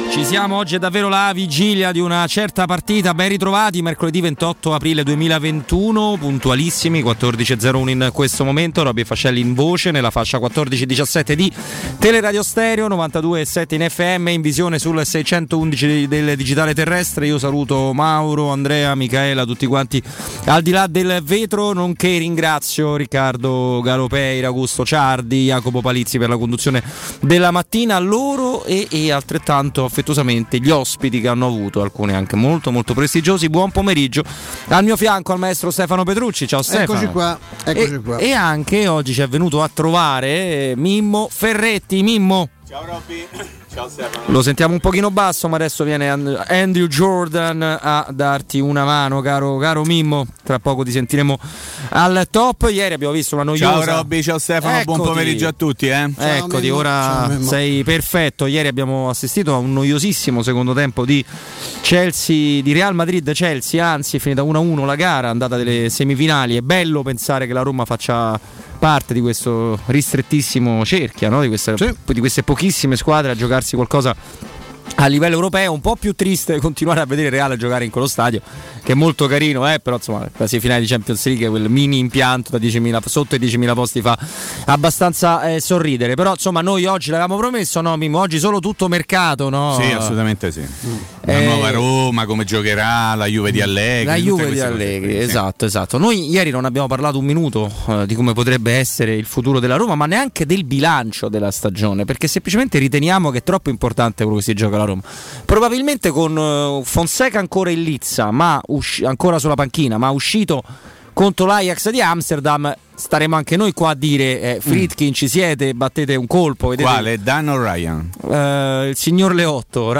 Ci siamo, oggi è davvero la vigilia di una certa partita. Ben ritrovati, mercoledì 28 aprile 2021, puntualissimi, 14.01 in questo momento. Robby Fascelli in voce nella fascia 14.17 di Teleradio Stereo, 92.7 in FM, in visione sul 611 del digitale terrestre. Io saluto Mauro, Andrea, Michaela, tutti quanti al di là del vetro, nonché ringrazio Riccardo Galopei, Augusto Ciardi, Jacopo Palizzi per la conduzione della mattina, loro e altrettanto affettuosamente gli ospiti che hanno avuto, alcuni anche molto molto prestigiosi. Buon pomeriggio al mio fianco al maestro Stefano Petrucci. Ciao Stefano. Eccoci qua. E anche oggi ci è venuto a trovare Mimmo Ferretti. Mimmo. Ciao Robby. Ciao Stefano. Lo sentiamo un pochino basso, ma adesso viene Andrew Jordan a darti una mano, caro Mimmo. Tra poco ti sentiremo al top. Ieri abbiamo visto una noiosa. Ciao Robby, ciao Stefano, Eccoti. buon pomeriggio a tutti. Eccoti, ora sei perfetto. Ieri abbiamo assistito a un noiosissimo secondo tempo di Chelsea, di Real Madrid-Chelsea, anzi è finita 1-1 la gara, andata delle semifinali. È bello pensare che la Roma faccia parte di questo ristrettissimo cerchio, no? Di queste pochissime squadre a giocarsi qualcosa a livello europeo. Un po' più triste continuare a vedere Real giocare in quello stadio, che è molto carino, però insomma la semifinale di Champions League, quel mini impianto da 10.000, sotto i 10.000 posti, fa abbastanza sorridere. Però insomma noi oggi l'avevamo promesso, no Mimmo? Oggi solo tutto mercato, no? Sì, assolutamente sì. La nuova Roma, come giocherà, la Juve di Allegri. La Juve di Allegri, esatto. Noi ieri non abbiamo parlato un minuto di come potrebbe essere il futuro della Roma, ma neanche del bilancio della stagione, perché semplicemente riteniamo che è troppo importante quello che si gioca la Roma. Probabilmente con Fonseca ancora in lizza, ma ancora sulla panchina, ma uscito contro l'Ajax di Amsterdam, staremo anche noi qua a dire Friedkin, ci siete, battete un colpo. Vedete? Quale? Dan o Ryan? Il signor Leotto,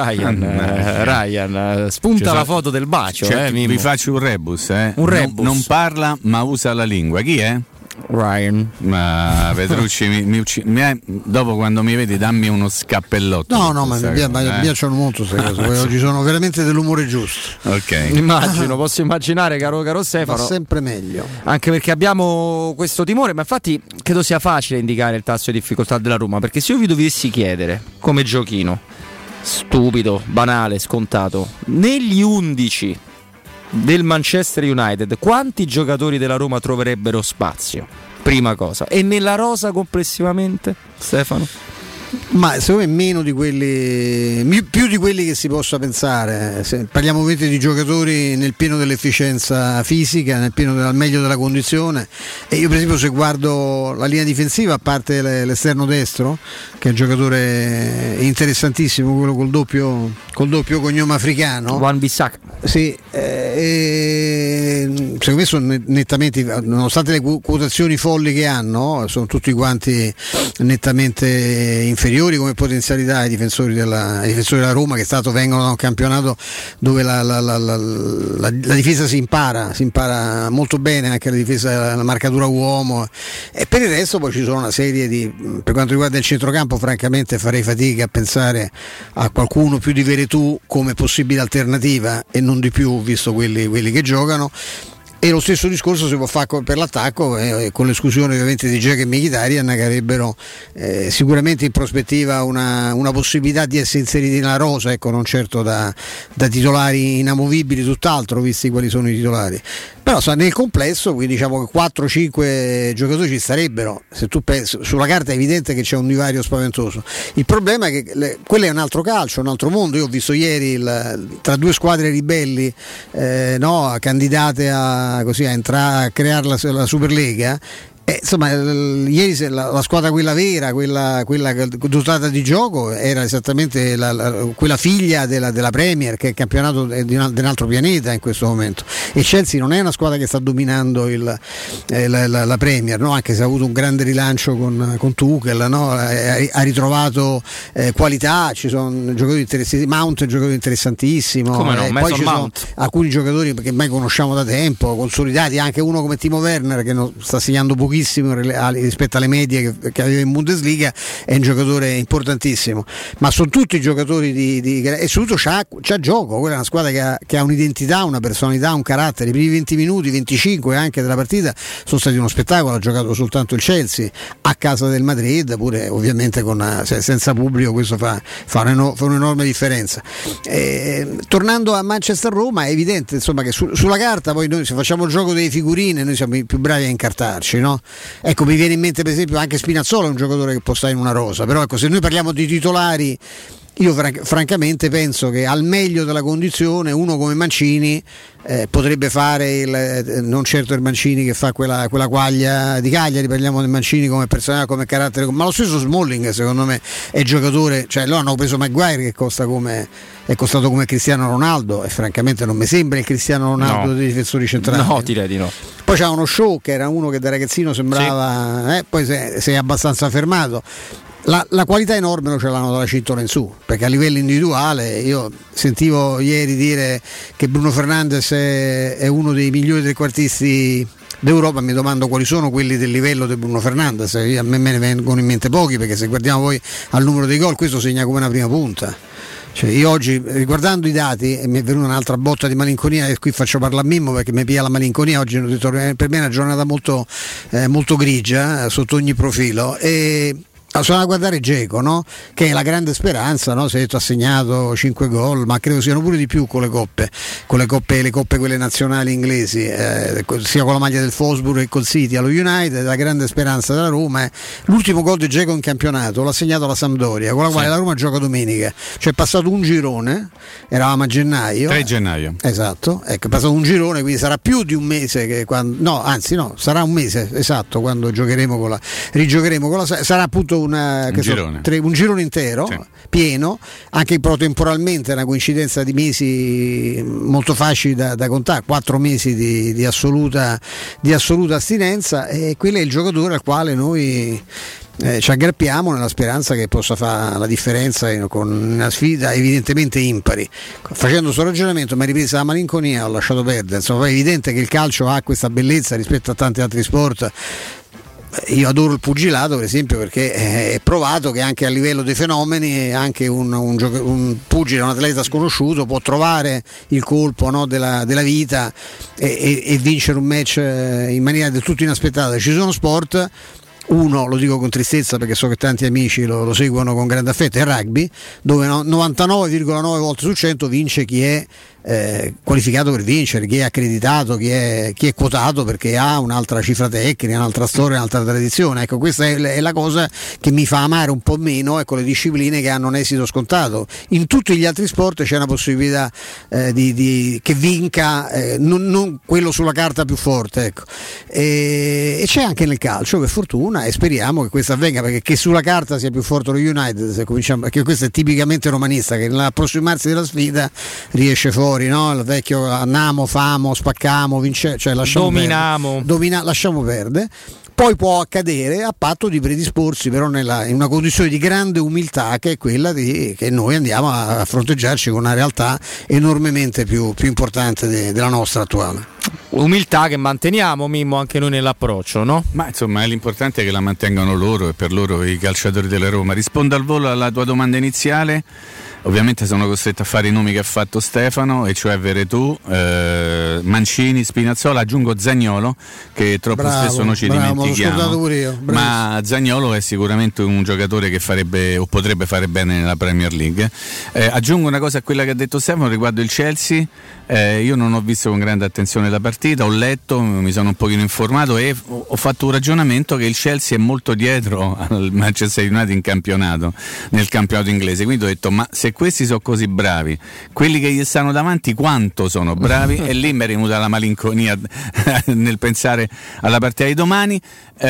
Ryan spunta la foto del bacio. Vi faccio un rebus. Un rebus. Non parla ma usa la lingua. Chi è? Ryan. Ma Petrucci dopo quando mi vedi dammi uno scappellotto. No, ma mi piacciono molto queste cose. Oggi sono veramente dell'umore giusto. Ok. Posso immaginare, caro Stefano. Va sempre meglio. Anche perché abbiamo questo timore, ma infatti credo sia facile indicare il tasso di difficoltà della Roma, perché se io vi dovessi chiedere come giochino, stupido, banale, scontato, negli 11 del Manchester United quanti giocatori della Roma troverebbero spazio? Prima cosa. E nella rosa complessivamente, Stefano? Ma secondo me meno di quelli, più di quelli che si possa pensare. Parliamo ovviamente di giocatori nel pieno dell'efficienza fisica, nel pieno al meglio della condizione, e io per esempio se guardo la linea difensiva, a parte l'esterno destro che è un giocatore interessantissimo, quello col doppio cognome africano, Wan-Bissaka. Sì, secondo me sono nettamente, nonostante le quotazioni folli che hanno, sono tutti quanti nettamente inferiori come potenzialità ai difensori della Roma, che vengono da un campionato dove la difesa si impara molto bene, anche la difesa, la marcatura uomo, e per il resto poi ci sono una serie di, per quanto riguarda il centrocampo francamente farei fatica a pensare a qualcuno più di Veretù come possibile alternativa e non di più, visto quelli che giocano. E lo stesso discorso si può fare per l'attacco, con l'esclusione ovviamente di Dzeko e Mkhitaryan, che avrebbero sicuramente in prospettiva una possibilità di essere inseriti nella rosa, ecco, non certo da titolari inamovibili, tutt'altro, visti quali sono i titolari. Però nel complesso, quindi diciamo che 4-5 giocatori ci starebbero. Se tu pensi, sulla carta è evidente che c'è un divario spaventoso. Il problema è che quello è un altro calcio, un altro mondo. Io ho visto ieri tra due squadre ribelli candidate a entrare a creare la Superlega. Insomma, ieri la squadra quella vera, quella dotata di gioco, era esattamente quella figlia della Premier, che è il campionato di un altro pianeta in questo momento. E Chelsea non è una squadra che sta dominando la Premier, no? Anche se ha avuto un grande rilancio con Tuchel, no? Ha ritrovato qualità, ci sono giocatori interessanti, Mount è un giocatore interessantissimo. Come no? Poi ci Mount. sono alcuni giocatori che mai conosciamo da tempo, consolidati, anche uno come Timo Werner che sta segnando pochissimo bravissimo rispetto alle medie che aveva in Bundesliga, è un giocatore importantissimo, ma sono tutti giocatori e soprattutto c'ha gioco. Quella è una squadra che ha un'identità, una personalità, un carattere. I primi 20 minuti, 25 anche della partita sono stati uno spettacolo. Ha giocato soltanto il Chelsea a casa del Madrid, pure ovviamente senza pubblico, questo fa un'enorme differenza. Tornando a Manchester-Roma, è evidente insomma che sulla carta poi noi, se facciamo il gioco delle figurine, noi siamo i più bravi a incartarci, no? Ecco, mi viene in mente per esempio anche Spinazzola, è un giocatore che può stare in una rosa, però ecco, se noi parliamo di titolari, io francamente penso che al meglio della condizione uno come Mancini potrebbe fare non certo il Mancini che fa quella quaglia di Cagliari, parliamo del Mancini come personale, come carattere, ma lo stesso Smalling secondo me è giocatore, cioè loro hanno preso Maguire che è costato come Cristiano Ronaldo, e francamente non mi sembra il Cristiano Ronaldo dei difensori centrali. No, direi di no. Poi c'era uno Shaw che era uno che da ragazzino sembrava, sì. Poi si è abbastanza fermato. La qualità enorme ce l'hanno dalla cintura in su, perché a livello individuale io sentivo ieri dire che Bruno Fernandes è uno dei migliori trequartisti d'Europa. Mi domando quali sono quelli del livello di Bruno Fernandes. A me ne vengono in mente pochi, perché se guardiamo poi al numero dei gol, questo segna come una prima punta. Cioè, io oggi, riguardando i dati, mi è venuta un'altra botta di malinconia, e qui faccio parlare a Mimmo perché mi piglia la malinconia. Oggi per me è una giornata molto grigia sotto ogni profilo, e sono a guardare Dzeko, no? Che è la grande speranza, no? Si è detto ha segnato 5 gol, ma credo siano pure di più con le coppe quelle nazionali inglesi, sia con la maglia del Wolfsburg che col City allo United. La grande speranza della Roma è l'ultimo gol di Dzeko in campionato, l'ha segnato la Sampdoria, con la quale la Roma gioca domenica, cioè è passato un girone, eravamo a gennaio, 3 gennaio, esatto, ecco, è passato un girone, quindi sarà più di un mese che sarà un mese esatto quando rigiocheremo con la sarà appunto un girone intero, sì, pieno, anche però temporalmente è una coincidenza di mesi molto facili da contare, 4 mesi di assoluta astinenza, e quello è il giocatore al quale noi ci aggrappiamo nella speranza che possa fare la differenza con una sfida evidentemente impari. Facendo questo ragionamento mi è ripresa la malinconia, ho lasciato perdere. Insomma, è evidente che il calcio ha questa bellezza rispetto a tanti altri sport. Io adoro il pugilato per esempio, perché è provato che anche a livello dei fenomeni anche un pugile, un atleta sconosciuto può trovare il colpo, no, della vita e vincere un match in maniera del tutto inaspettata. Ci sono sport, uno lo dico con tristezza perché so che tanti amici lo seguono con grande affetto, è il rugby, dove 99,9 volte su 100 vince chi è qualificato per vincere, chi è accreditato, chi è quotato, perché ha un'altra cifra tecnica, un'altra storia, un'altra tradizione. Ecco, questa è la cosa che mi fa amare un po' meno, ecco, le discipline che hanno un esito scontato. In tutti gli altri sport c'è una possibilità che vinca non quello sulla carta più forte, ecco. E c'è anche nel calcio, per fortuna, e speriamo che questo avvenga, perché che sulla carta sia più forte lo United, se cominciamo, perché questo è tipicamente romanista, che nell'approssimarsi della sfida riesce fuori, no? Il vecchio andiamo, famo, spaccamo, cioè dominiamo, lasciamo perdere. Poi può accadere a patto di predisporsi però in una condizione di grande umiltà, che è quella che noi andiamo a fronteggiarci con una realtà enormemente più importante della nostra attuale. Umiltà che manteniamo, Mimmo, anche noi nell'approccio, no? Ma insomma l'importante è che la mantengano loro, e per loro i calciatori della Roma. Rispondo al volo alla tua domanda iniziale. Ovviamente sono costretto a fare i nomi che ha fatto Stefano, e cioè Veretù, Mancini, Spinazzola, aggiungo Zaniolo, che troppo spesso noi ci dimentichiamo, pure io. Ma Zaniolo è sicuramente un giocatore che farebbe o potrebbe fare bene nella Premier League. Aggiungo una cosa a quella che ha detto Stefano riguardo il Chelsea. Io non ho visto con grande attenzione la partita, ho letto, mi sono un pochino informato e ho fatto un ragionamento che il Chelsea è molto dietro al Manchester United in campionato, nel campionato inglese, quindi ho detto ma se questi sono così bravi, quelli che gli stanno davanti quanto sono bravi? E lì mi è venuta la malinconia nel pensare alla partita di domani.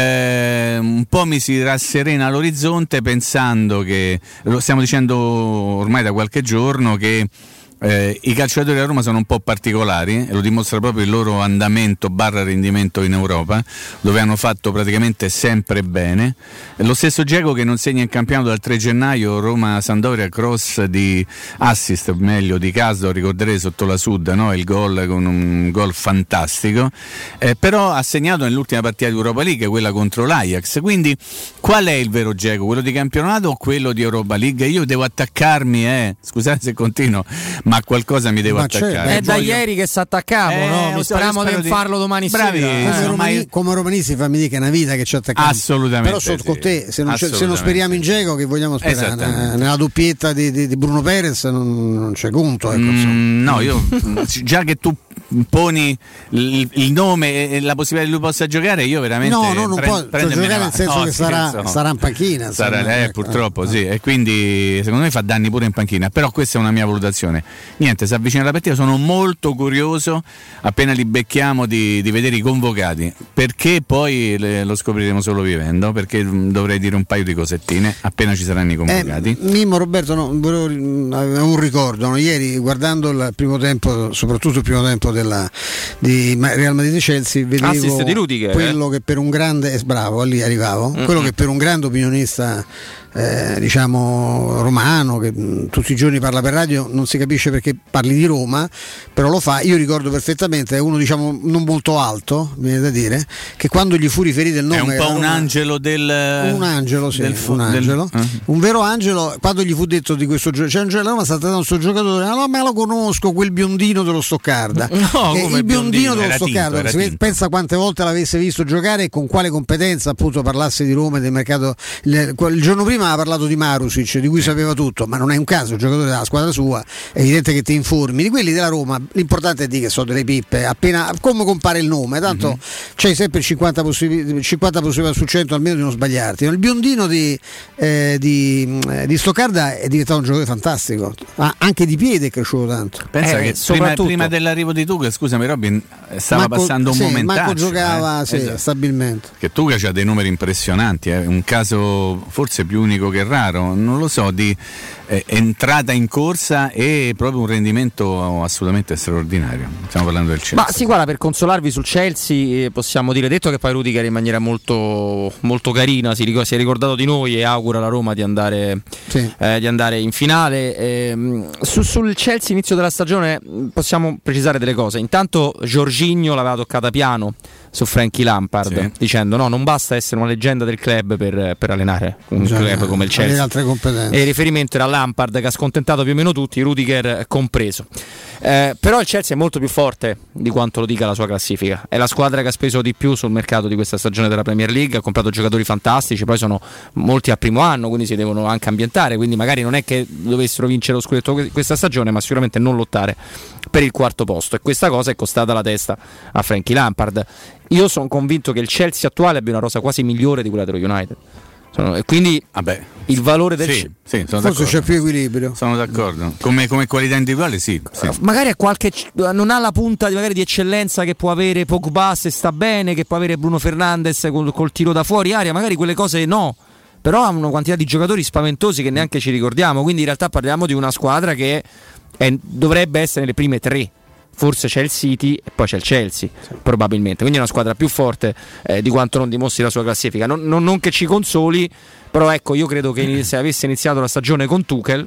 Un po' mi si rasserena l'orizzonte pensando che, lo stiamo dicendo ormai da qualche giorno, che I calciatori della Roma sono un po' particolari e lo dimostra proprio il loro andamento / rendimento in Europa, dove hanno fatto praticamente sempre bene. Lo stesso Dzeko che non segna in campionato dal 3 gennaio, Roma-Sampdoria, cross di assist, meglio di Casdo, ricorderete sotto la Sud, no? Il gol con un gol fantastico, però ha segnato nell'ultima partita di Europa League, quella contro l'Ajax. Quindi qual è il vero Dzeko? Quello di campionato o quello di Europa League? Io devo attaccarmi, scusate se continuo, ma qualcosa mi devo attaccare. È da ieri che si attaccamo, no? Speriamo di farlo domani bravi, sera. Come romanisti fammi dire che è una vita che ci attacchiamo. Assolutamente. Però sono con te, se non speriamo in Dzeko, che vogliamo sperare? Nella doppietta di Bruno Perez non c'è conto. No, io già che tu poni il nome e la possibilità che lui possa giocare, io veramente non può giocare, nel senso che sarà in panchina, purtroppo sì, e quindi secondo me fa danni pure in panchina, però questa è una mia valutazione. Niente, si avvicina la partita, sono molto curioso appena li becchiamo di vedere i convocati, perché poi lo scopriremo solo vivendo, perché dovrei dire un paio di cosettine appena ci saranno i convocati. Mimmo, Roberto, avevo un ricordo, no? Ieri guardando il primo tempo, soprattutto il primo tempo di Real Madrid e Chelsea, vedevo di Rudiger, quello che per un grande bravo, lì arrivavo, quello che per un grande opinionista diciamo romano, che tutti i giorni parla per radio, non si capisce perché parli di Roma, però lo fa. Io ricordo perfettamente, è uno diciamo non molto alto, mi viene da dire, che quando gli fu riferito il nome, è un po' un angelo un vero angelo, quando gli fu detto di questo giocatore, c'è un giocatore, ma sta trattando questo giocatore, no, ma lo conosco, quel biondino dello Stoccarda. Il biondino dello Stoccarda, pensa quante volte l'avesse visto giocare e con quale competenza appunto parlasse di Roma e del mercato. Il giorno prima ha parlato di Marusic, di cui sapeva tutto, ma non è un caso, il giocatore della squadra sua, è evidente che ti informi. Di quelli della Roma l'importante è dire che sono delle pippe, appena come compare il nome, tanto c'hai sempre il 50 possibilità su 100 almeno di non sbagliarti. Il biondino di Stoccarda è diventato un giocatore fantastico, anche di piede è cresciuto tanto. Pensa che prima dell'arrivo di Tuchel, scusami Robin, stava passando un momentaccio. Marco giocava stabilmente. Che Tuchel c'ha dei numeri impressionanti, è un caso forse più unico che raro, non lo so, di entrata in corsa e proprio un rendimento assolutamente straordinario. Stiamo parlando del Chelsea. Ma sì, guarda, per consolarvi sul Chelsea possiamo dire, detto che poi Rudiger in maniera molto, molto carina si è ricordato di noi e augura alla Roma di andare in finale. Sul Chelsea inizio della stagione possiamo precisare delle cose. Intanto Jorginho l'aveva toccata piano su Frankie Lampard, dicendo no, non basta essere una leggenda del club per allenare un club come il Chelsea, e il riferimento era Lampard, che ha scontentato più o meno tutti, Rudiger compreso. Però il Chelsea è molto più forte di quanto lo dica la sua classifica, è la squadra che ha speso di più sul mercato di questa stagione della Premier League, ha comprato giocatori fantastici, poi sono molti al primo anno, quindi si devono anche ambientare, quindi magari non è che dovessero vincere lo scudetto questa stagione, ma sicuramente non lottare per il quarto posto, e questa cosa è costata la testa a Frankie Lampard. Io sono convinto che il Chelsea attuale abbia una rosa quasi migliore di quella dello United, e quindi il valore del forse d'accordo. C'è più equilibrio. Sono d'accordo. Come qualità individuale sì. Magari non ha la punta magari di eccellenza che può avere Pogba se sta bene, che può avere Bruno Fernandes col tiro da fuori area, magari quelle cose no, però ha una quantità di giocatori spaventosi che neanche ci ricordiamo, quindi in realtà parliamo di una squadra che dovrebbe essere nelle prime tre. Forse c'è il City e poi c'è il Chelsea, probabilmente, quindi è una squadra più forte di quanto non dimostri la sua classifica, non che ci consoli, però ecco, io credo che se avesse iniziato la stagione con Tuchel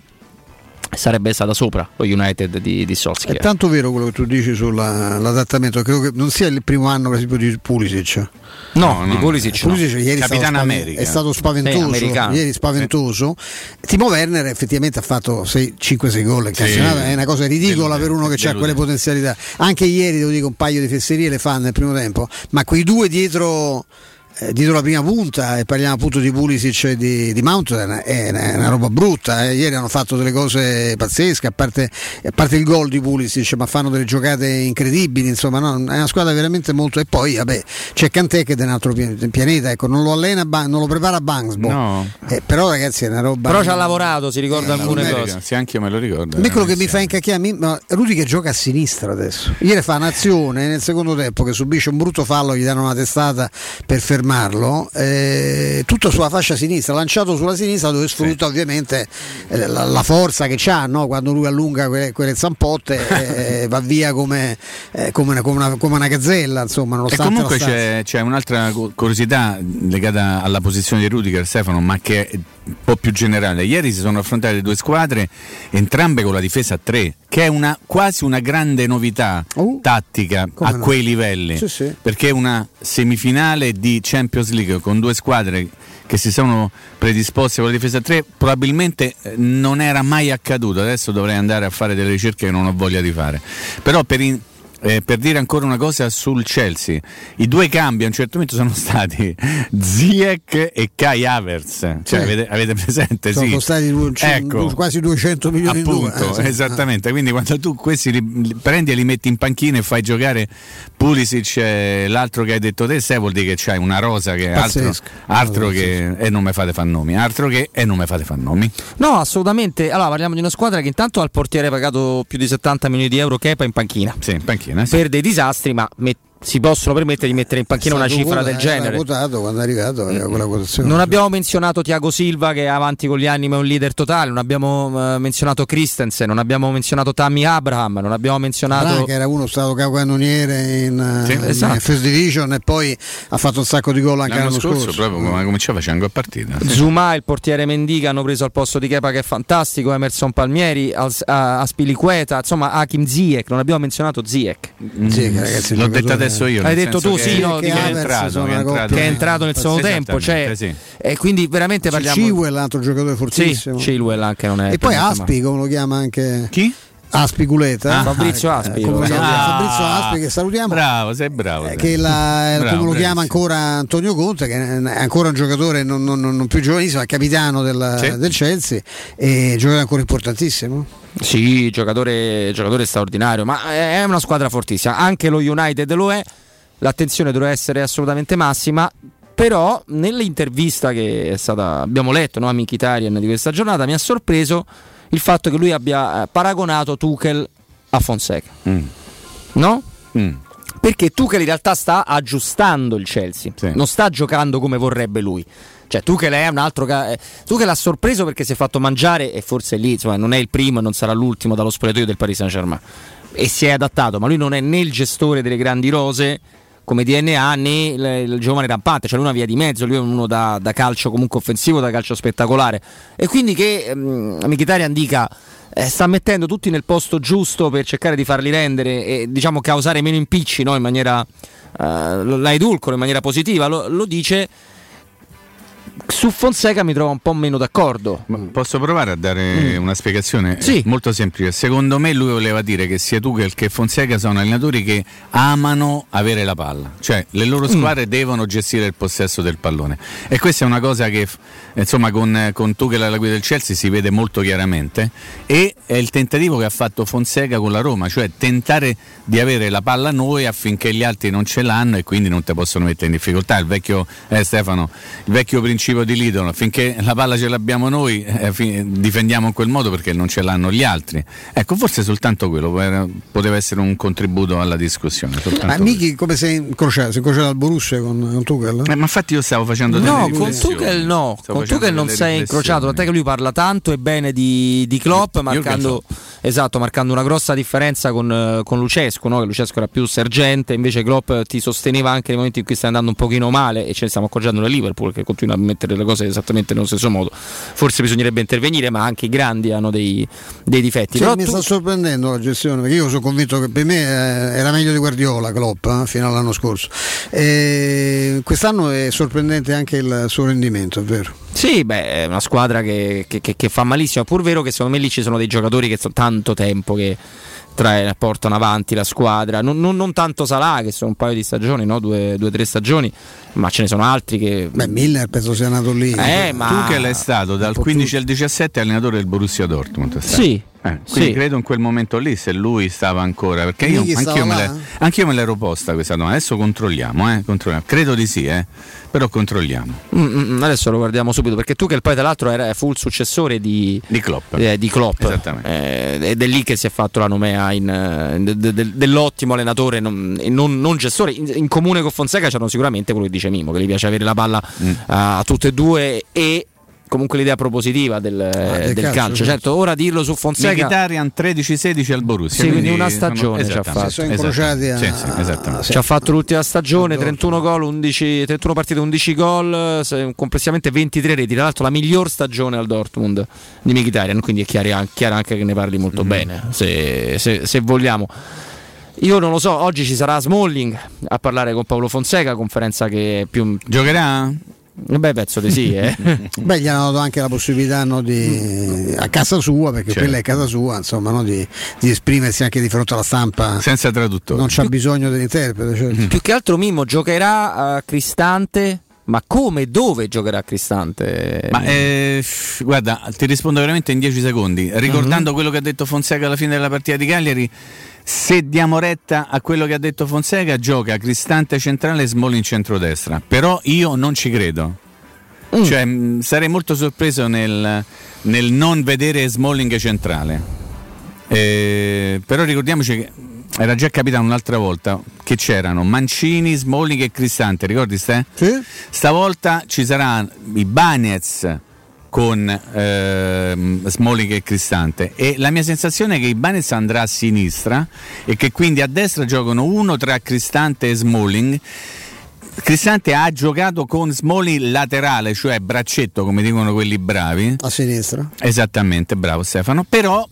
sarebbe stata sopra lo United di Solskjaer. È tanto vero quello che tu dici sull'adattamento, credo che non sia il primo anno per esempio di Pulisic. No, di Pulisic ieri Capitano America. È stato spaventoso, ieri spaventoso. Timo Werner effettivamente ha fatto 5-6 gol in campionato, è una cosa ridicola per uno che ha quelle potenzialità. Anche ieri devo dire un paio di fesserie le fa nel primo tempo, ma quei due dietro la prima punta, e parliamo appunto di Pulisic e di Mount, è una roba brutta. Ieri hanno fatto delle cose pazzesche, a parte il gol di Pulisic, ma fanno delle giocate incredibili, insomma, no? È una squadra veramente molto. E poi c'è Kanté che è da un altro pianeta, ecco, non lo allena, non lo prepara Bangsbo, no. Però ragazzi è una roba, però ci ha lavorato, si ricorda alcune cose. Sì, anche io me lo ricordo. Quello che mi fa incacchiare, Rudy che gioca a sinistra adesso, ieri fa un'azione nel secondo tempo che subisce un brutto fallo, gli danno una testata per fermare fermarlo, tutto sulla fascia sinistra, lanciato sulla sinistra, dove sfrutta ovviamente la forza che c'ha, no? Quando lui allunga quelle zampotte va via come una gazzella, insomma. E comunque c'è un'altra curiosità legata alla posizione di Rudiger, Stefano, ma che è un po' più generale. Ieri si sono affrontate due squadre, entrambe con la difesa a 3, che è quasi una grande novità tattica a quei livelli, sì. perché una semifinale di Champions League con due squadre che si sono predisposte con la difesa a 3 probabilmente non era mai accaduto. Adesso dovrei andare a fare delle ricerche che non ho voglia di fare, però per dire ancora una cosa sul Chelsea, i due cambi a un certo momento sono stati Ziyech e Kai Havertz, cioè, sì. avete presente? Sono sì. costati quasi 200 milioni appunto, sì. Esattamente, quindi quando tu questi li prendi e li metti in panchina e fai giocare Pulisic e l'altro che hai detto te, vuol dire che c'hai una rosa che altro che e non mi fate fan nomi, No, assolutamente. Allora parliamo di una squadra che intanto ha il portiere pagato più di 70 milioni di euro, Kepa, in panchina. Sì, in panchina. Sì. Per dei disastri, ma si possono permettere di mettere in panchina una cifra del genere. Quotato, quando è arrivato quella quotazione. Non abbiamo menzionato Thiago Silva, che è avanti con gli anni ma è un leader totale, non abbiamo menzionato Christensen, non abbiamo menzionato Tammy Abraham, non abbiamo menzionato che era uno stato capocannoniere in esatto. First Division e poi ha fatto un sacco di gol anche l'anno scorso. Proprio come cominciava facendo a partita. Zuma, il portiere Mendica, hanno preso al posto di Kepa, che è fantastico, Emerson Palmieri, Aspilicueta, insomma Hakim Ziyech, non abbiamo menzionato Ziyech. Ragazzi, l'ho detto adesso io. Hai detto tu, che è entrato nel secondo tempo, cioè, sì. E quindi veramente parliamo. Chilwell, l'altro giocatore fortissimo. Sì, Chilwell anche non è. E poi Aspi, come lo chiama anche. Chi? Aspiculeta, Fabrizio Aspi, Fabrizio Aspi, che salutiamo. Bravo, sei bravo. Che come lo chiama ancora Antonio Conte, che è ancora un giocatore non più giovanissimo, è capitano del Chelsea e giocatore ancora importantissimo. Sì, giocatore straordinario, ma è una squadra fortissima. Anche lo United lo è. L'attenzione dovrà essere assolutamente massima. Però nell'intervista che è stata, abbiamo letto, no, a Mkhitaryan di questa giornata, mi ha sorpreso il fatto che lui abbia paragonato Tuchel a Fonseca. No? Perché Tuchel in realtà sta aggiustando il Chelsea, non sta giocando come vorrebbe lui. Cioè Tuchel è un altro Tuchel ha sorpreso perché si è fatto mangiare, e forse lì insomma, non è il primo e non sarà l'ultimo dallo spogliatoio del Paris Saint-Germain, e si è adattato, ma lui non è né il gestore delle grandi rose come DNA né il giovane rampante, cioè lui è una via di mezzo, lui è uno da calcio comunque offensivo, da calcio spettacolare, e quindi che Mkhitaryan dica sta mettendo tutti nel posto giusto per cercare di farli rendere e diciamo causare meno impicci, no? In maniera la edulcora in maniera positiva, lo dice. Su Fonseca mi trovo un po' meno d'accordo. Posso provare a dare una spiegazione? Sì. Molto semplice. Secondo me lui voleva dire che sia Tuchel che Fonseca sono allenatori che amano avere la palla, cioè le loro squadre devono gestire il possesso del pallone, e questa è una cosa che insomma con Tuchel alla guida del Chelsea si vede molto chiaramente, e è il tentativo che ha fatto Fonseca con la Roma, cioè tentare di avere la palla noi affinché gli altri non ce l'hanno e quindi non te possono mettere in difficoltà. Il vecchio Stefano, il vecchio principio di Lidl, finché la palla ce l'abbiamo noi difendiamo in quel modo perché non ce l'hanno gli altri. Ecco, forse soltanto quello poteva essere un contributo alla discussione. Ma Miki come sei incrociato? Sei incrociato al Borussia con Tuchel? Ma infatti io stavo facendo delle riflessioni. Con Tuchel non sei incrociato, tant'è che lui parla tanto e bene di Klopp, marcando una grossa differenza con Lucescu, no? Che Lucescu era più sergente, invece Klopp ti sosteneva anche nei momenti in cui stai andando un pochino male, e ce ne stiamo accorgendo nel Liverpool che continua a mettere le cose esattamente nello stesso modo. Forse bisognerebbe intervenire, ma anche i grandi hanno dei difetti. Però mi sta sorprendendo la gestione, perché io sono convinto che per me era meglio di Guardiola Klopp fino all'anno scorso, e quest'anno è sorprendente anche il suo rendimento, è vero. Sì, è una squadra che fa malissimo, è pur vero che secondo me lì ci sono dei giocatori che sono tanto tempo che portano avanti la squadra, non tanto Salah, che sono un paio di stagioni, no? 2-3 stagioni, ma ce ne sono altri che Milner penso sia nato lì. Ma Tuchel è stato dal 15 al 17 allenatore del Borussia Dortmund. Sì, Quindi Sì. credo in quel momento lì, se lui stava ancora, perché anch'io me l'ero posta questa domanda. Adesso controlliamo. Credo di sì, però controlliamo. Adesso lo guardiamo subito, perché tu che poi tra l'altro fu il successore di Klopp. Di Klopp. Esattamente. Ed è lì che si è fatto la nomea dell'ottimo allenatore, non gestore. In comune con Fonseca c'erano sicuramente quello che dice Mimo, che gli piace avere la palla a tutte e due, e comunque l'idea propositiva del calcio. Certo, ora dirlo su Fonseca. Mkhitaryan 13-16 al Borussia. Sì, quindi una stagione ci ha fatto. Sono incrociati esattamente. Ci ha fatto l'ultima stagione, 31 gol, 31 partite, 11 gol, complessivamente 23 reti. Tra l'altro la miglior stagione al Dortmund di Mkhitaryan, quindi è chiaro anche che ne parli molto bene, se vogliamo. Io non lo so, oggi ci sarà Smalling a parlare con Paolo Fonseca, conferenza che più giocherà? Beh, penso di sì. Beh, gli hanno dato anche la possibilità a casa sua, perché quella è casa sua, insomma, di esprimersi anche di fronte alla stampa senza traduttore. Non c'ha bisogno dell'interprete. Certo. Più che altro Mimmo giocherà a Cristante. Ma come, dove giocherà Cristante? Guarda, ti rispondo veramente in 10 secondi, ricordando quello che ha detto Fonseca alla fine della partita di Cagliari. Se diamo retta a quello che ha detto Fonseca, gioca Cristante centrale e Smalling centrodestra, però io non ci credo. Cioè, sarei molto sorpreso nel non vedere Smalling centrale, però ricordiamoci che era già capitato un'altra volta che c'erano Mancini, Smalling e Cristante, ricordi ste? Sì. Stavolta ci saranno i Bagnez con Smalling e Cristante, e la mia sensazione è che Ibanez andrà a sinistra e che quindi a destra giocano uno tra Cristante e Smalling. Cristante ha giocato con Smalling laterale, cioè braccetto come dicono quelli bravi, a sinistra. Esattamente, bravo Stefano. Però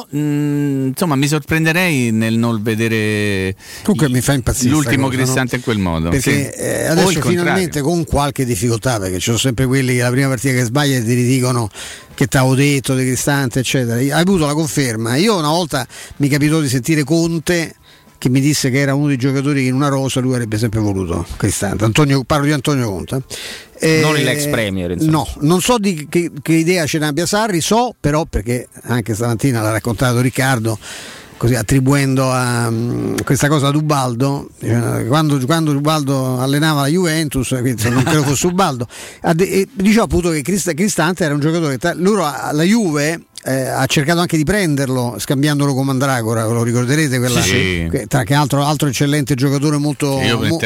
insomma mi sorprenderei nel non vedere mi fa impazzire l'ultimo cosa, Cristante in quel modo, perché adesso finalmente con qualche difficoltà, perché ci sono sempre quelli che la prima partita che sbaglia ti ridicono che t'avevo detto di Cristante eccetera. Hai avuto la conferma. Io una volta mi capitò di sentire Conte che mi disse che era uno dei giocatori che in una rosa lui avrebbe sempre voluto, Cristante. Parlo di Antonio Conte. Non l'ex premier, insomma. No, non so che idea ce ne abbia Sarri, so però, perché anche stamattina l'ha raccontato Riccardo, così attribuendo a questa cosa ad Ubaldo, quando Ubaldo allenava la Juventus, quindi non credo fosse Ubaldo, diceva appunto che Cristante era un giocatore che la Juve ha cercato anche di prenderlo scambiandolo con Mandragora, lo ricorderete, quella che altro eccellente giocatore molto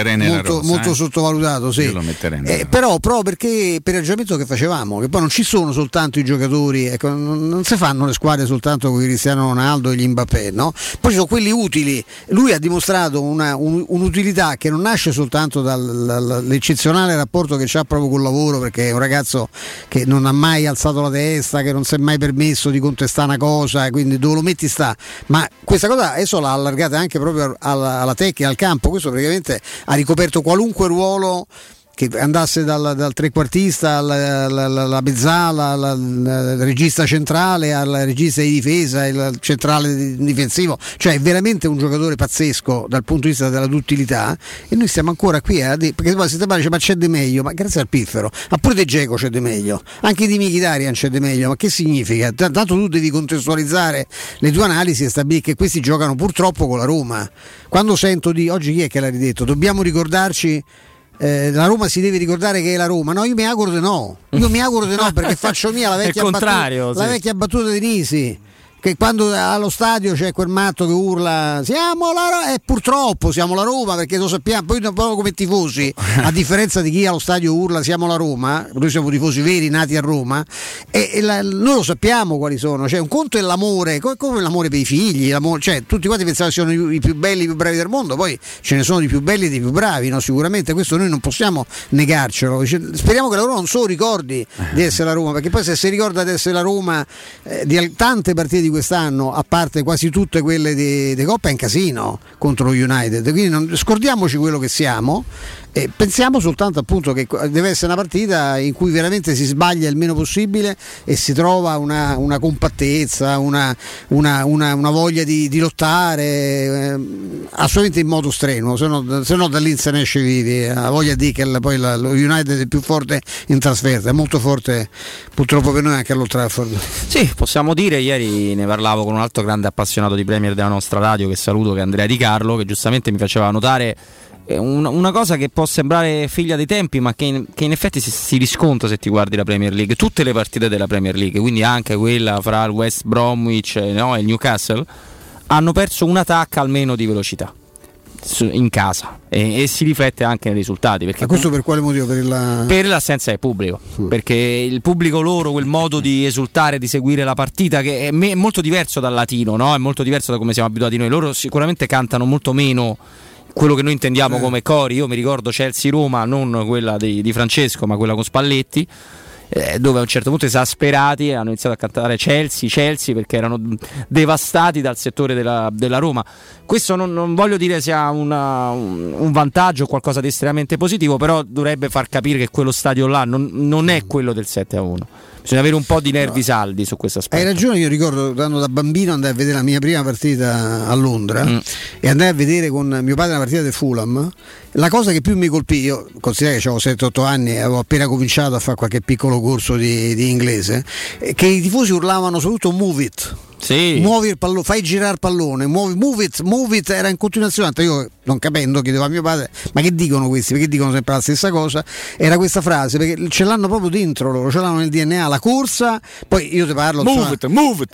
sottovalutato, sì. Io lo metterei però perché per il ragionamento che facevamo, che poi non ci sono soltanto i giocatori, ecco, non si fanno le squadre soltanto con i Cristiano Ronaldo e gli Mbappé, no? Poi ci sono quelli utili. Lui ha dimostrato un'utilità che non nasce soltanto dall'eccezionale rapporto che c'ha proprio col lavoro, perché è un ragazzo che non ha mai alzato la testa, che non si è mai permesso di contestare una cosa, quindi dove lo metti sta. Ma questa cosa adesso l'ha allargata anche proprio alla tecnica, al campo. Questo praticamente ha ricoperto qualunque ruolo, che andasse dal trequartista alla mezzala, al regista centrale, al regista di difesa, il centrale difensivo, cioè è veramente un giocatore pazzesco dal punto di vista della duttilità, e noi stiamo ancora qui perché poi Stefano dice ma c'è di meglio, ma grazie al piffero, ma pure di Dzeko c'è di meglio, anche di Mkhitaryan c'è di meglio, ma che significa? Tanto tu devi contestualizzare le tue analisi e stabilire che questi giocano purtroppo con la Roma. Quando sento oggi chi è che l'ha ridetto, dobbiamo ricordarci, la Roma si deve ricordare che è la Roma. No, io mi auguro di no. Perché faccio mia la vecchia battuta di Nisi, che quando allo stadio c'è quel matto che urla siamo la Roma, e purtroppo siamo la Roma, perché lo sappiamo poi proprio come tifosi, a differenza di chi allo stadio urla siamo la Roma, noi siamo tifosi veri nati a Roma, noi lo sappiamo quali sono. Cioè, un conto è l'amore, come l'amore per i figli, cioè tutti quanti pensavano siano i più belli, i più bravi del mondo, poi ce ne sono di più belli e di più bravi, no? Sicuramente questo noi non possiamo negarcelo. Speriamo che la Roma non solo ricordi di essere la Roma, perché poi se si ricorda di essere la Roma di tante partite di quest'anno, a parte quasi tutte quelle di Coppa, è un casino contro lo United, quindi non scordiamoci quello che siamo e pensiamo soltanto appunto che deve essere una partita in cui veramente si sbaglia il meno possibile e si trova una compattezza, una voglia di lottare assolutamente in modo strenuo, se no da lì se ne esce vivi. La voglia di che poi lo United è più forte in trasferta, è molto forte purtroppo per noi anche all'Old Trafford. Sì, possiamo dire, ieri ne parlavo con un altro grande appassionato di Premier della nostra radio, che saluto, che è Andrea Di Carlo, che giustamente mi faceva notare una cosa che può sembrare figlia dei tempi, ma che in effetti si riscontra se ti guardi la Premier League, tutte le partite della Premier League, quindi anche quella fra il West Bromwich e il Newcastle, hanno perso una tacca almeno di velocità in casa, e si riflette anche nei risultati. Perché questo per quale motivo? Per l'assenza del pubblico, perché il pubblico loro, quel modo di esultare, di seguire la partita, che è molto diverso dal latino, no? È molto diverso da come siamo abituati noi. Loro sicuramente cantano molto meno quello che noi intendiamo come cori. Io mi ricordo Chelsea-Roma, non quella di Francesco, ma quella con Spalletti, dove a un certo punto esasperati hanno iniziato a cantare Chelsea perché erano devastati dal settore della Roma. Questo non voglio dire sia un vantaggio o qualcosa di estremamente positivo, però dovrebbe far capire che quello stadio là non è quello del 7-1. Bisogna avere un po' di nervi saldi su questo aspetto. Hai ragione, io ricordo quando da bambino andai a vedere la mia prima partita a Londra e andai a vedere con mio padre la partita del Fulham. La cosa che più mi colpì, io considero che avevo 7-8 anni e avevo appena cominciato a fare qualche piccolo corso di inglese, che i tifosi urlavano soprattutto "move it". Sì. Muovi il pallone, fai girare il pallone, move it, era in continuazione. Io non capendo chiedevo a mio padre: ma che dicono questi? Perché dicono sempre la stessa cosa? Era questa frase, perché ce l'hanno proprio dentro loro, ce l'hanno nel DNA, la corsa. Poi io ti parlo move it. Io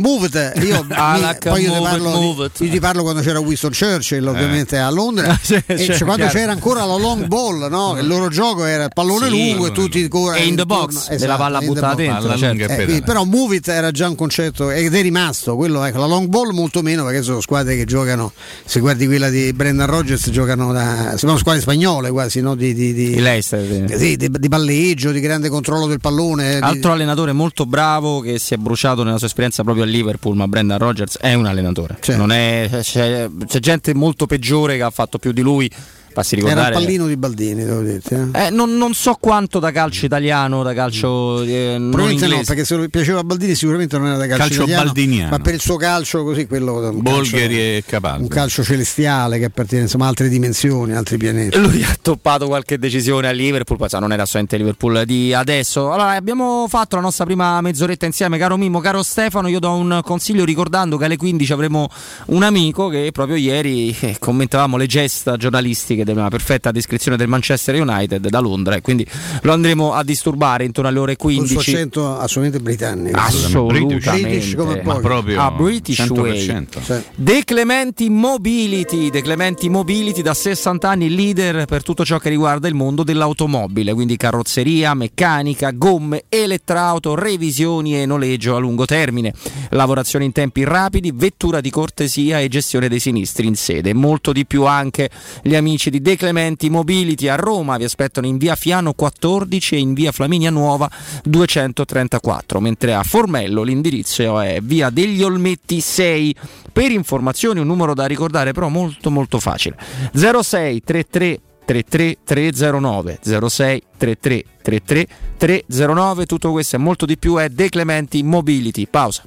ti parlo quando c'era Winston Churchill, ovviamente a Londra, quando c'era ancora la long ball, no? Il loro gioco era il pallone lungo e tutti e in the box, della palla buttata dentro, però move it era già un concetto ed è rimasto quello, ecco. La long ball molto meno, perché sono squadre che giocano, se guardi quella di Brendan Rodgers, giocano sono squadre spagnole quasi, no? Di Leicester, di palleggio, di grande controllo del pallone. Altro allenatore molto bravo che si è bruciato nella sua esperienza proprio a Liverpool, ma Brendan Rodgers è un allenatore, non è, c'è gente molto peggiore che ha fatto più di lui. Era il pallino di Baldini, devo dirti, non so quanto da calcio italiano, da calcio non inglese. No, perché se piaceva a Baldini sicuramente non era da calcio italiano, baldiniano, ma per il suo calcio così, quello Bolgheri e Capaldi, un calcio celestiale che appartiene insomma a altre dimensioni, altri pianeti. E lui ha toppato qualche decisione a Liverpool, poi non era solamente Liverpool di adesso. Allora, abbiamo fatto la nostra prima mezz'oretta insieme, caro Mimmo, caro Stefano. Io do un consiglio ricordando che alle 15 avremo un amico che proprio ieri commentavamo le gesta giornalistiche della perfetta descrizione del Manchester United da Londra, e quindi lo andremo a disturbare intorno alle ore 15. Con suo accento assolutamente britannico, assolutamente British come ma proprio a British 100%. Way. De Clementi Mobility da 60 anni, leader per tutto ciò che riguarda il mondo dell'automobile, quindi carrozzeria, meccanica, gomme, elettrauto, revisioni e noleggio a lungo termine, lavorazioni in tempi rapidi, vettura di cortesia e gestione dei sinistri in sede. Molto di più anche gli amici di De Clementi Mobility a Roma vi aspettano in via Fiano 14 e in via Flaminia Nuova 234, mentre a Formello l'indirizzo è via degli Olmetti 6. Per informazioni un numero da ricordare però molto molto facile: 06 33 33 309 06 33 33 309. Tutto questo e molto di più è De Clementi Mobility. Pausa.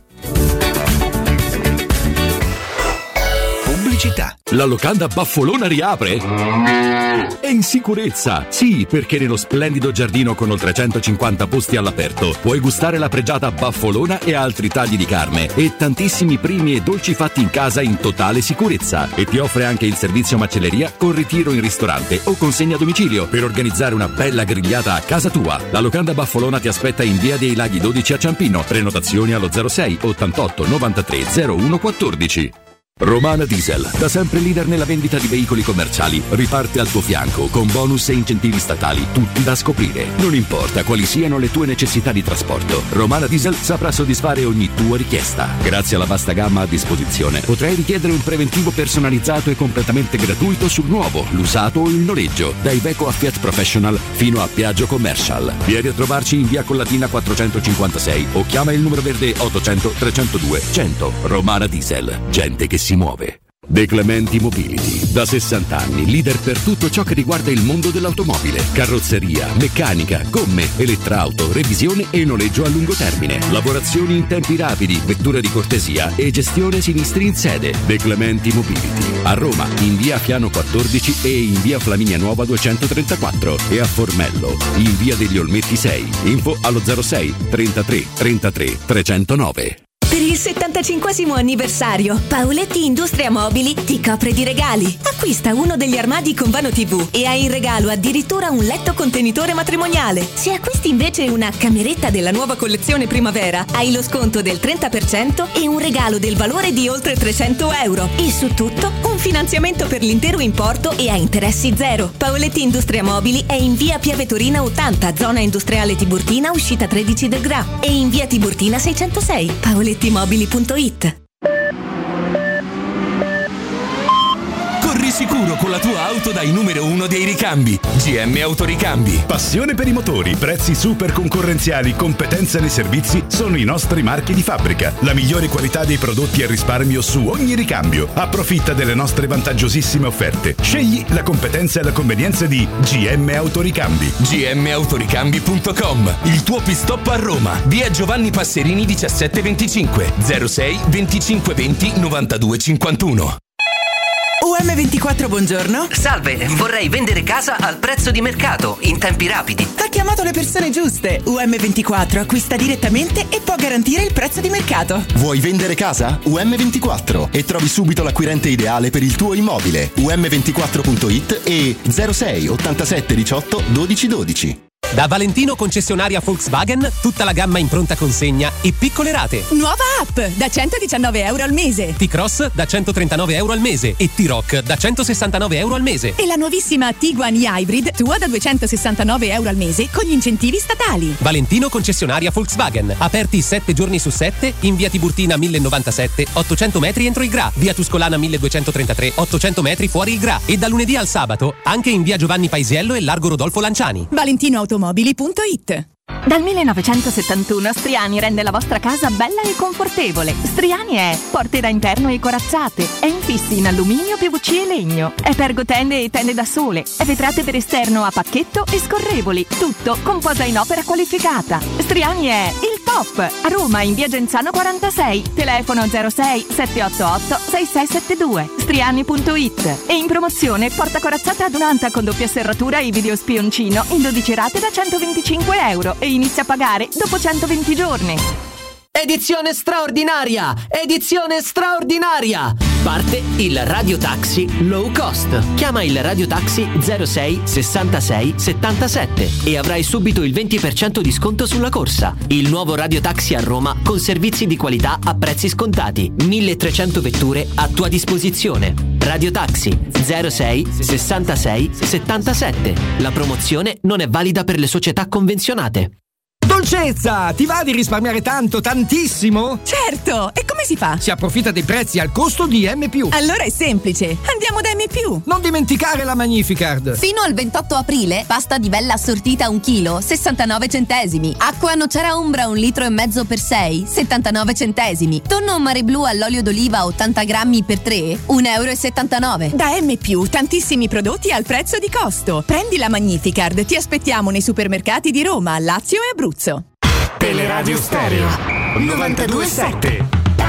Pubblicità. La locanda Baffolona riapre? È in sicurezza, sì, perché nello splendido giardino con oltre 150 posti all'aperto puoi gustare la pregiata Baffolona e altri tagli di carne e tantissimi primi e dolci fatti in casa in totale sicurezza, e ti offre anche il servizio macelleria con ritiro in ristorante o consegna a domicilio per organizzare una bella grigliata a casa tua. La locanda Baffolona ti aspetta in via dei Laghi 12 a Ciampino. Prenotazioni allo 06 88 93 01 14. Romana Diesel, da sempre leader nella vendita di veicoli commerciali, riparte al tuo fianco con bonus e incentivi statali, tutti da scoprire. Non importa quali siano le tue necessità di trasporto, Romana Diesel saprà soddisfare ogni tua richiesta. Grazie alla vasta gamma a disposizione, potrai richiedere un preventivo personalizzato e completamente gratuito sul nuovo, l'usato o il noleggio, da Iveco a Fiat Professional fino a Piaggio Commercial. Vieni a trovarci in via Collatina 456 o chiama il numero verde 800 302 100. Romana Diesel, gente che si muove. De Clementi Mobility, da 60 anni, leader per tutto ciò che riguarda il mondo dell'automobile, carrozzeria, meccanica, gomme, elettrauto, revisione e noleggio a lungo termine, lavorazioni in tempi rapidi, vettura di cortesia e gestione sinistri in sede. De Clementi Mobility, a Roma in via Fiano 14 e in via Flaminia Nuova 234 e a Formello in via degli Olmetti 6. Info allo 06 33 33 309. Per il 75° anniversario, Paoletti Industria Mobili ti copre di regali. Acquista uno degli armadi con vano TV e hai in regalo addirittura un letto contenitore matrimoniale. Se acquisti invece una cameretta della nuova collezione primavera, hai lo sconto del 30% e un regalo del valore di oltre 300 euro. E su tutto, un finanziamento per l'intero importo e a interessi zero. Paoletti Industria Mobili è in via Piave Torina 80, zona industriale Tiburtina, uscita 13 del Gra, e in via Tiburtina 606. paolettimobili.it. Corri sicuro con la tua auto dai numero 1 dei ricambi. GM Autoricambi. Passione per i motori, prezzi super concorrenziali, competenza nei servizi sono i nostri marchi di fabbrica. La migliore qualità dei prodotti e risparmio su ogni ricambio. Approfitta delle nostre vantaggiosissime offerte. Scegli la competenza e la convenienza di GM Autoricambi. gmautoricambi.com. Il tuo pit-stop a Roma. Via Giovanni Passerini 1725 06 25 20 92 51. UM24, buongiorno. Salve, vorrei vendere casa al prezzo di mercato, in tempi rapidi. Ha chiamato le persone giuste. UM24 acquista direttamente e può garantire il prezzo di mercato. Vuoi vendere casa? UM24 e trovi subito l'acquirente ideale per il tuo immobile. UM24.it e 06 87 18 12 12. Da Valentino concessionaria Volkswagen, tutta la gamma in pronta consegna e piccole rate. Nuova app da 119 euro al mese. T-Cross da 139 euro al mese e T-Rock da 169 euro al mese. E la nuovissima Tiguan e-Hybrid tua da 269 euro al mese con gli incentivi statali. Valentino concessionaria Volkswagen, aperti 7 giorni su 7 in via Tiburtina 1097, 800 metri entro il Gra, via Tuscolana 1233, 800 metri fuori il Gra, e da lunedì al sabato anche in via Giovanni Paisiello e largo Rodolfo Lanciani. ValentinoAutomobili.it. Dal 1971 Striani rende la vostra casa bella e confortevole. Striani è porte da interno e corazzate, è infissi in alluminio, PVC e legno, è pergotende e tende da sole, è vetrate per esterno a pacchetto e scorrevoli, tutto con posa in opera qualificata. Striani è il top! A Roma in via Genzano 46, telefono 06 788 6672, striani.it. E in promozione porta corazzata adunata con doppia serratura e video spioncino in 12 rate da 125 euro e inizia a pagare dopo 120 giorni. Edizione straordinaria! Edizione straordinaria! Parte il Radio Taxi Low Cost. Chiama il Radio Taxi 06 66 77 e avrai subito il 20% di sconto sulla corsa. Il nuovo Radio Taxi a Roma con servizi di qualità a prezzi scontati. 1300 vetture a tua disposizione. Radio Taxi 06 66 77. La promozione non è valida per le società convenzionate. Dolcezza! Ti va di risparmiare tanto, tantissimo? Certo! E come si fa? Si approfitta dei prezzi al costo di M+. Allora è semplice, andiamo da M+. Non dimenticare la Magnificard. Fino al 28 aprile, pasta di bella assortita 1 chilo, 69 centesimi. Acqua Nocera Umbra 1,5 litri per 6, 79 centesimi. Tonno Mare Blu all'olio d'oliva 80 grammi per 3, 1,79 euro. Da M+, tantissimi prodotti al prezzo di costo. Prendi la Magnificard, ti aspettiamo nei supermercati di Roma, Lazio e Abruzzo. Teleradio Stereo 92.7.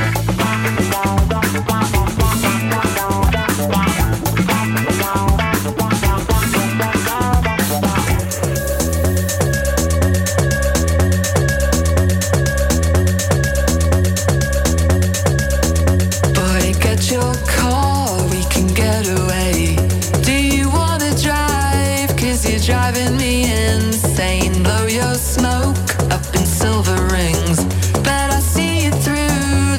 Boy, get your car, we can get away. Do you wanna drive? 'Cause you're driving me insane. Blow your smoke up in silver rings, but I see you through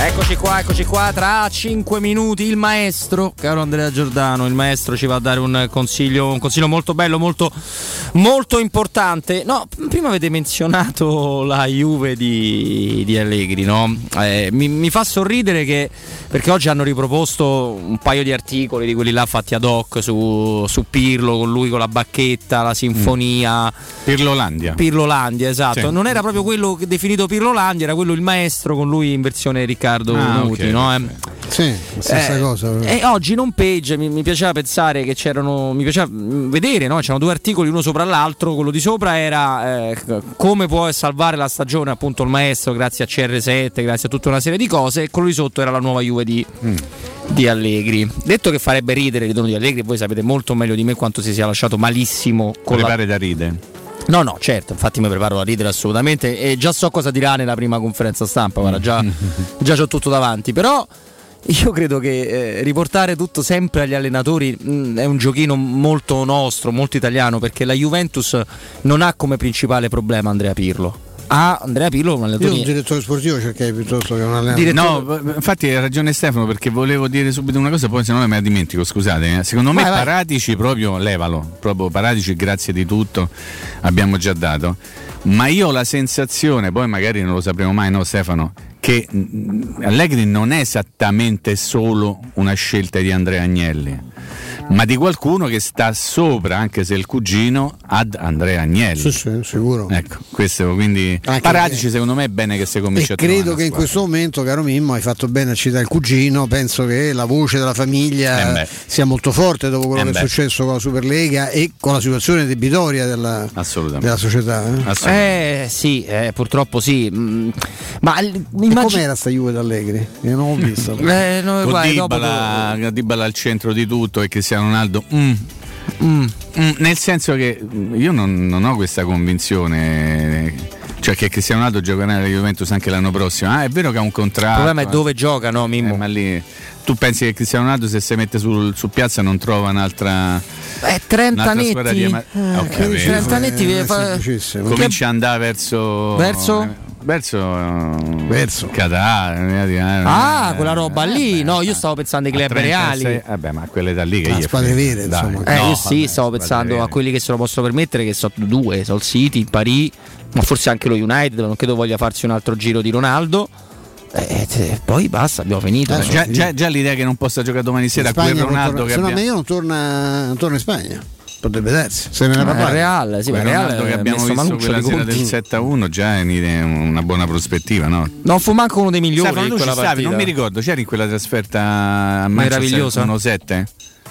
Eccoci qua, tra 5 minuti il maestro, caro Andrea Giordano, il maestro ci va a dare un consiglio molto bello, molto, molto importante. No, prima avete menzionato la Juve di Allegri, no? Mi fa sorridere perché oggi hanno riproposto un paio di articoli di quelli là fatti ad hoc su Pirlo, con lui con la bacchetta, la sinfonia. Pirlolandia, esatto. Sì. Non era proprio quello definito Pirlolandia, era quello il maestro con lui in versione Riccardo Nuti, okay, no? Sì, stessa cosa. E oggi in home page mi piaceva pensare che mi piaceva vedere, no? C'erano due articoli uno sopra l'altro. Quello di sopra era come può salvare la stagione appunto il maestro grazie a CR7, grazie a tutta una serie di cose, e quello di sotto era la nuova Juve di Allegri. Detto che farebbe ridere il ritorno di Allegri, voi sapete molto meglio di me quanto si sia lasciato malissimo con pare da ridere. No, certo, infatti mi preparo a ridere assolutamente e già so cosa dirà nella prima conferenza stampa, guarda, già c'ho tutto davanti, però io credo che riportare tutto sempre agli allenatori è un giochino molto nostro, molto italiano, perché la Juventus non ha come principale problema Andrea Pirlo. Andrea Pirlo un allenatore. Io un direttore sportivo cercherei piuttosto che un allenatore. No, infatti hai ragione Stefano, perché volevo dire subito una cosa, poi se no me la dimentico, scusate. Secondo me Paratici proprio levalo, proprio Paratici, grazie di tutto, abbiamo già dato. Ma io ho la sensazione, poi magari non lo sapremo mai, no Stefano, che Allegri non è esattamente solo una scelta di Andrea Agnelli, ma di qualcuno che sta sopra, anche se il cugino, ad Andrea Agnelli. Sì, sicuro. Ecco, questo quindi anche Paratici secondo me è bene che si cominci a trovare. Credo che in questo momento, caro Mimmo, hai fatto bene a citare il cugino. Penso che la voce della famiglia sia molto forte dopo quello che è successo con la Superlega e con la situazione debitoria della società. Sì, purtroppo sì. Ma com'era sta Juve d'Allegri? Io non ho visto. Dybala al centro di tutto e Cristiano Ronaldo nel senso che io non ho questa convinzione, cioè che Cristiano Ronaldo giocherà nella Juventus anche l'anno prossimo. È vero che ha un contratto, il problema è dove gioca, no Mimmo? Ma lì tu pensi che Cristiano Ronaldo se si mette su piazza non trova un'altra 30 netti 30 netti comincia ad andare verso Qatar, quella roba lì. No, io stavo pensando ai club reali. Ma quelle da lì che gli squadre vere, insomma. Io stavo pensando a quelli che se lo possono permettere, che sono due, sono il City, il Paris, ma forse anche lo United, non credo voglia farsi un altro giro di Ronaldo. Poi basta, abbiamo finito. Già l'idea che non possa giocare domani sera a quel Ronaldo che abbiamo... io non torna in Spagna. Potrebbe darsi, se ne parlare. Real, sì, ma Ronaldo che abbiamo visto quella sera del 7-1 già è una buona prospettiva, no? Non fu manco uno dei migliori in quella partita. Non mi ricordo, c'eri in quella trasferta a Manchester 1-7?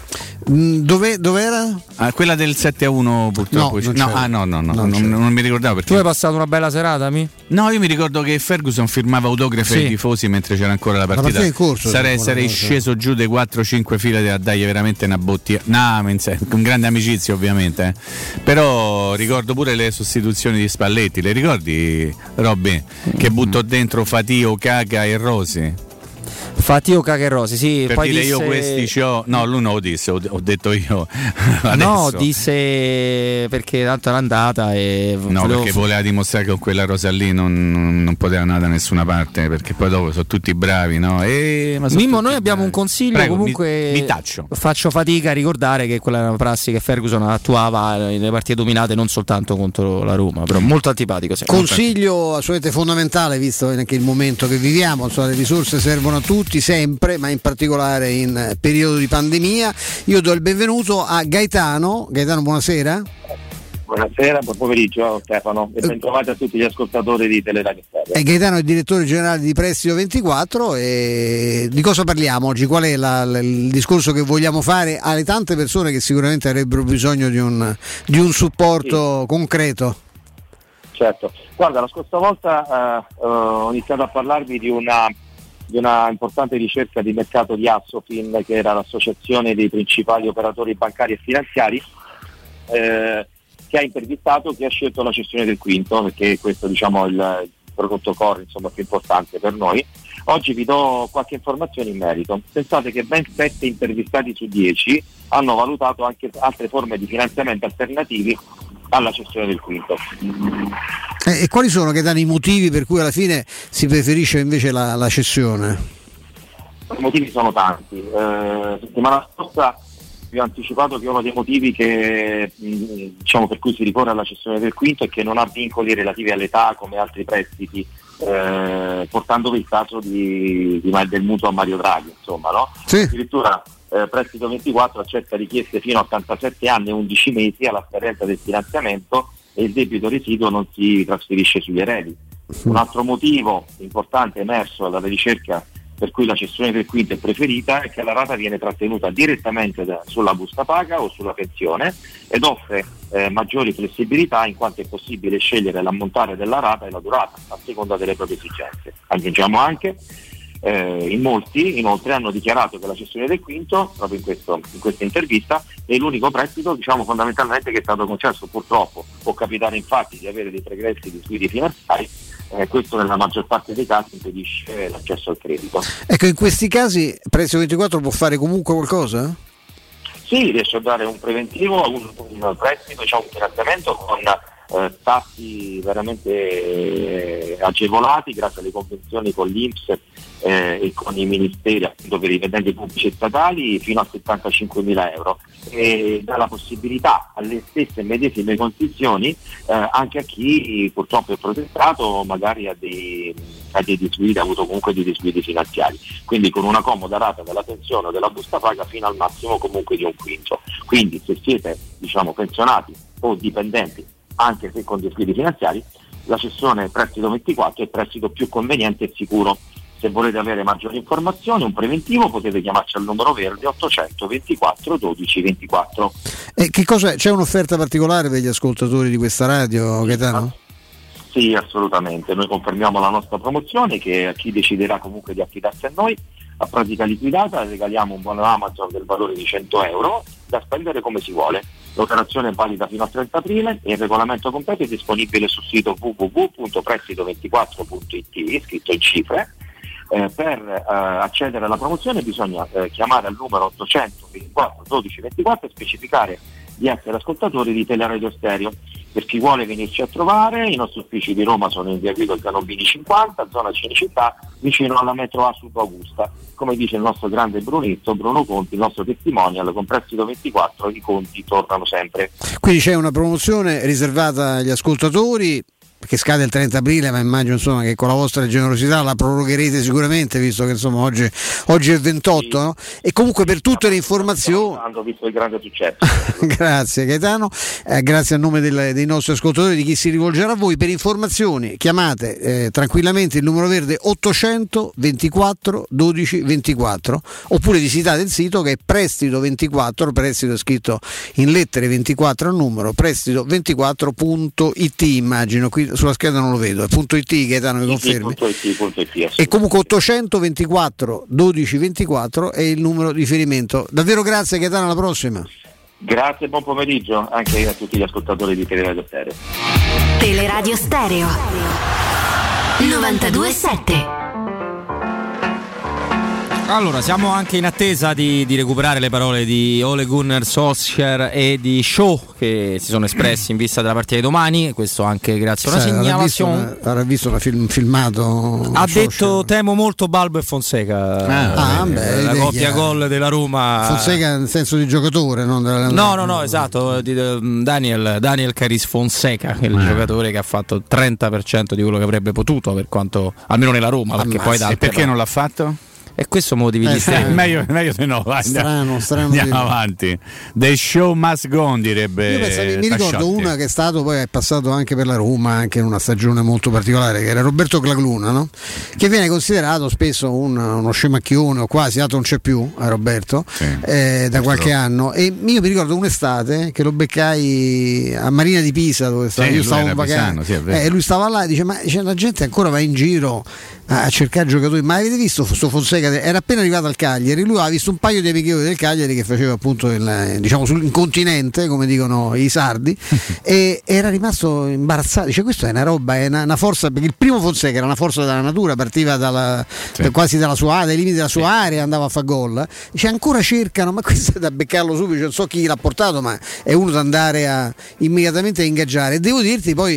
Dov'era? Quella del 7-1 purtroppo. Non mi ricordavo perché. Tu hai passato una bella serata, No, io mi ricordo che Ferguson firmava autografi ai tifosi mentre c'era ancora la partita. In corso, sarei sceso giù dei 4-5 file a dargli veramente una bottiglia. Con grande amicizia ovviamente. Però ricordo pure le sostituzioni di Spalletti. Le ricordi, Robby? Che buttò dentro Fatio, Caca e Rosi. Fatio Cacherosi, sì. Per poi dire disse... io questi c'ho. No, lui non lo disse, ho detto io. Adesso. No, disse perché tanto era andata e. No, perché voleva dimostrare che con quella rosa lì non poteva andare da nessuna parte, perché poi dopo sono tutti bravi, no? Mimmo, noi abbiamo un consiglio. Prego, comunque mi taccio. Faccio fatica a ricordare che quella è una prassi che Ferguson attuava nelle partite dominate non soltanto contro la Roma, però molto antipatico. Consiglio assolutamente fondamentale, visto anche il momento che viviamo, insomma, le risorse servono a tutti sempre, ma in particolare in periodo di pandemia. Io do il benvenuto a Gaetano. Gaetano, buonasera. Buonasera, buon pomeriggio Stefano e bentrovati a tutti gli ascoltatori di Teleradio Stereo. Gaetano è il direttore generale di Prestito 24 e di cosa parliamo oggi? Qual è il discorso che vogliamo fare alle tante persone che sicuramente avrebbero bisogno di un supporto concreto? Certo, guarda, la scorsa volta ho iniziato a parlarvi di una importante ricerca di mercato di Assofin, che era l'associazione dei principali operatori bancari e finanziari, che ha intervistato chi ha scelto la cessione del quinto, perché questo diciamo il prodotto core più importante per noi. Oggi vi do qualche informazione in merito. Pensate che ben 7 intervistati su 10 hanno valutato anche altre forme di finanziamento alternativi alla cessione del quinto. E quali sono che danno i motivi per cui alla fine si preferisce invece la cessione? I motivi sono tanti. Settimana scorsa vi ho anticipato che uno dei motivi che diciamo per cui si ricorre alla cessione del quinto è che non ha vincoli relativi all'età come altri prestiti, portandovi il caso del mutuo a Mario Draghi, insomma, no? Sì. Addirittura prestito 24 accetta richieste fino a 87 anni e 11 mesi alla scadenza del finanziamento e il debito residuo non si trasferisce sugli eredi. Un altro motivo importante emerso dalla ricerca per cui la cessione del quinto è preferita è che la rata viene trattenuta direttamente sulla busta paga o sulla pensione ed offre maggiori flessibilità in quanto è possibile scegliere l'ammontare della rata e la durata a seconda delle proprie esigenze. Aggiungiamo anche in molti inoltre hanno dichiarato che la cessione del quinto, proprio in questa intervista, è l'unico prestito fondamentalmente che è stato concesso. Purtroppo può capitare infatti di avere dei pregressi di squilibri finanziari, questo nella maggior parte dei casi impedisce l'accesso al credito. Ecco, in questi casi Prestito 24 può fare comunque qualcosa? Sì, riesce a dare un preventivo, un prestito, un finanziamento con tassi veramente agevolati grazie alle convenzioni con l'INPS e con i ministeri appunto per i dipendenti pubblici e statali fino a 75.000 euro e dà la possibilità alle stesse medesime condizioni anche a chi purtroppo è protestato, magari ha dei disguidi, ha avuto comunque dei disguidi finanziari, quindi con una comoda rata della pensione o della busta paga fino al massimo comunque di un quinto. Quindi se siete pensionati o dipendenti anche se con disguidi finanziari, la cessione prestito 24 è il prestito più conveniente e sicuro. Se volete avere maggiori informazioni, un preventivo, potete chiamarci al numero verde 800 24 12 24. E che cosa, c'è un'offerta particolare per gli ascoltatori di questa radio, Gaetano? Sì, assolutamente. Noi confermiamo la nostra promozione che a chi deciderà comunque di affidarsi a noi, a pratica liquidata, regaliamo un buono Amazon del valore di 100 euro da spendere come si vuole. L'operazione è valida fino al 30 aprile e il regolamento completo è disponibile sul sito www.prestito24.it, scritto in cifre. Per accedere alla promozione bisogna chiamare al numero 800 24 12 24 e specificare di essere ascoltatori di Teleradio Stereo. Per chi vuole venirci a trovare, i nostri uffici di Roma sono in via Guido Canobini 50, zona Cinecittà, vicino alla metro A Sud Augusta. Come dice il nostro grande Brunetto, Bruno Conti, il nostro testimonial, con Prestito 24 i conti tornano sempre. Quindi c'è una promozione riservata agli ascoltatori che scade il 30 aprile, ma immagino che con la vostra generosità la prorogherete sicuramente, visto che oggi è il 28, sì. No? E comunque per tutte le informazioni hanno visto il grande successo. Grazie Gaetano, grazie a nome dei nostri ascoltatori, di chi si rivolgerà a voi. Per informazioni chiamate tranquillamente il numero verde 800 24 12 24 oppure visitate il sito che è Prestito 24, prestito scritto in lettere 24 al numero, prestito24.it, immagino qui sulla scheda non lo vedo, è .it, Gaetano mi confermi? .it, e comunque 824 12 24 è il numero di riferimento. Davvero grazie Gaetano, alla prossima. Grazie, buon pomeriggio anche a tutti gli ascoltatori di Teleradio Stereo. Teleradio Stereo 92.7. Allora, siamo anche in attesa di recuperare le parole di Ole Gunnar Solskjaer e di Shaw, che si sono espressi in vista della partita di domani, questo anche grazie a una segnalazione. Avrà visto un filmato. Ha detto temo molto Balbo e Fonseca, la coppia gol della Roma. Fonseca nel senso di giocatore, non no, esatto, Daniel Caris Fonseca, che è il giocatore che ha fatto il 30% di quello che avrebbe potuto, per quanto almeno nella Roma, perché poi e perché non l'ha fatto? E questo me lo devi dire. Meglio di no, vai, strano andiamo avanti. The show must go on, direbbe. Io mi ricordo una che poi è passato anche per la Roma, anche in una stagione molto particolare, che era Roberto Clagluna, no? Che viene considerato spesso uno scemacchione o quasi, dato non c'è più a Roberto, da qualche anno. E io mi ricordo un'estate che lo beccai a Marina di Pisa, dove io stavo in vacanza, e lui stava là e dice: ma la gente ancora va in giro a cercare giocatori, ma avete visto questo Fonseca? Era appena arrivato al Cagliari, lui aveva visto un paio di amichevoli del Cagliari che faceva appunto sul continente, come dicono i sardi, e era rimasto imbarazzato, dice: questa è una roba, è una forza, perché il primo Fonseca era una forza della natura, partiva quasi dai limiti della sua area, andava a fare gol, dice: ancora cercano, ma questo è da beccarlo subito, non so chi l'ha portato, ma è uno da andare immediatamente a ingaggiare. E devo dirti poi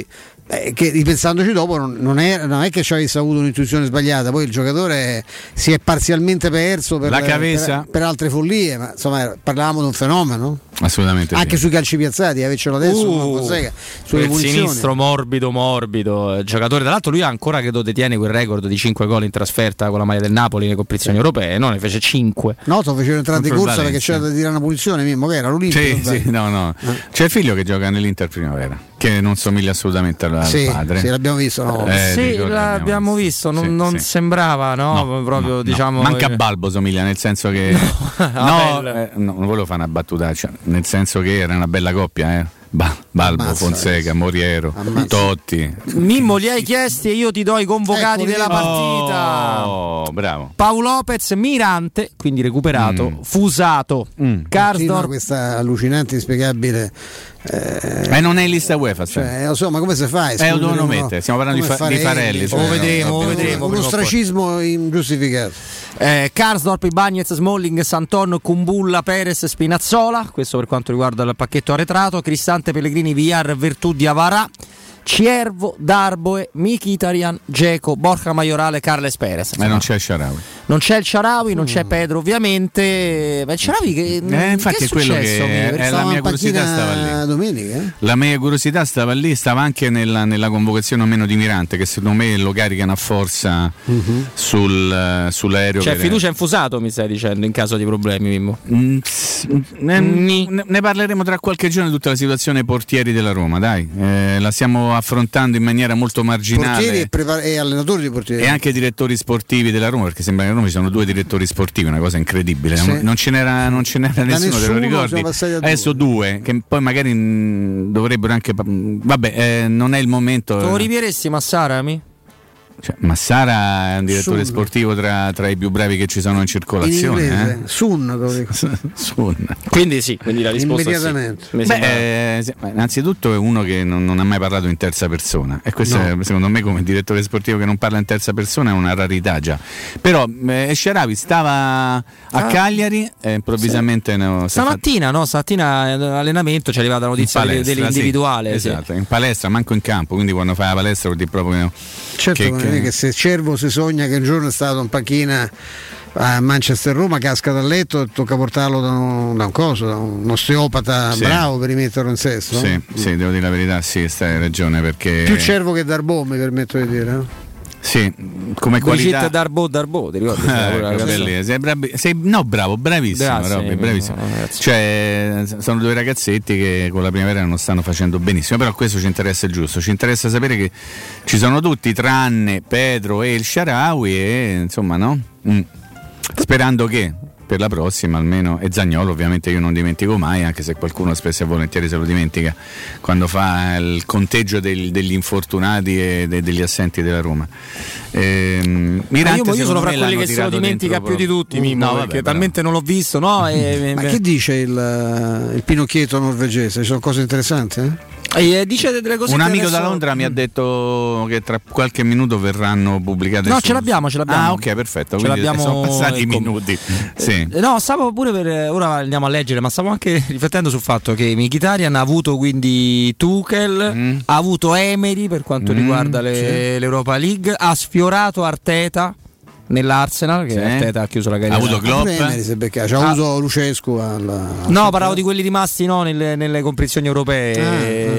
che ripensandoci dopo non è che ci avesse avuto un'intuizione sbagliata, poi il giocatore si è parzialmente perso per altre follie, ma insomma parlavamo di un fenomeno. Assolutamente anche sì. Sui calci piazzati, avercelo adesso sulle punizioni. Sinistro morbido, giocatore, tra l'altro lui ancora credo detiene quel record di 5 gol in trasferta con la maglia del Napoli nelle competizioni europee, no? Ne fece 5. No, te lo fecero entrare di corsa perché c'era da tirare una punizione, Mimmo, che era l'Olimpio. Sì, no. C'è il figlio che gioca nell'Inter Primavera, che non somiglia assolutamente al padre. Sì, l'abbiamo visto, no? Sì, l'abbiamo visto, non sembrava, no? Proprio diciamo. Manca Balbo somiglia, nel senso che non volevo fare una battutaccia, nel senso che era una bella coppia, Balbo, Fonseca, Moriero, Totti. Mimmo, li hai chiesti e io ti do i convocati della partita. Oh, bravo. Paolo Lopez, Mirante, quindi recuperato, Fusato, Karsdorp. Questa allucinante, inspiegabile. Non è in lista UEFA, lo so, ma come si fa? Lo devono mettere. Stiamo parlando di Farelli. Lo vedremo. Uno ostracismo ingiustificato. Karsdorp, Ibañez, Smalling, Santon, Kumbulla, Perez, Spinazzola. Questo per quanto riguarda il pacchetto arretrato. Cristante, Pellegrini, Villar, Vertù, Diawara, Ciervo, Darboe, Mkhitaryan, Dzeko, Borja Maiorale, Carles Perez. Ma non c'è il Shaarawy. Non c'è il Shaarawy, non c'è Pedro ovviamente. Ma il Shaarawy che infatti che è quello che è la mia curiosità, stava lì. Domenica, La mia curiosità stava lì, stava anche nella convocazione o meno di Mirante, che secondo me lo caricano a forza sull'aereo. C'è fiducia infusato, mi stai dicendo, in caso di problemi, Mimmo? Ne parleremo tra qualche giorno di tutta la situazione portieri della Roma, dai. La stiamo affrontando in maniera molto marginale. Portieri e allenatori di portieri. E anche direttori sportivi della Roma, perché sembra che a Roma ci sono 2 direttori sportivi, una cosa incredibile. Sì. Non ce n'era nessuno, te lo ricordi? Adesso 2, che poi magari dovrebbero anche. Vabbè, non è il momento. Tu lo ripieresti Massarami? Massara è un direttore sportivo tra i più bravi che ci sono in circolazione. In inglese, Sun. Quindi la risposta immediatamente. Sì. Innanzitutto è uno che non ha mai parlato in terza persona, e questo secondo me, come direttore sportivo che non parla in terza persona, è una rarità già. Però Shaarawy stava a Cagliari e improvvisamente stamattina allenamento ci è arrivata la notizia dell'individuale. Esatto, in palestra, manco in campo, quindi quando fai la palestra vuol dire proprio che se Cervo si sogna che un giorno è stato in panchina a Manchester-Roma, casca dal letto e tocca portarlo da un osteopata bravo per rimetterlo in sesto. Sì, devo dire la verità, stai ragione, perché più Cervo che Darboe, mi permetto di dire. Sì, come qualità. Darboe, ti ricordi? Bravissimo, Robby, bravissimo. Cioè, sono 2 ragazzetti che con la primavera non stanno facendo benissimo, però questo ci interessa il giusto, ci interessa sapere che ci sono tutti tranne Pedro e il Shaarawy, e insomma, no? Sperando che per la prossima almeno, e Zaniolo ovviamente io non dimentico mai, anche se qualcuno spesso e volentieri se lo dimentica quando fa il conteggio degli infortunati e degli assenti della Roma. Mirante, io sono fra quelli che se lo dimentica più di tutti, Mimmo, perché talmente non l'ho visto, no? Ma che dice il Pinocchietto norvegese? Ci sono cose interessanti? Dice delle cose. Un amico da Londra mi ha detto che tra qualche minuto verranno pubblicate. No, ce l'abbiamo. Ah, ok, perfetto. Sono passati i minuti. Sì. No, stavo pure ora andiamo a leggere, ma stavo anche riflettendo sul fatto che Mkhitaryan ha avuto quindi Tuchel, ha avuto Emery per quanto riguarda l'Europa League, ha sfiorato Arteta nell'Arsenal, che Arteta ha chiuso la carriera. Ha avuto Klopp, ha avuto Lucescu no, parlavo di quelli rimasti nelle competizioni europee.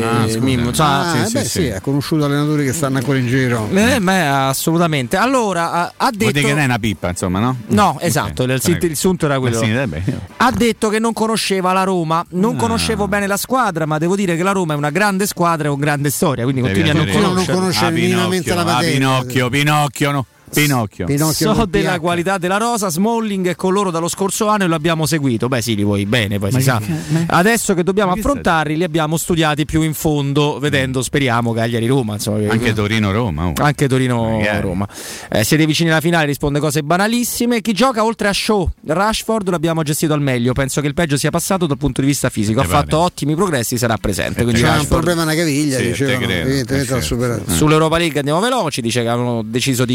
Ha conosciuto allenatori che stanno ancora in giro. Assolutamente. Allora ha detto che non è una pippa, insomma, no? No, esatto, il sunto era quello. Ha detto che non conosceva la Roma, non conoscevo bene la squadra, ma devo dire che la Roma è una grande squadra con grande storia, quindi continui a non conoscere minimamente la materia. Pinocchio. So della qualità della rosa. Smalling è con loro dallo scorso anno e lo abbiamo seguito. Beh, sì, li vuoi bene, poi si sa. Adesso che dobbiamo affrontarli, li abbiamo studiati più in fondo, vedendo, speriamo, Cagliari-Roma. Insomma, anche Torino-Roma. Anche Torino-Roma. Siete vicini alla finale, risponde cose banalissime. Chi gioca oltre a Shaw? Rashford l'abbiamo gestito al meglio. Penso che il peggio sia passato dal punto di vista fisico. Ha fatto ottimi progressi, sarà presente. Quindi c'è un problema una caviglia, dicevano, evidentemente l'ha superato. Sull'Europa League andiamo veloci. Dice che hanno deciso di dare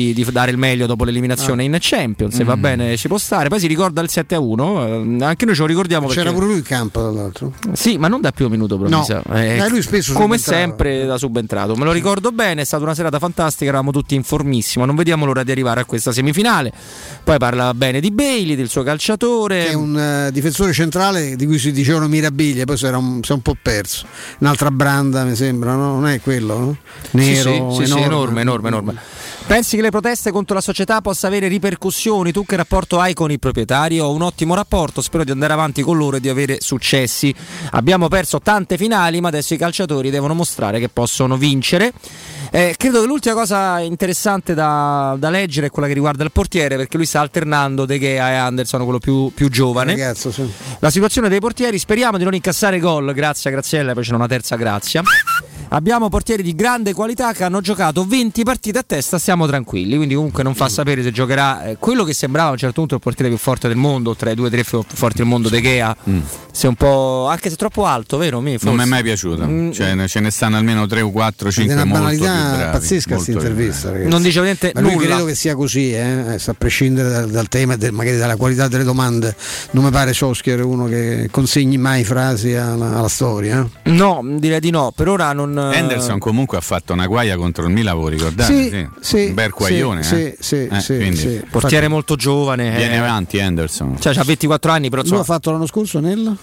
dare il meglio dopo l'eliminazione in Champions, se va bene ci può stare. Poi si ricorda il 7-1, anche noi ce lo ricordiamo perché... C'era pure lui in campo dall'altro. Sì, ma non da primo minuto però, no. Lui spesso come sempre da subentrato, me lo ricordo bene, è stata una serata fantastica, eravamo tutti informissimo, non vediamo l'ora di arrivare a questa semifinale. Poi parla bene di Bailey, del suo calciatore, che è un difensore centrale di cui si dicevano mirabilie, poi si è un po' perso. Un'altra branda mi sembra, no? Non è quello, no? Nero, sì, enorme. Pensi che le proteste contro la società possa avere ripercussioni? Tu che rapporto hai con i proprietari? Ho un ottimo rapporto, spero di andare avanti con loro e di avere successi. Abbiamo perso tante finali, ma adesso i calciatori devono mostrare che possono vincere. Credo che l'ultima cosa interessante da leggere è quella che riguarda il portiere, perché lui sta alternando De Gea e Anderson, quello più giovane. Ragazzo, sì. La situazione dei portieri, speriamo di non incassare gol, grazie a Graziella, poi c'è una terza grazia. Abbiamo portieri di grande qualità che hanno giocato 20 partite a testa, stiamo tranquilli, quindi comunque non fa sapere se giocherà quello che sembrava a un certo punto il portiere più forte del mondo, tra i 2 o 3 più forti del mondo, De Gea. Se un po', anche se troppo alto, vero? Non mi è mai piaciuto, cioè, ce ne stanno almeno 3 o 4, 5 molto più bravi, pazzesca questa intervista, ragazzi. Non dice veramente nulla. Lui credo che sia così, a prescindere dal tema e magari dalla qualità delle domande. Non mi pare Solskjaer uno che consegni mai frasi alla storia. No, direi di no. Per ora non. Anderson comunque ha fatto una guaia contro il Milan, ricordate? Sì, un bel guaglione. Sì. Portiere molto giovane. Viene avanti Anderson. Cioè, ha 24 anni, però. Lui ha fatto l'anno scorso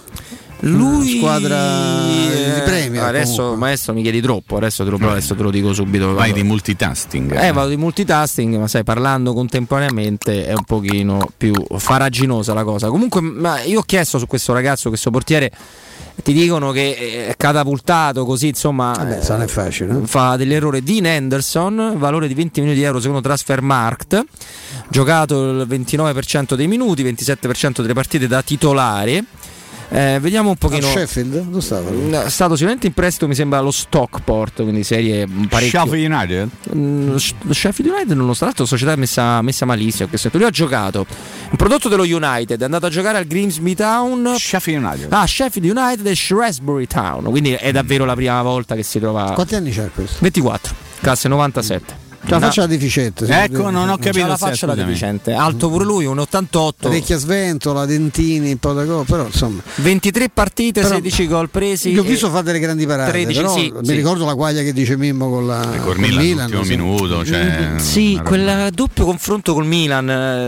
lui squadra di Premier. Adesso comunque. Maestro mi chiedi troppo, adesso te lo dico subito. Vai di multitasking. Vado di multitasking, ma sai, parlando contemporaneamente è un pochino più faraginosa la cosa. Comunque, io ho chiesto su questo ragazzo, questo portiere, ti dicono che è catapultato così, insomma. Non è facile. Fa degli errori. Dean Henderson, valore di 20 milioni di euro secondo Transfermarkt, giocato il 29% dei minuti, 27% delle partite da titolare. Vediamo un pochino. Sheffield? Dove stava? È stato sicuramente in prestito, mi sembra, allo Stockport, quindi serie parecchio. Sheffield United? Sheffield United non lo sta, l'altro società messa malissimo. Lui ha giocato un prodotto dello United, è andato a giocare al Grimsby Town. Sheffield United. Sheffield United e Shrewsbury Town, quindi è davvero la prima volta che si trova. Quanti anni c'ha questo? 24, classe 97. La faccia deficiente. Ecco, non ho capito. La faccia da deficiente. Alto pure lui, un 88. Orecchia sventola, dentini, un po' da gol, però insomma. 23 partite, 16 gol presi. Io ho visto fare delle grandi parate, 13, però mi ricordo la quaglia che dice Mimmo con Milan. L'ultimo minuto, sì, quel doppio confronto col Milan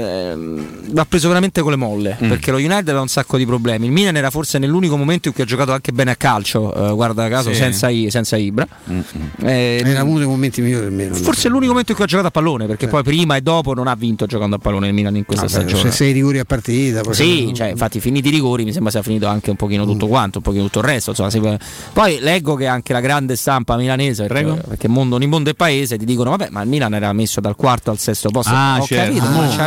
l'ha preso veramente con le molle, perché lo United aveva un sacco di problemi. Il Milan era forse nell'unico momento in cui ha giocato anche bene a calcio, guarda caso, senza Ibra. Era uno dei momenti migliori del Milan. Forse l'unico momento in cui ha giocato a pallone, perché poi prima e dopo non ha vinto giocando a pallone il Milan in questa stagione. 6 rigori a partita. Infatti finiti i rigori mi sembra sia finito anche un pochino tutto quanto, un pochino tutto il resto. Insomma, poi leggo che anche la grande stampa milanese, perché mondo e paese, ti dicono vabbè, ma il Milan era messo dal 4º al 6º posto. Certo.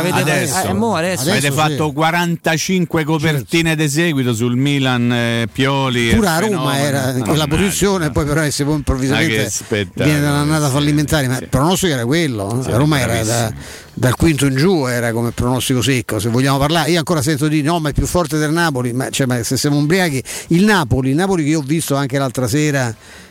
Adesso avete fatto 45 copertine di seguito sul Milan, Pioli. Pure a Roma era in quella posizione, poi però poi improvvisamente viene dall'annata fallimentare, ma il pronostico era quello, la Roma era dal quinto in giù, era come pronostico secco, se vogliamo parlare. Io ancora sento dire no, ma è più forte del Napoli, ma se siamo ubriachi, il Napoli che io ho visto anche l'altra sera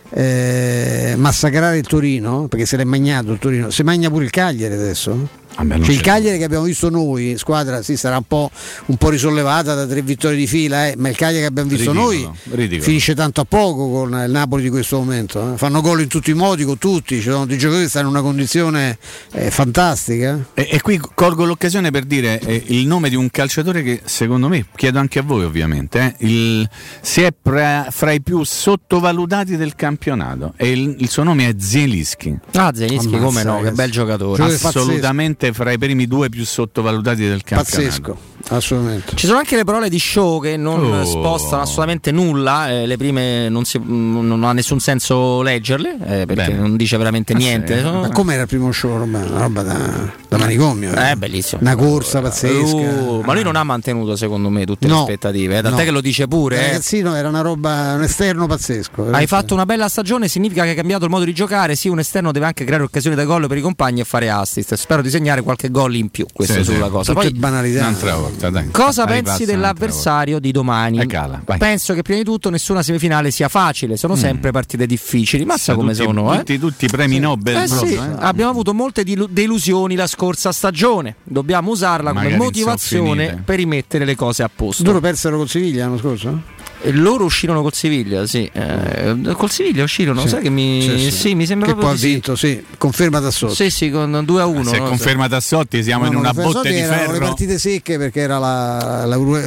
massacrare il Torino, perché se l'è magnato il Torino, se magna pure il Cagliari adesso. Il Cagliari che abbiamo visto noi, squadra sarà un po' risollevata da 3 vittorie di fila, ma il Cagliari che abbiamo visto noi finisce tanto a poco con il Napoli di questo momento. Fanno gol in tutti i modi, con tutti, ci sono dei giocatori che stanno in una condizione fantastica. E qui colgo l'occasione per dire il nome di un calciatore che secondo me, chiedo anche a voi ovviamente, si è fra i più sottovalutati del campionato, e il suo nome è Zielinski. Zielinski, come no, che bel giocatore. Assolutamente fra i primi 2 più sottovalutati del campionato. Pazzesco, assolutamente. Ci sono anche le parole di Shaw che non spostano assolutamente nulla, le prime non ha nessun senso leggerle, perché non dice veramente niente. Ma com'era il primo show? Una roba da manicomio. Bellissimo. Una corsa pazzesca. Ma lui non ha mantenuto secondo me tutte le aspettative, tant'è che lo dice pure. Ragazzino era una roba, un esterno pazzesco. Hai fatto una bella stagione, significa che hai cambiato il modo di giocare. Sì, un esterno deve anche creare occasioni da gol per i compagni e fare assist. Spero di segnare segnare qualche gol in più, questo sulla cosa. Tutte Poi banalità. Un'altra volta, dai. Cosa pensi dell'avversario di domani? Penso che prima di tutto nessuna semifinale sia facile, sono sempre partite difficili. Mazza come sono, tutti premi Nobel. Sì. Abbiamo avuto molte delusioni la scorsa stagione, dobbiamo usarla come motivazione per rimettere le cose a posto. Loro persero con Siviglia l'anno scorso? Loro uscirono col Siviglia, sì. Col Siviglia uscirono, sì. Sai che mi sembra che proprio poi ha vinto, sì, conferma Tassotti. Sì, con 2-1. Se conferma Tassotti siamo in una botte di ferro. Le partite secche perché era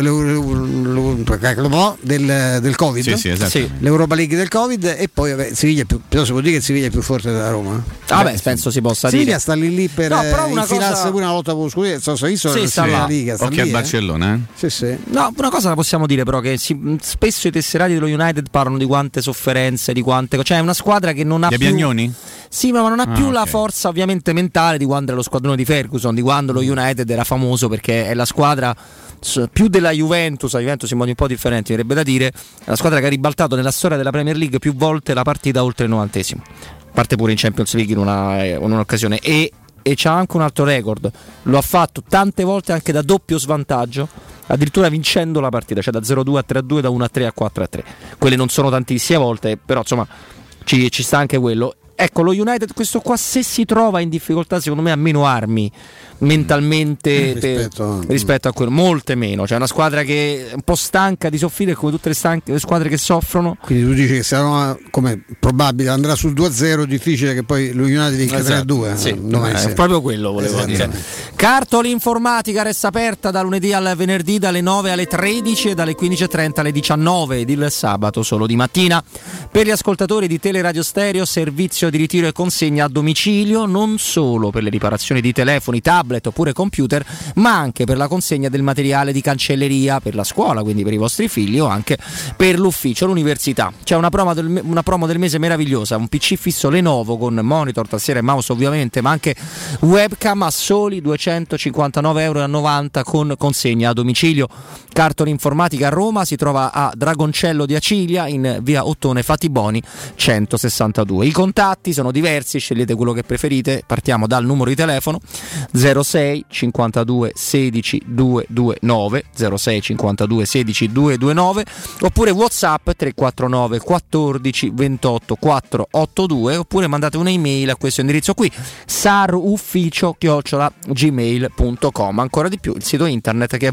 del Covid. Sì, esatto. L'Europa League del Covid e poi Siviglia però si può dire che Siviglia è più forte della Roma. Penso si possa Siviglia dire. Sta lì per infilarsi pure una lotta per lo scudetto. Sta la Liga. Occhio al Barcellona. Sì. No, una cosa la possiamo dire però che spesso i tesserati dello United parlano di quante sofferenze, di quante cioè è una squadra che non ha più Piagnoni? Sì, ma non ha più la forza ovviamente mentale di quando era lo squadrone di Ferguson, di quando lo United era famoso perché è la squadra più della Juventus in modi un po' differenti, mi verrebbe da dire, è la squadra che ha ribaltato nella storia della Premier League più volte la partita oltre il 90°. Parte pure in Champions League in un'occasione e c'ha anche un altro record, lo ha fatto tante volte anche da doppio svantaggio, addirittura vincendo la partita, cioè da 0-2 a 3-2, da 1-3 a 4-3. Quelle non sono tantissime volte, però insomma ci sta anche quello. Ecco, lo United questo qua, se si trova in difficoltà, secondo me ha meno armi mentalmente rispetto a quello, molte meno, cioè una squadra che è un po' stanca di soffrire come tutte le squadre che soffrono. Quindi tu dici che se Roma, come probabile, andrà sul 2-0, è difficile che poi lo United vinca 3-2. Sì, è proprio quello volevo dire. Cartoli Informatica resta aperta da lunedì al venerdì dalle 9 alle 13 e dalle 15:30 alle 19 ed il sabato solo di mattina. Per gli ascoltatori di Teleradio Stereo, servizio di ritiro e consegna a domicilio, non solo per le riparazioni di telefoni, tablet oppure computer, ma anche per la consegna del materiale di cancelleria per la scuola, quindi per i vostri figli o anche per l'ufficio, l'università. C'è una promo del mese meravigliosa, un PC fisso Lenovo con monitor, tastiera e mouse ovviamente, ma anche webcam a soli €259,90 con consegna a domicilio. Cartoli Informatica a Roma si trova a Dragoncello di Acilia in via Ottone Fatiboni 162. I contatti sono diversi, scegliete quello che preferite. Partiamo dal numero di telefono 06 52 16 229 06 52 16 229 oppure WhatsApp 349 14 28 482 oppure mandate un'email a questo indirizzo qui sarufficio@gmail.com. Ancora di più il sito internet che è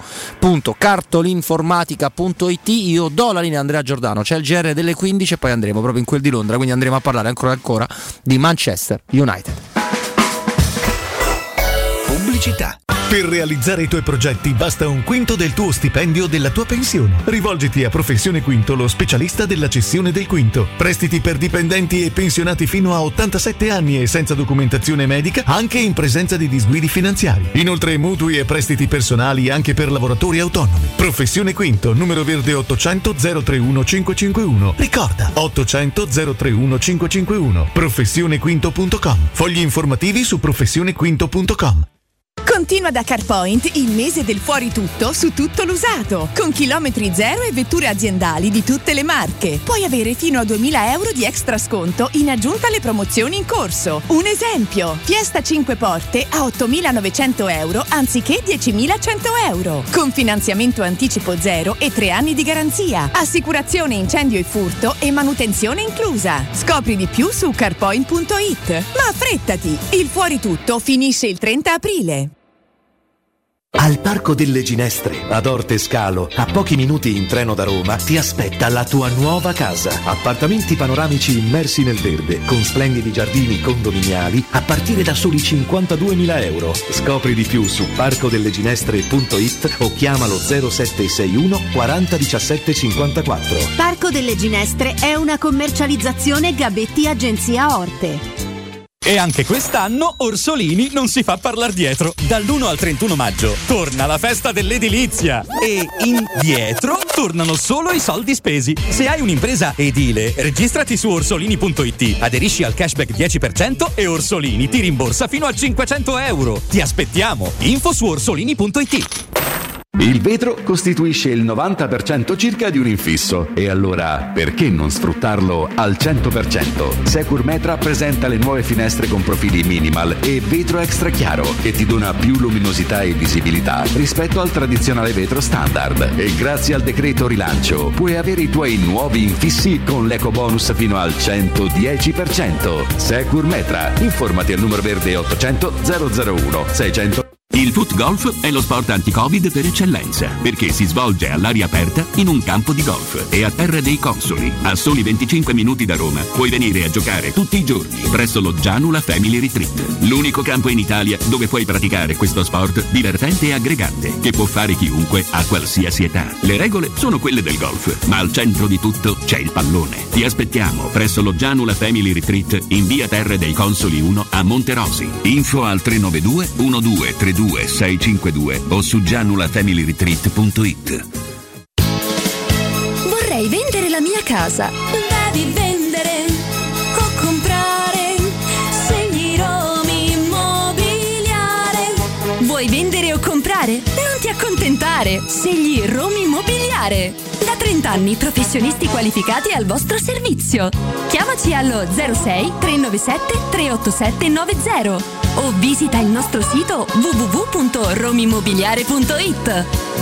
www.cartolinformatica.it. Io do la linea a Andrea Giordano, c'è il GR delle 15 e poi andremo proprio in quel di Londra, quindi andremo a parlare ancora di Manchester United. Pubblicità. Per realizzare i tuoi progetti basta un quinto del tuo stipendio della tua pensione. Rivolgiti a Professione Quinto, lo specialista della cessione del quinto. Prestiti per dipendenti e pensionati fino a 87 anni e senza documentazione medica, anche in presenza di disguidi finanziari. Inoltre mutui e prestiti personali anche per lavoratori autonomi. Professione Quinto, numero verde 800 031 551. Ricorda, 800 031 551. Professionequinto.com. Fogli informativi su professionequinto.com. Continua da CarPoint il mese del fuori tutto su tutto l'usato, con chilometri zero e vetture aziendali di tutte le marche. Puoi avere fino a €2.000 di extra sconto in aggiunta alle promozioni in corso. Un esempio: Fiesta 5 porte a €8.900 anziché €10.100, con finanziamento anticipo zero e 3 anni di garanzia, assicurazione incendio e furto e manutenzione inclusa. Scopri di più su carpoint.it. Ma affrettati, il fuori tutto finisce il 30 aprile. Al Parco delle Ginestre, ad Orte Scalo, a pochi minuti in treno da Roma, ti aspetta la tua nuova casa. Appartamenti panoramici immersi nel verde, con splendidi giardini condominiali, a partire da soli €52.000. Scopri di più su parcodelleginestre.it o chiamalo 0761 40 17 54. Parco delle Ginestre è una commercializzazione Gabetti Agenzia Orte. E anche quest'anno Orsolini non si fa parlar dietro. Dall'1 al 31 maggio torna la festa dell'edilizia e indietro tornano solo i soldi spesi. Se hai un'impresa edile, registrati su orsolini.it, aderisci al cashback 10% e Orsolini ti rimborsa fino a €500. Ti aspettiamo. Info su orsolini.it. Il vetro costituisce il 90% circa di un infisso e allora perché non sfruttarlo al 100%? Securmetra presenta le nuove finestre con profili minimal e vetro extra chiaro che ti dona più luminosità e visibilità rispetto al tradizionale vetro standard e grazie al decreto rilancio puoi avere i tuoi nuovi infissi con l'eco bonus fino al 110%. Securmetra, informati al numero verde 800 001 600. Il foot golf è lo sport anti-Covid per eccellenza, perché si svolge all'aria aperta in un campo di golf e a Terra dei Consoli, a soli 25 minuti da Roma. Puoi venire a giocare tutti i giorni presso lo Gianula Family Retreat, l'unico campo in Italia dove puoi praticare questo sport divertente e aggregante, che può fare chiunque a qualsiasi età. Le regole sono quelle del golf, ma al centro di tutto c'è il pallone. Ti aspettiamo presso lo Gianula Family Retreat in via Terra dei Consoli 1 a Monterosi. Info al 392 1232 652 o su gianulafamilyretreat.it. Vorrei vendere la mia casa. Devi vendere o comprare. Scegli Romi Immobiliare. Vuoi vendere o comprare? Non ti accontentare. Scegli Romi Immobiliare. Da 30 anni professionisti qualificati al vostro servizio. Chiamaci allo 06 397 387 90 o visita il nostro sito www.romimmobiliare.it.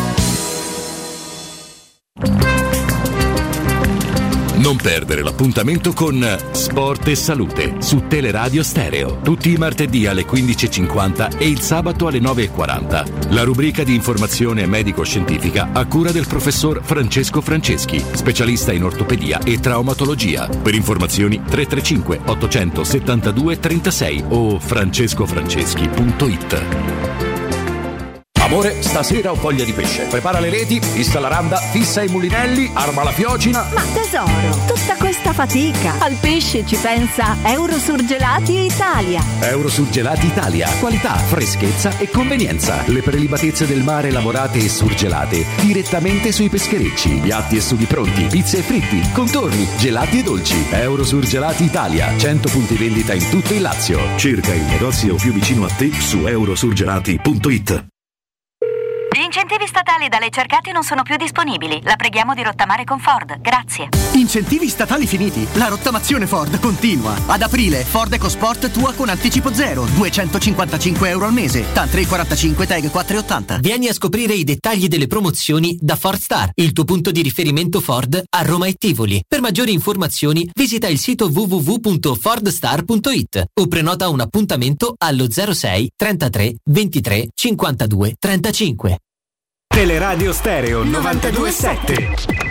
Non perdere l'appuntamento con Sport e Salute su Teleradio Stereo, tutti i martedì alle 15.50 e il sabato alle 9.40. La rubrica di informazione medico-scientifica a cura del professor Francesco Franceschi, specialista in ortopedia e traumatologia. Per informazioni 335 872 36 o francescofranceschi.it. Amore, stasera ho voglia di pesce. Prepara le reti, fissa la randa, fissa i mulinelli, arma la fiocina. Ma tesoro, tutta questa fatica. Al pesce ci pensa Eurosurgelati Italia. Eurosurgelati Italia. Qualità, freschezza e convenienza. Le prelibatezze del mare lavorate e surgelate direttamente sui pescherecci. Piatti e sughi pronti, pizze e fritti, contorni, gelati e dolci. Eurosurgelati Italia. 100 punti vendita in tutto il Lazio. Cerca il negozio più vicino a te su eurosurgelati.it. Gli incentivi statali da lei cercati non sono più disponibili. La preghiamo di rottamare con Ford. Grazie. Incentivi statali finiti. La rottamazione Ford continua. Ad aprile, Ford EcoSport tua con anticipo zero. 255 euro al mese. TAN 345 TAG 480. Vieni a scoprire i dettagli delle promozioni da Ford Star, il tuo punto di riferimento Ford a Roma e Tivoli. Per maggiori informazioni visita il sito www.fordstar.it o prenota un appuntamento allo 06 33 23 52 35. Teleradio Stereo 92.7.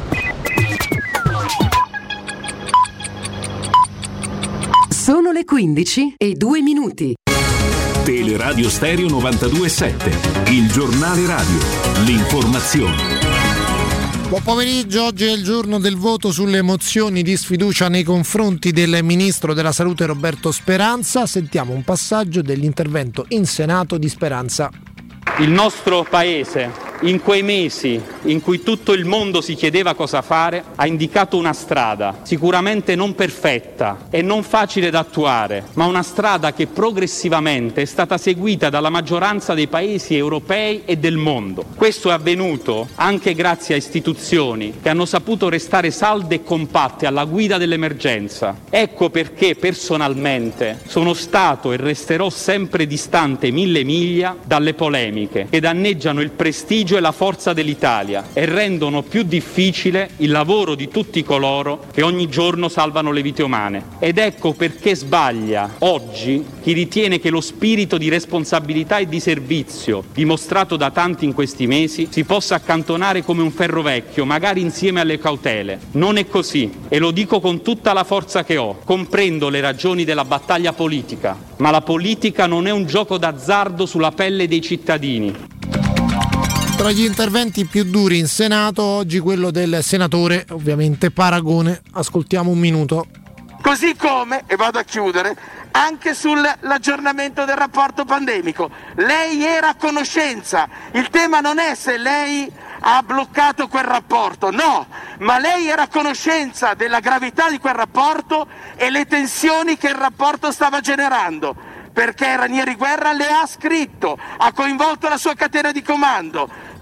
Sono le 15:02. Teleradio Stereo 92.7, il giornale radio, l'informazione. Buon pomeriggio, oggi è il giorno del voto sulle mozioni di sfiducia nei confronti del Ministro della Salute Roberto Speranza. Sentiamo un passaggio dell'intervento in Senato di Speranza. Il nostro Paese, in quei mesi in cui tutto il mondo si chiedeva cosa fare, ha indicato una strada, sicuramente non perfetta e non facile da attuare, ma una strada che progressivamente è stata seguita dalla maggioranza dei paesi europei e del mondo. Questo è avvenuto anche grazie a istituzioni che hanno saputo restare salde e compatte alla guida dell'emergenza. Ecco perché personalmente sono stato e resterò sempre distante mille miglia dalle polemiche che danneggiano il prestigio e la forza dell'Italia e rendono più difficile il lavoro di tutti coloro che ogni giorno salvano le vite umane. Ed ecco perché sbaglia oggi chi ritiene che lo spirito di responsabilità e di servizio dimostrato da tanti in questi mesi si possa accantonare come un ferro vecchio, magari insieme alle cautele. Non è così e lo dico con tutta la forza che ho. Comprendo le ragioni della battaglia politica, ma la politica non è un gioco d'azzardo sulla pelle dei cittadini. Tra gli interventi più duri in Senato, oggi quello del senatore, ovviamente, Paragone. Ascoltiamo un minuto. Così come, e vado a chiudere, anche sull'aggiornamento del rapporto pandemico. Lei era a conoscenza, il tema non è se lei ha bloccato quel rapporto, no, ma lei era a conoscenza della gravità di quel rapporto e le tensioni che il rapporto stava generando, perché Ranieri Guerra le ha scritto, ha coinvolto la sua catena di comando.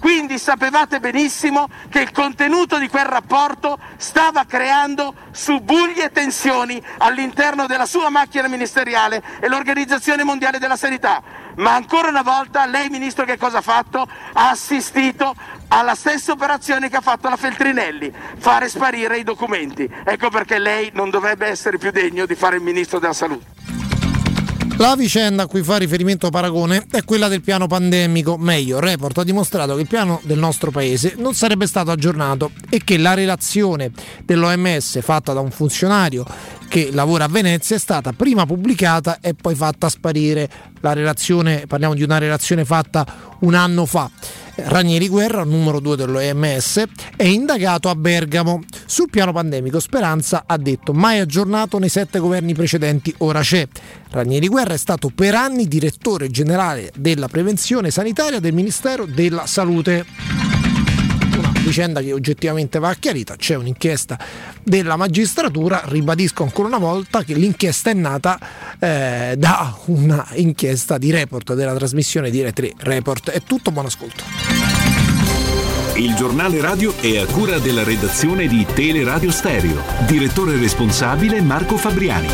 Quindi sapevate benissimo che il contenuto di quel rapporto stava creando subbuglio e tensioni all'interno della sua macchina ministeriale e l'Organizzazione Mondiale della Sanità. Ma ancora una volta lei, Ministro, che cosa ha fatto? Ha assistito alla stessa operazione che ha fatto la Feltrinelli, fare sparire i documenti. Ecco perché lei non dovrebbe essere più degno di fare il Ministro della Salute. La vicenda a cui fa riferimento Paragone è quella del piano pandemico. Meglio, Report ha dimostrato che il piano del nostro paese non sarebbe stato aggiornato e che la relazione dell'OMS fatta da un funzionario che lavora a Venezia è stata prima pubblicata e poi fatta sparire. La relazione, parliamo di una relazione fatta un anno fa. Ranieri Guerra, numero 2 dell'OMS, è indagato a Bergamo. Sul piano pandemico Speranza ha detto mai aggiornato nei 7 governi precedenti, ora c'è. Ranieri Guerra è stato per anni direttore generale della prevenzione sanitaria del Ministero della Salute. Una vicenda che oggettivamente va chiarita, c'è un'inchiesta della magistratura, ribadisco ancora una volta che l'inchiesta è nata da una inchiesta di Report, della trasmissione di Re3 Report. È tutto, buon ascolto. Il giornale radio è a cura della redazione di Teleradio Stereo. Direttore responsabile Marco Fabriani.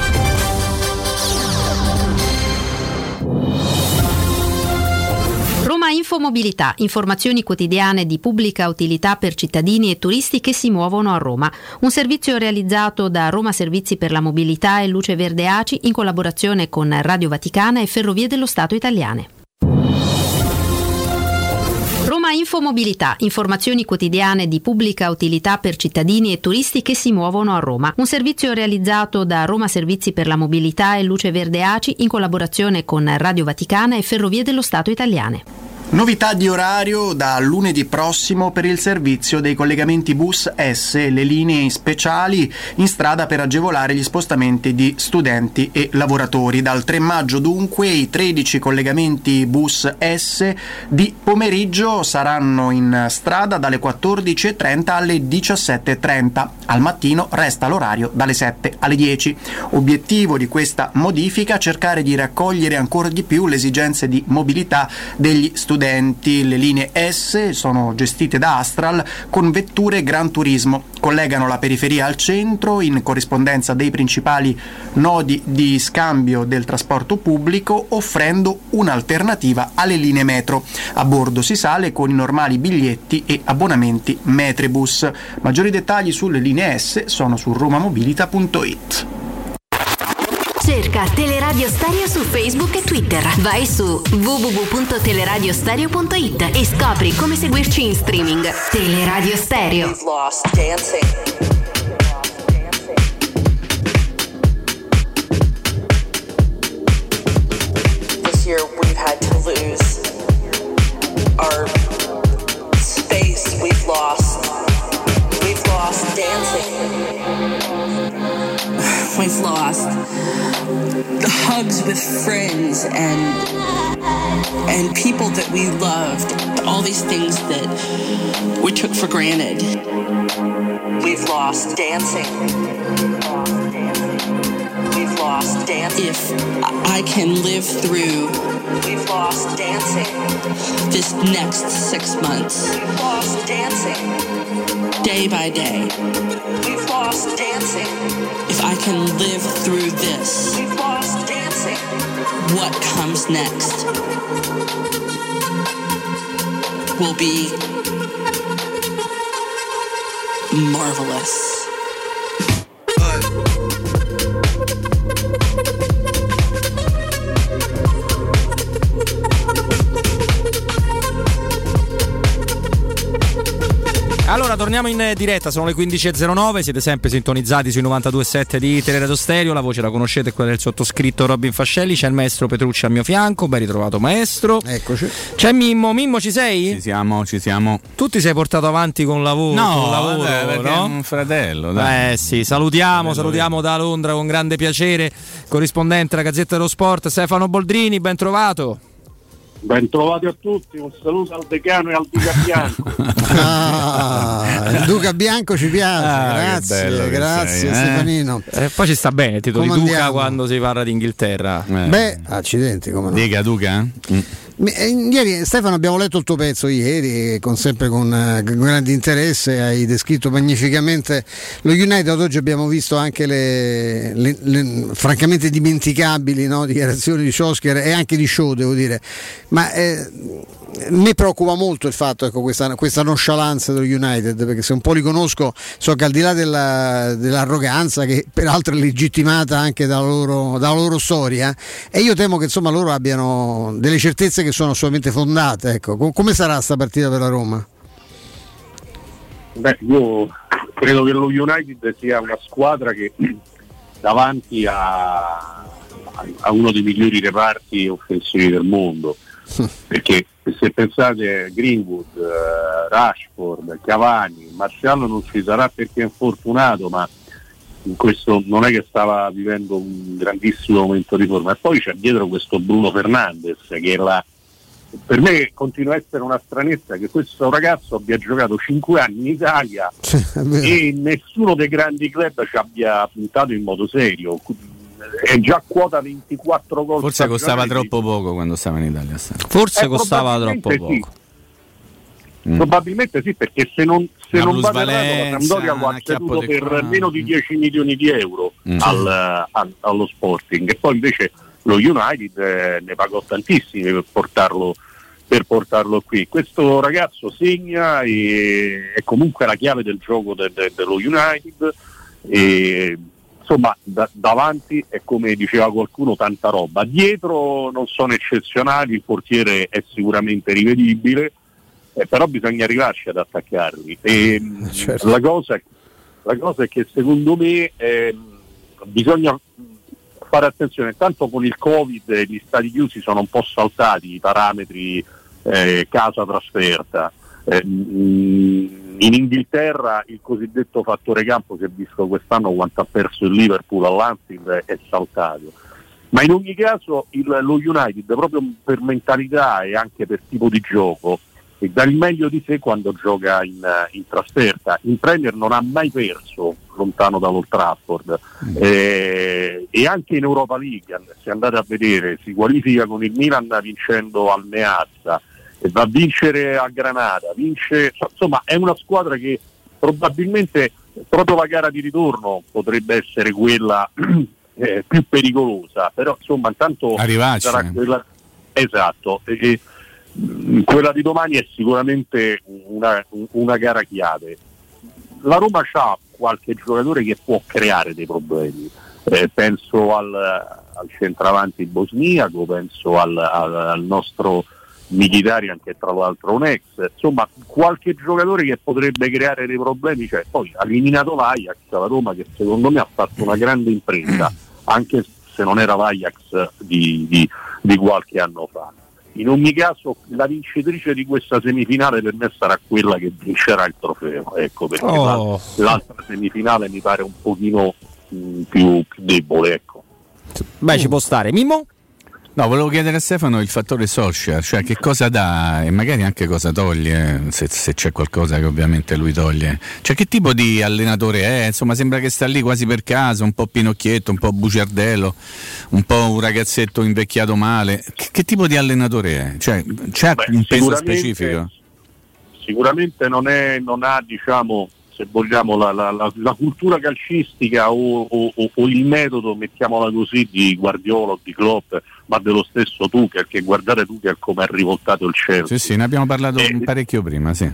Roma Infomobilità, informazioni quotidiane di pubblica utilità per cittadini e turisti che si muovono a Roma. Un servizio realizzato da Roma Servizi per la Mobilità e Luce Verde ACI in collaborazione con Radio Vaticana e Ferrovie dello Stato italiane. Roma Infomobilità, informazioni quotidiane di pubblica utilità per cittadini e turisti che si muovono a Roma. Un servizio realizzato da Roma Servizi per la Mobilità e Luce Verde ACI in collaborazione con Radio Vaticana e Ferrovie dello Stato italiane. Novità di orario da lunedì prossimo per il servizio dei collegamenti bus S, le linee speciali in strada per agevolare gli spostamenti di studenti e lavoratori. Dal 3 maggio dunque i 13 collegamenti bus S di pomeriggio saranno in strada dalle 14.30 alle 17.30. Al mattino resta l'orario dalle 7 alle 10. Obiettivo di questa modifica: cercare di raccogliere ancora di più le esigenze di mobilità degli studenti. Le linee S sono gestite da Astral con vetture Gran Turismo. Collegano la periferia al centro in corrispondenza dei principali nodi di scambio del trasporto pubblico, offrendo un'alternativa alle linee metro. A bordo si sale con i normali biglietti e abbonamenti Metribus. Maggiori dettagli sulle linee S sono su romamobilita.it. Cerca Teleradio Stereo su Facebook e Twitter. Vai su www.teleradiostereo.it e scopri come seguirci in streaming. Teleradio Stereo. We've lost dancing. This year we've had to lose our space. We've lost dancing. We've lost the hugs with friends and people that we loved, all these things that we took for granted. We've lost dancing. We've lost dancing. If I can live through, we've lost dancing, this next 6 months, we've lost dancing, day by day, we've lost dancing. If I can live through this, we've lost dancing, what comes next will be marvelous. Allora torniamo in diretta, sono le 15.09, siete sempre sintonizzati sui 92.7 di Teleradio Stereo, la voce la conoscete, quella del sottoscritto Robin Fascelli, c'è il maestro Petrucci al mio fianco, ben ritrovato maestro. Eccoci. C'è Mimmo, ci sei? Ci siamo. Tu ti sei portato avanti con lavoro? No, lavoro, perché no? è un fratello, dai. Sì, salutiamo da Londra con grande piacere, corrispondente della Gazzetta dello Sport, Stefano Boldrini, ben trovato. Ben trovati a tutti, un saluto al decano e al Duca Bianco. Il Duca Bianco ci piace, grazie Stefanino. Poi ci sta bene il titolo di Duca quando si parla di Inghilterra. Beh, accidenti, come no. Dica Duca? Ieri Stefano abbiamo letto il tuo pezzo ieri sempre con grande interesse, hai descritto magnificamente lo United. Oggi abbiamo visto anche le francamente dimenticabili, no, dichiarazioni di Solskjaer e anche di Shaw, devo dire, ma mi preoccupa molto il fatto, ecco, questa nonchalance dello United, perché se un po' li conosco so che al di là dell'arroganza, che peraltro è legittimata anche dalla loro storia, e io temo che insomma loro abbiano delle certezze che sono assolutamente fondate, ecco. Come sarà sta partita per la Roma? Beh, io credo che lo United sia una squadra che davanti a uno dei migliori reparti offensivi del mondo, perché se pensate Greenwood, Rashford, Cavani, Martial non ci sarà perché è infortunato, ma in questo non è che stava vivendo un grandissimo momento di forma, e poi c'è dietro questo Bruno Fernandes che per me continua a essere una stranezza che questo ragazzo abbia giocato 5 anni in Italia e nessuno dei grandi club ci abbia puntato in modo serio. È già quota 24 gol. Forse costava troppo poco quando stava in Italia. Forse costava troppo poco. Probabilmente sì, perché se non vado errato, la Sampdoria lo ha ceduto per meno di 10 milioni di euro allo Sporting, e poi invece lo United ne pagò tantissimi per portarlo qui. Questo ragazzo segna e è comunque la chiave del gioco dello United, e insomma davanti è, come diceva qualcuno, tanta roba. Dietro non sono eccezionali, il portiere è sicuramente rivedibile, però bisogna arrivarci ad attaccarli, e certo. La cosa è che secondo me bisogna fare attenzione. Tanto con il Covid gli stadi chiusi sono un po' saltati i parametri casa trasferta. In Inghilterra il cosiddetto fattore campo, si è visto quest'anno quanto ha perso il Liverpool all'Anfield, è saltato. Ma in ogni caso lo United, proprio per mentalità e anche per tipo di gioco, e dà il meglio di sé quando gioca in trasferta. In Premier non ha mai perso lontano dall'Old Trafford, e anche in Europa League, se andate a vedere, si qualifica con il Milan vincendo al Meazza e va a vincere a Granada, insomma è una squadra che probabilmente proprio la gara di ritorno potrebbe essere quella più pericolosa, però insomma intanto sarà quella, esatto, quella di domani è sicuramente una gara chiave. La Roma ha qualche giocatore che può creare dei problemi, penso al centravanti bosniaco, penso al nostro Mkhitaryan, che tra l'altro è un ex, insomma qualche giocatore che potrebbe creare dei problemi c'è. Poi ha eliminato l'Ajax, la Roma, che secondo me ha fatto una grande impresa, anche se non era l'Ajax di qualche anno fa. In ogni caso la vincitrice di questa semifinale per me sarà quella che vincerà il trofeo, ecco, perché l'altra semifinale mi pare un pochino più debole, ecco. Beh, ci può stare. Mimmo? No, volevo chiedere a Stefano il fattore Solskjaer, cioè che cosa dà e magari anche cosa toglie, se c'è qualcosa che ovviamente lui toglie. Cioè che tipo di allenatore è? Insomma, sembra che sta lì quasi per caso, un po' pinocchietto, un po' bugiardello, un po' un ragazzetto invecchiato male. Che tipo di allenatore è? Cioè c'è un peso specifico? Sicuramente non ha, diciamo, se vogliamo, la cultura calcistica o il metodo, mettiamola così, di Guardiola o di Klopp, ma dello stesso Tuchel, che guardate Tuchel come ha rivoltato il Chelsea. Sì, ne abbiamo parlato parecchio prima, sì.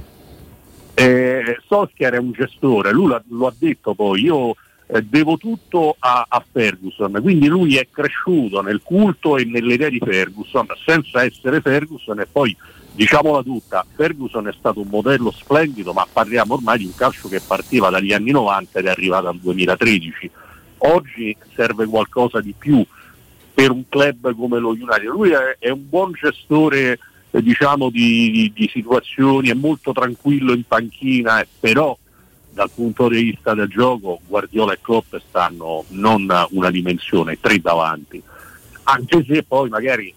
Solskjaer è un gestore, lui lo ha detto poi, io devo tutto a Ferguson, quindi lui è cresciuto nel culto e nelle idee di Ferguson, senza essere Ferguson, e poi diciamola tutta, Ferguson è stato un modello splendido, ma parliamo ormai di un calcio che partiva dagli anni 90 ed è arrivato al 2013. Oggi serve qualcosa di più per un club come lo United. Lui è un buon gestore, diciamo, di situazioni, è molto tranquillo in panchina, però dal punto di vista del gioco Guardiola e Klopp stanno non una dimensione, 3 davanti. Anche se poi magari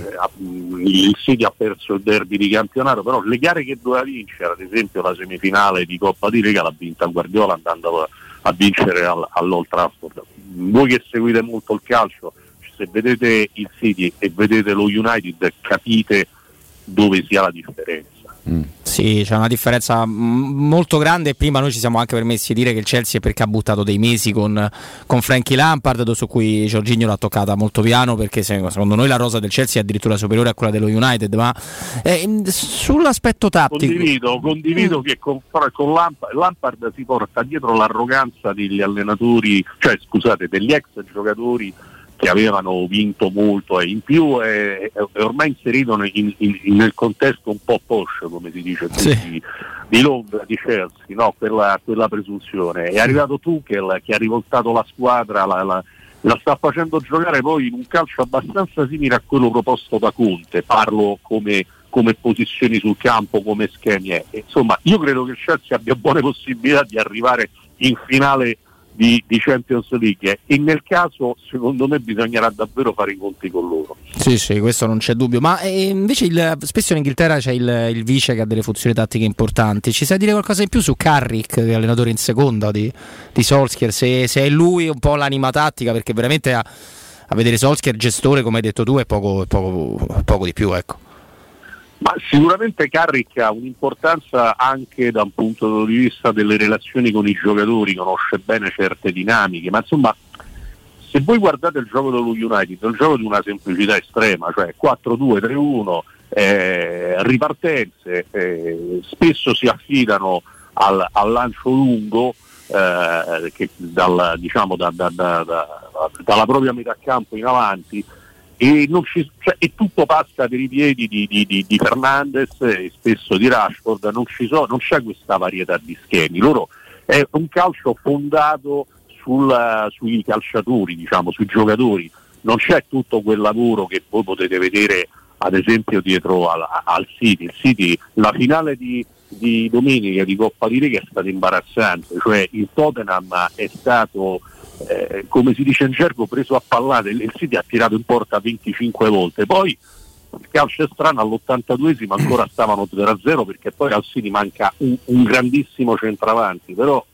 il City ha perso il derby di campionato, però le gare che doveva vincere, ad esempio la semifinale di Coppa di Lega, l'ha vinta Guardiola andando a vincere all'Old Trafford. Voi che seguite molto il calcio, se vedete il City e vedete lo United, capite dove sia la differenza. Sì, c'è una differenza molto grande. Prima noi ci siamo anche permessi di dire che il Chelsea è perché ha buttato dei mesi con Frankie Lampard, su cui Jorginho l'ha toccata molto piano, perché secondo noi la rosa del Chelsea è addirittura superiore a quella dello United. Ma sull'aspetto tattico condivido che con Lampard si porta dietro l'arroganza degli allenatori, cioè scusate, degli ex giocatori che avevano vinto molto, e in più è ormai inserito nel contesto un po' posh, come si dice, sì, di Londra, di Chelsea, no? quella presunzione. È arrivato Tuchel che ha rivoltato la squadra, la sta facendo giocare poi in un calcio abbastanza simile a quello proposto da Conte, parlo come posizioni sul campo, come schemi. Insomma, io credo che il Chelsea abbia buone possibilità di arrivare in finale di Champions League, e nel caso secondo me bisognerà davvero fare i conti con loro. Sì, questo non c'è dubbio. Ma invece spesso in Inghilterra c'è il vice che ha delle funzioni tattiche importanti. Ci sai dire qualcosa in più su Carrick, che è allenatore in seconda di Solskjaer, se è lui un po' l'anima tattica? Perché veramente a vedere Solskjaer gestore, come hai detto tu, è poco di più, ecco. Ma sicuramente Carrick ha un'importanza anche da un punto di vista delle relazioni con i giocatori, conosce bene certe dinamiche, ma insomma, se voi guardate il gioco dello United, è un gioco di una semplicità estrema, cioè 4-2-3-1, ripartenze, spesso si affidano al lancio lungo, che dalla propria metà campo in avanti, e tutto passa per i piedi di Fernandes e spesso di Rashford. Non c'è questa varietà di schemi. Loro è un calcio fondato sui calciatori, diciamo, sui giocatori. Non c'è tutto quel lavoro che voi potete vedere ad esempio dietro al City. Il City, la finale di domenica di Coppa di Lega è stata imbarazzante, cioè il Tottenham è stato come si dice in gergo preso a pallate, il City ha tirato in porta 25 volte, poi il calcio è strano, all'82esimo ancora stavano 0-0, perché poi al City manca un grandissimo centravanti, però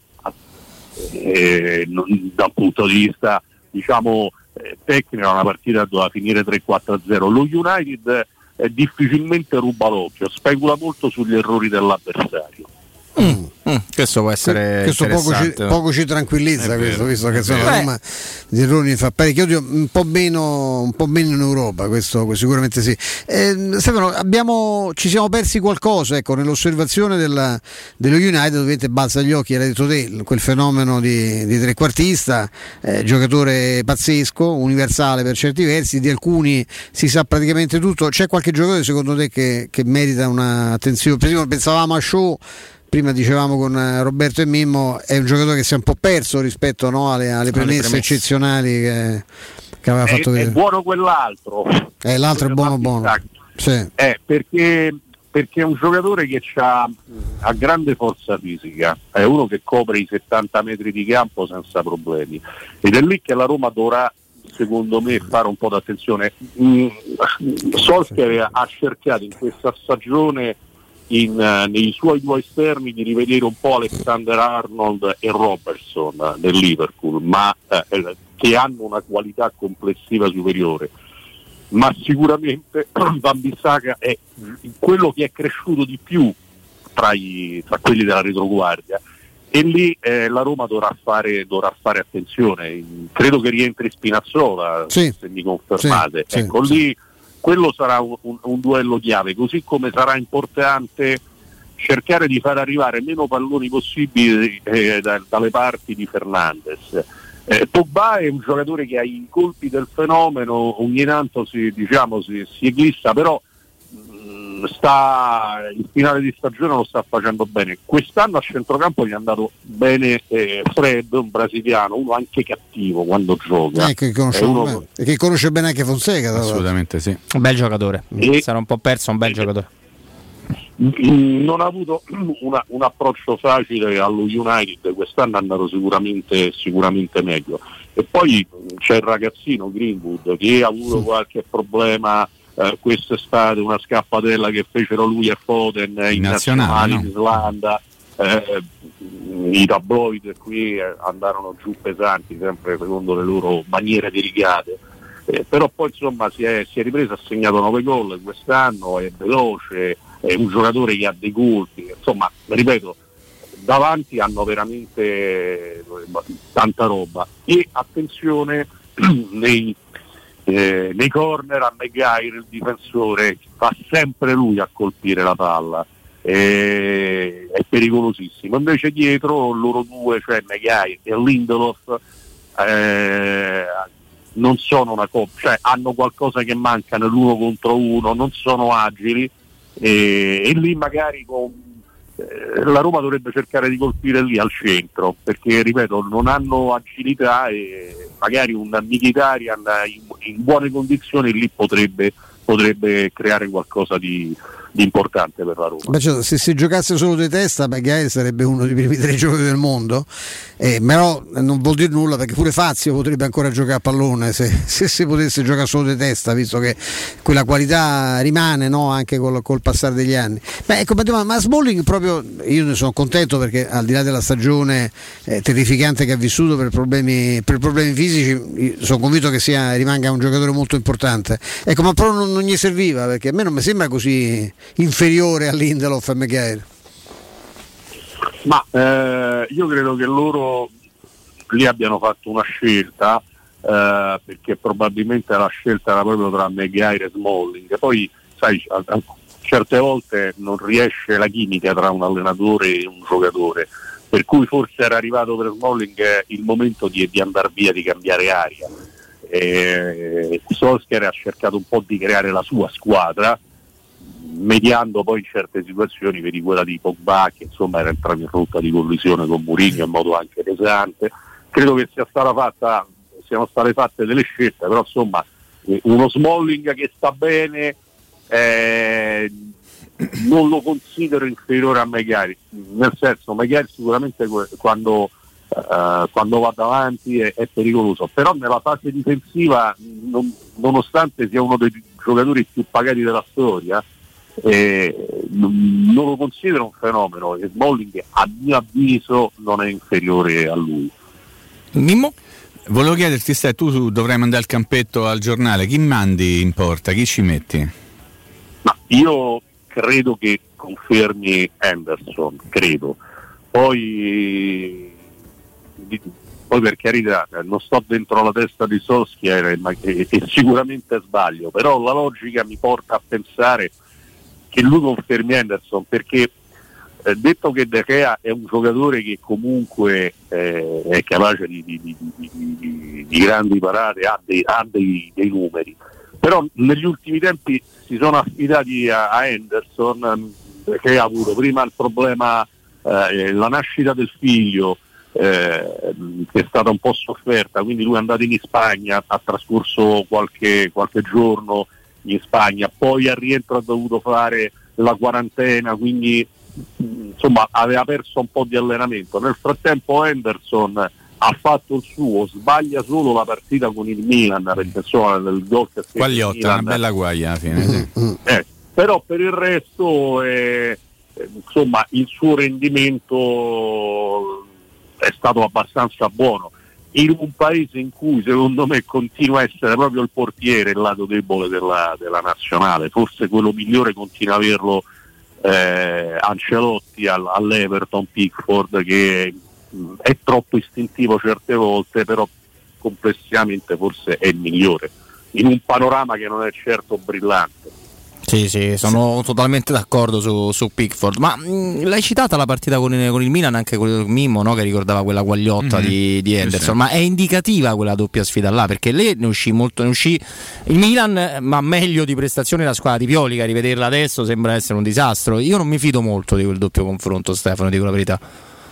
da un punto di vista diciamo tecnico una partita doveva finire 3-4-0. Lo United difficilmente ruba l'occhio, specula molto sugli errori dell'avversario. Questo può essere questo poco ci tranquillizza, questo, visto che la Roma di errori fa parecchio, un po' meno in Europa, questo sicuramente sì. Stefano, ci siamo persi qualcosa, ecco, nell'osservazione dello United. Ovviamente balza agli occhi, l'hai detto te, quel fenomeno di trequartista, giocatore pazzesco, universale per certi versi, di alcuni si sa praticamente tutto. C'è qualche giocatore secondo te che merita un'attenzione? Prima pensavamo a Shaw, prima dicevamo con Roberto e Mimmo, è un giocatore che si è un po' perso rispetto, no, alle premesse eccezionali che aveva fatto vedere. È buono quell'altro. L'altro è buono. Sì. Perché è un giocatore che ha grande forza fisica, è uno che copre i 70 metri di campo senza problemi, ed è lì che la Roma dovrà, secondo me, fare un po' d'attenzione. Solskjaer ha cercato in questa stagione nei suoi due esterni di rivedere un po' Alexander Arnold e Robertson del Liverpool, ma che hanno una qualità complessiva superiore. Ma sicuramente Wan-Bissaka è quello che è cresciuto di più tra quelli della retroguardia, e lì la Roma dovrà fare attenzione. Credo che rientri Spinazzola, se mi confermate. Sì, ecco, sì. Lì quello sarà un duello chiave, così come sarà importante cercare di far arrivare meno palloni possibili dalle parti di Fernandes. Pogba è un giocatore che ha i colpi del fenomeno, ogni tanto si eclissa, però il finale di stagione lo sta facendo bene. Quest'anno a centrocampo gli è andato bene Fred, un brasiliano, uno anche cattivo quando gioca, che conosce bene anche Fonseca. Assolutamente sì, un bel giocatore, sarà un po' perso, un bel giocatore. Non ha avuto un approccio facile allo United, quest'anno è andato sicuramente meglio. E poi c'è il ragazzino Greenwood che ha avuto qualche problema quest'estate, una scappatella che fecero lui e Foden in nazionali in Islanda. I tabloid qui andarono giù pesanti, sempre secondo le loro maniere delicate. però poi insomma si è ripreso, ha segnato 9 gol quest'anno, è veloce, è un giocatore che ha dei colpi, insomma ripeto, davanti hanno veramente tanta roba. E attenzione nei corner a Maguire, il difensore, fa sempre lui a colpire la palla, è pericolosissimo. Invece dietro loro due, cioè Maguire e Lindelof, non sono una coppia, cioè hanno qualcosa che manca nell'uno contro uno, non sono agili, e lì magari la Roma dovrebbe cercare di colpire lì al centro, perché ripeto non hanno agilità, e magari un Mkhitaryan in buone condizioni lì potrebbe creare qualcosa di importante per la Roma. Beh, cioè, se si giocasse solo di testa, Maguire sarebbe uno dei primi 3 giocatori del mondo, però non vuol dire nulla, perché pure Fazio potrebbe ancora giocare a pallone se si potesse giocare solo di testa, visto che quella qualità rimane, no? Anche col passare degli anni. Beh, ecco, ma Smalling proprio, io ne sono contento, perché al di là della stagione terrificante che ha vissuto per problemi fisici, sono convinto che rimanga un giocatore molto importante. Ecco, ma però non gli serviva, perché a me non mi sembra così inferiore a Lindelof e Maguire. Ma io credo che loro lì abbiano fatto una scelta, perché probabilmente la scelta era proprio tra Maguire e Smalling. Poi sai, certe volte non riesce la chimica tra un allenatore e un giocatore, per cui forse era arrivato per Smalling il momento di andare via, di cambiare aria. Solskjaer ha cercato un po' di creare la sua squadra, mediando poi in certe situazioni, vedi quella di Pogba, che insomma era entrato in rotta di collisione con Mourinho in modo anche pesante. Credo che siano state fatte delle scelte, però insomma uno Smalling che sta bene, non lo considero inferiore a Maguire, nel senso Maguire sicuramente quando va davanti è pericoloso, però nella fase difensiva, nonostante sia uno dei giocatori più pagati della storia, non lo considero un fenomeno, e Smalling a mio avviso non è inferiore a lui. Mimmo? Volevo chiederti, tu dovrai mandare il campetto al giornale, chi mandi in porta, chi ci metti? Ma io credo che confermi Henderson, credo. Poi per carità, non sto dentro la testa di Solskjaer, e sicuramente sbaglio, però la logica mi porta a pensare che lui confermi Henderson, perché detto che De Gea è un giocatore che comunque è capace di grandi parate, ha dei numeri, però negli ultimi tempi si sono affidati a Henderson, che ha avuto prima il problema, la nascita del figlio, che è stata un po' sofferta, quindi lui è andato in Spagna, ha trascorso qualche giorno in Spagna, poi al rientro ha dovuto fare la quarantena, quindi insomma aveva perso un po' di allenamento. Nel frattempo Henderson ha fatto il suo, sbaglia solo la partita con il Milan, perché insomma nel gol che Quagliotta, una bella guaglia alla fine, sì. Però per il resto insomma il suo rendimento è stato abbastanza buono, in un paese in cui secondo me continua a essere proprio il portiere il lato debole della nazionale. Forse quello migliore continua a averlo Ancelotti all'Everton, Pickford, che è troppo istintivo certe volte, però complessivamente forse è il migliore in un panorama che non è certo brillante. Sì, sono totalmente d'accordo su Pickford. Ma l'hai citata la partita con il Milan, anche con Mimmo, no? Che ricordava quella quagliotta di Henderson, ma è indicativa quella doppia sfida là, perché lì ne uscì il Milan, ma meglio di prestazione la squadra di Pioli, che a rivederla adesso sembra essere un disastro. Io non mi fido molto di quel doppio confronto, Stefano, dico la verità.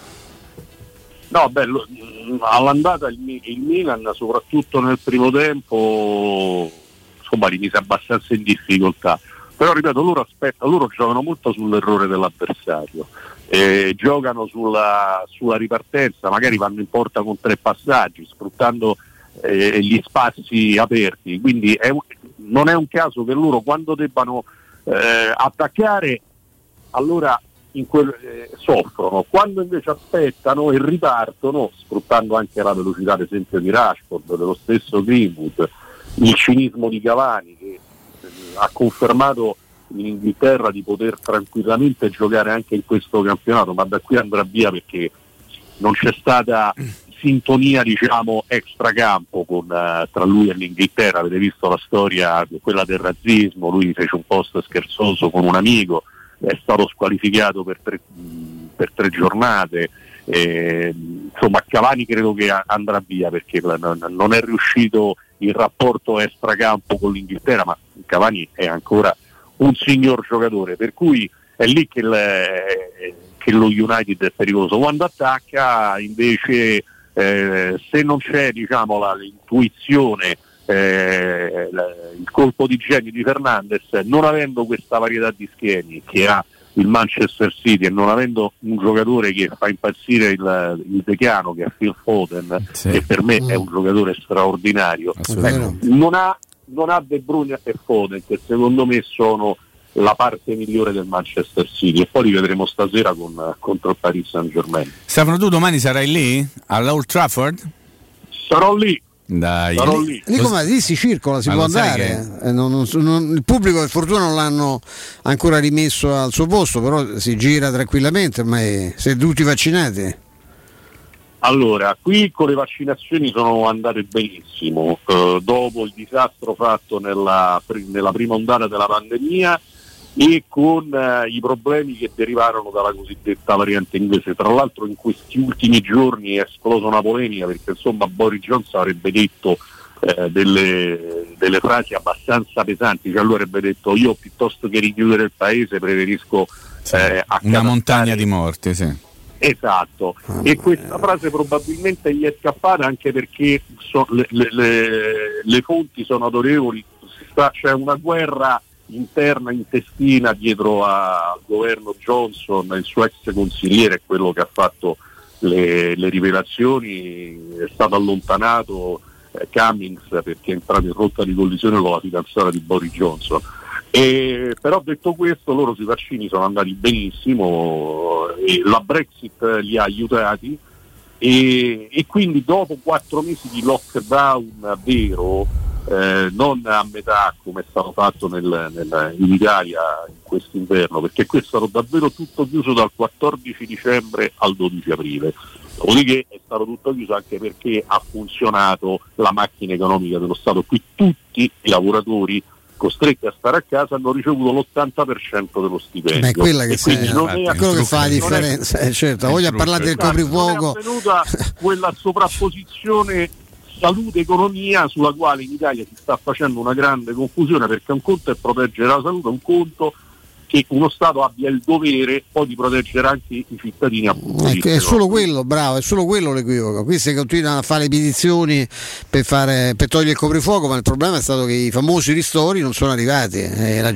No, all'andata il Milan, soprattutto nel primo tempo, insomma rimise abbastanza in difficoltà. Però ripeto, loro giocano molto sull'errore dell'avversario, giocano sulla ripartenza, magari vanno in porta con 3 passaggi, sfruttando gli spazi aperti, quindi non è un caso che loro, quando debbano attaccare, allora soffrono, quando invece aspettano e ripartono, sfruttando anche la velocità ad esempio di Rashford, dello stesso Greenwood, il cinismo di Cavani, che ha confermato in Inghilterra di poter tranquillamente giocare anche in questo campionato, ma da qui andrà via perché non c'è stata sintonia, diciamo, extracampo tra lui e l'Inghilterra. Avete visto la storia, quella del razzismo, lui fece un post scherzoso con un amico, è stato squalificato per tre giornate, insomma Cavani credo che andrà via perché non è riuscito il rapporto extracampo con l'Inghilterra, ma Cavani è ancora un signor giocatore, per cui è lì che lo United è pericoloso. Quando attacca invece se non c'è, diciamo, l'intuizione, il colpo di genio di Fernandes, non avendo questa varietà di schemi che ha il Manchester City e non avendo un giocatore che fa impazzire il decano, che è Phil Foden, che per me è un giocatore straordinario, non ha De Bruyne e Foden, che secondo me sono la parte migliore del Manchester City, e poi li vedremo stasera contro il Paris Saint-Germain. Stefano, tu domani sarai lì all'Old Trafford? Sarò lì. Dai, lì come lì si circola, si può andare. Il pubblico per fortuna non l'hanno ancora rimesso al suo posto, però si gira tranquillamente, ormai siete tutti vaccinati. Allora, qui con le vaccinazioni sono andate benissimo, dopo il disastro fatto nella prima ondata della pandemia e con i problemi che derivarono dalla cosiddetta variante inglese. Tra l'altro in questi ultimi giorni è esplosa una polemica perché insomma Boris Johnson avrebbe detto delle frasi abbastanza pesanti, cioè lui avrebbe detto: io piuttosto che richiudere il paese preferisco una montagna di morti, sì. Esatto, e questa frase probabilmente gli è scappata anche perché le fonti sono autorevoli, c'è una guerra interna intestina dietro al governo Johnson. Il suo ex consigliere è quello che ha fatto le rivelazioni, è stato allontanato Cummings perché è entrato in rotta di collisione con la fidanzata di Boris Johnson. Però detto questo, loro sui vaccini sono andati benissimo, e la Brexit li ha aiutati e quindi dopo 4 mesi di lockdown vero, non a metà come è stato fatto in Italia in quest'inverno, perché questo è stato davvero tutto chiuso dal 14 dicembre al 12 aprile. Dopodiché è stato tutto chiuso anche perché ha funzionato la macchina economica dello Stato. Qui tutti i lavoratori costretti a stare a casa hanno ricevuto l'80% dello stipendio. È quella che è quello che fa la differenza. Certo, voglio parlare del coprifuoco. È avvenuta quella sovrapposizione salute-economia sulla quale in Italia si sta facendo una grande confusione, perché un conto è proteggere la salute, un conto che uno Stato abbia il dovere poi di proteggere anche i cittadini, appunto. È solo quello, bravo, è solo quello l'equivoco. Qui si continuano a fare le petizioni per togliere il coprifuoco, ma il problema è stato che i famosi ristori non sono arrivati, la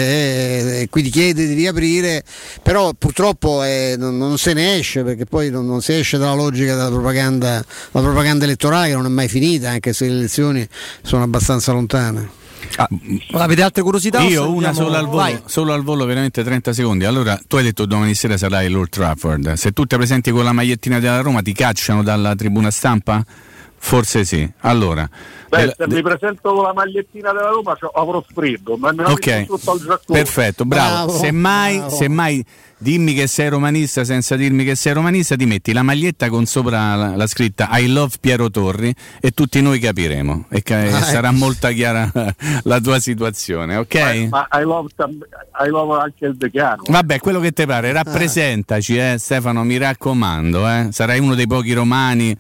gente quindi chiede di riaprire, però purtroppo non se ne esce, perché poi non si esce dalla logica della propaganda, la propaganda elettorale che non è mai finita, anche se le elezioni sono abbastanza lontane. Avete altre curiosità? Io una solo al volo, veramente 30 secondi. Allora, tu hai detto domani sera sarai all'Old Trafford. Se tu ti presenti con la magliettina della Roma, ti cacciano dalla tribuna stampa? Forse sì. Allora, se mi presento con la magliettina della Roma avrò freddo, ma me la metto sotto al giaccone. Perfetto, bravo. Semmai dimmi che sei romanista senza dirmi che sei romanista, ti metti la maglietta con sopra la scritta I love Piero Torri e tutti noi capiremo e sarà molto chiara la tua situazione, ok? Ma I love anche il decano. Vabbè, quello che ti pare, rappresentaci, Stefano, mi raccomando, sarai uno dei pochi romani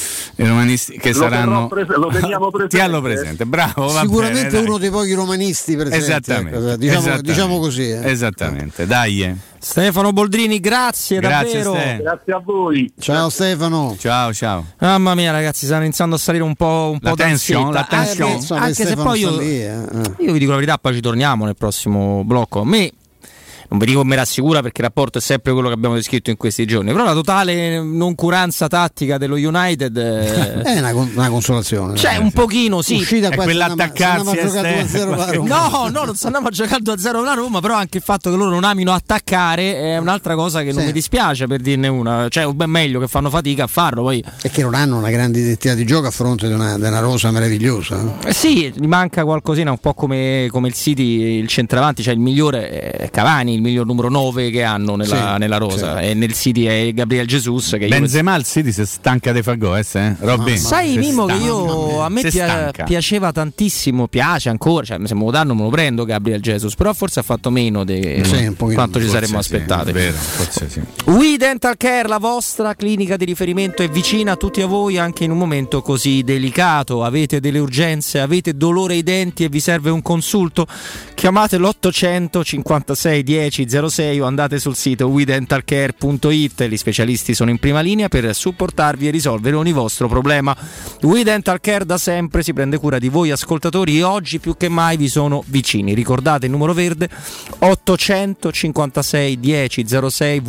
i romanisti che saranno lo teniamo presente. Tienlo presente, bravo. Sicuramente bene, uno dei pochi romanisti presenti. Esattamente. Diciamo così. Esattamente, dai. Stefano Boldrini, grazie davvero. Grazie a voi. Ciao Stefano. Ciao. Mamma mia, ragazzi, stanno iniziando a salire un po' la tension. Anche se poi io vi dico la verità, poi ci torniamo nel prossimo blocco. A me non vi dico mi rassicura perché il rapporto è sempre quello che abbiamo descritto in questi giorni, però la totale noncuranza tattica dello United è una consolazione. Cioè un pochino sì, uscita è quell'attaccarsi no, non stanno giocando a 0 la Roma, però anche il fatto che loro non amino attaccare è un'altra cosa che non mi dispiace, per dirne una, cioè è meglio che fanno fatica a farlo poi. E che non hanno una grande identità di gioco a fronte di una rosa meravigliosa. Sì, gli manca qualcosina, un po' come il City, il centravanti, cioè il migliore è Cavani, il miglior numero 9 che hanno nella rosa, e nel City è Gabriel Jesus che Benzema al City si stanca di far gol, Robby. Sai Mimmo che a me piaceva tantissimo, piace ancora, cioè se me lo danno me lo prendo Gabriel Jesus, però forse ha fatto meno di quanto ci saremmo aspettati. Forse sì. We Dental Care, la vostra clinica di riferimento, è vicina a tutti a voi anche in un momento così delicato. Avete delle urgenze, avete dolore ai denti e vi serve un consulto? Chiamate l'800 56 10 06 o andate sul sito WeDentalCare.it. Gli specialisti sono in prima linea per supportarvi e risolvere ogni vostro problema. We Dental Care da sempre si prende cura di voi ascoltatori e oggi più che mai vi sono vicini. Ricordate il numero verde 800 56 10 06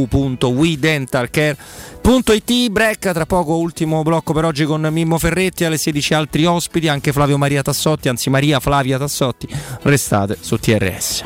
www.wedentalcare.it. Break, tra poco ultimo blocco per oggi con Mimmo Ferretti, alle 16 altri ospiti, anche Flavio Maria Tassotti, anzi Maria Flavia Tassotti. Restate su TRS.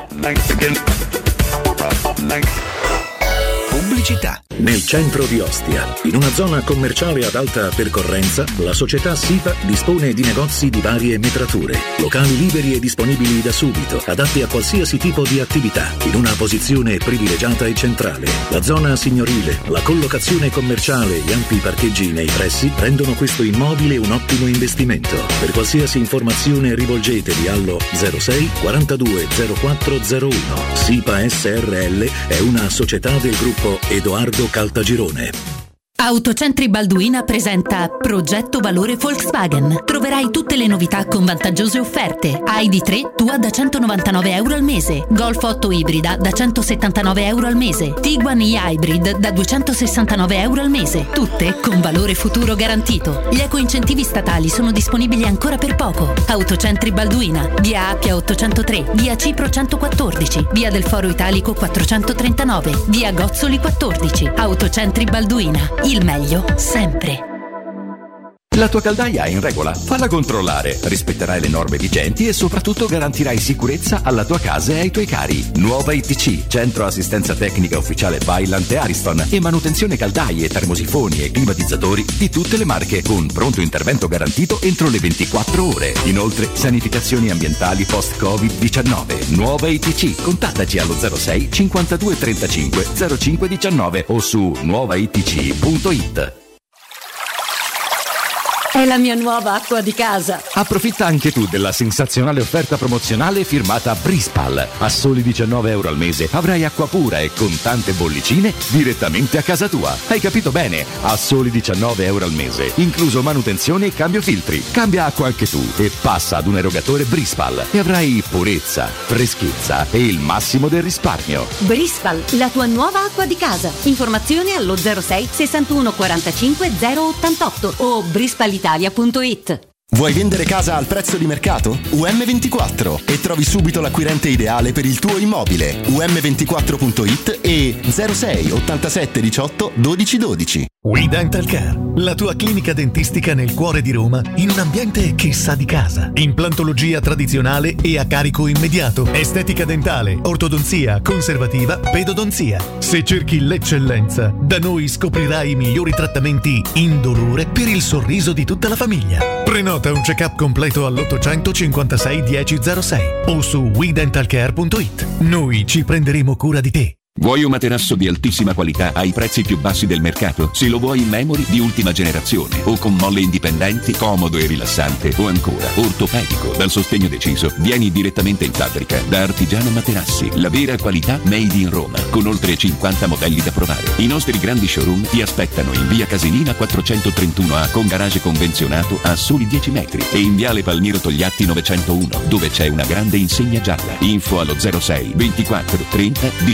Pubblicità. Nel centro di Ostia, in una zona commerciale ad alta percorrenza, la società SIPA dispone di negozi di varie metrature, locali liberi e disponibili da subito, adatti a qualsiasi tipo di attività, in una posizione privilegiata e centrale. La zona signorile, la collocazione commerciale e gli ampi parcheggi nei pressi rendono questo immobile un ottimo investimento. Per qualsiasi informazione rivolgetevi allo 06 42 0401. SIPA SRL è una società del gruppo Edoardo Caltagirone. Autocentri Balduina presenta Progetto Valore Volkswagen. Troverai tutte le novità con vantaggiose offerte. ID3 Tua da €199 al mese, Golf 8 ibrida da €179 al mese, Tiguan e-Hybrid da €269 al mese. Tutte con valore futuro garantito. Gli eco-incentivi statali sono disponibili ancora per poco. Autocentri Balduina, via Appia 803, via Cipro 114, via del Foro Italico 439, via Gozzoli 14. Autocentri Balduina. Il meglio sempre. La tua caldaia è in regola? Falla controllare. Rispetterai le norme vigenti e soprattutto garantirai sicurezza alla tua casa e ai tuoi cari. Nuova ITC, centro assistenza tecnica ufficiale Vaillant e Ariston, e manutenzione caldaie, termosifoni e climatizzatori di tutte le marche, con pronto intervento garantito entro le 24 ore. Inoltre, sanificazioni ambientali post-Covid-19. Nuova ITC, contattaci allo 06 52 35 05 19 o su nuovaitc.it. È la mia nuova acqua di casa. Approfitta anche tu della sensazionale offerta promozionale firmata Brispal. A soli €19 al mese avrai acqua pura e con tante bollicine direttamente a casa tua. Hai capito bene? A soli €19 al mese, incluso manutenzione e cambio filtri. Cambia acqua anche tu e passa ad un erogatore Brispal e avrai purezza, freschezza e il massimo del risparmio. Brispal, la tua nuova acqua di casa. Informazioni allo 06 61 45 088 o brispalitalia.it. Vuoi vendere casa al prezzo di mercato? UM24 e trovi subito l'acquirente ideale per il tuo immobile. UM24.it e 06 87 18 12 12. We Dental Care, la tua clinica dentistica nel cuore di Roma, in un ambiente che sa di casa. Implantologia tradizionale e a carico immediato. Estetica dentale, ortodonzia, conservativa, pedodonzia. Se cerchi l'eccellenza, da noi scoprirai i migliori trattamenti indolore per il sorriso di tutta la famiglia. Prenota un check-up completo all'856 1006 o su WeDentalCare.it. Noi ci prenderemo cura di te. Vuoi un materasso di altissima qualità ai prezzi più bassi del mercato? Se lo vuoi in memory di ultima generazione o con molle indipendenti, comodo e rilassante, o ancora ortopedico dal sostegno deciso, vieni direttamente in fabbrica da Artigiano Materassi, la vera qualità made in Roma, con oltre 50 modelli da provare. I nostri grandi showroom ti aspettano in via Casilina 431A con garage convenzionato a soli 10 metri e in viale Palmiro Togliatti 901, dove c'è una grande insegna gialla. Info allo 06 24 30 18 50.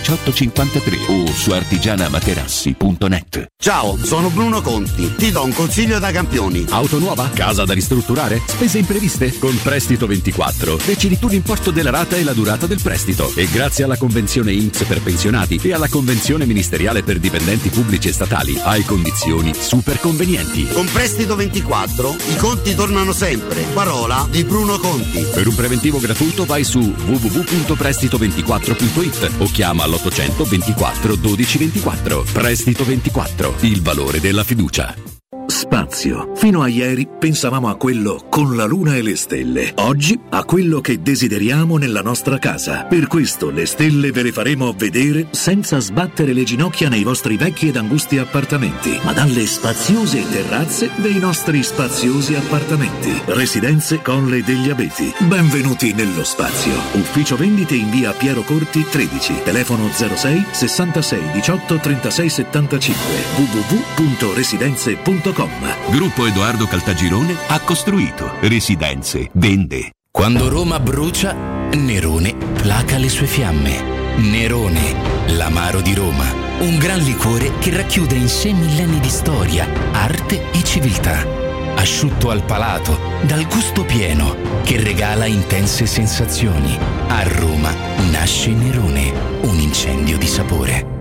53 o su artigianamaterassi.net. Ciao, sono Bruno Conti. Ti do un consiglio da campioni. Auto nuova? Casa da ristrutturare? Spese impreviste? Con Prestito 24 decidi tu l'importo della rata e la durata del prestito. E grazie alla convenzione INPS per pensionati e alla convenzione ministeriale per dipendenti pubblici e statali hai condizioni super convenienti. Con Prestito 24 i conti tornano sempre. Parola di Bruno Conti. Per un preventivo gratuito vai su www.prestito24.it o chiama all'800 24 12 24. Prestito 24, il valore della fiducia. Spazio. Fino a ieri pensavamo a quello con la luna e le stelle. Oggi a quello che desideriamo nella nostra casa. Per questo le stelle ve le faremo vedere senza sbattere le ginocchia nei vostri vecchi ed angusti appartamenti, ma dalle spaziose terrazze dei nostri spaziosi appartamenti. Residenze Colle degli Abeti. Benvenuti nello spazio. Ufficio vendite in via Piero Corti 13. Telefono 06 66 18 36 75. www.residenze.com. Gruppo Edoardo Caltagirone ha costruito, residenze, vende. Quando Roma brucia, Nerone placa le sue fiamme. Nerone, l'amaro di Roma. Un gran liquore che racchiude in sé millenni di storia, arte e civiltà. Asciutto al palato, dal gusto pieno, che regala intense sensazioni. A Roma nasce Nerone, un incendio di sapore.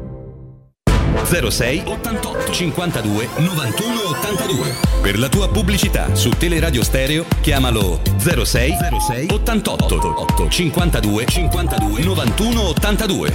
06 88 52 91 82. Per la tua pubblicità su Teleradio Stereo chiamalo 06 88 52 91 82.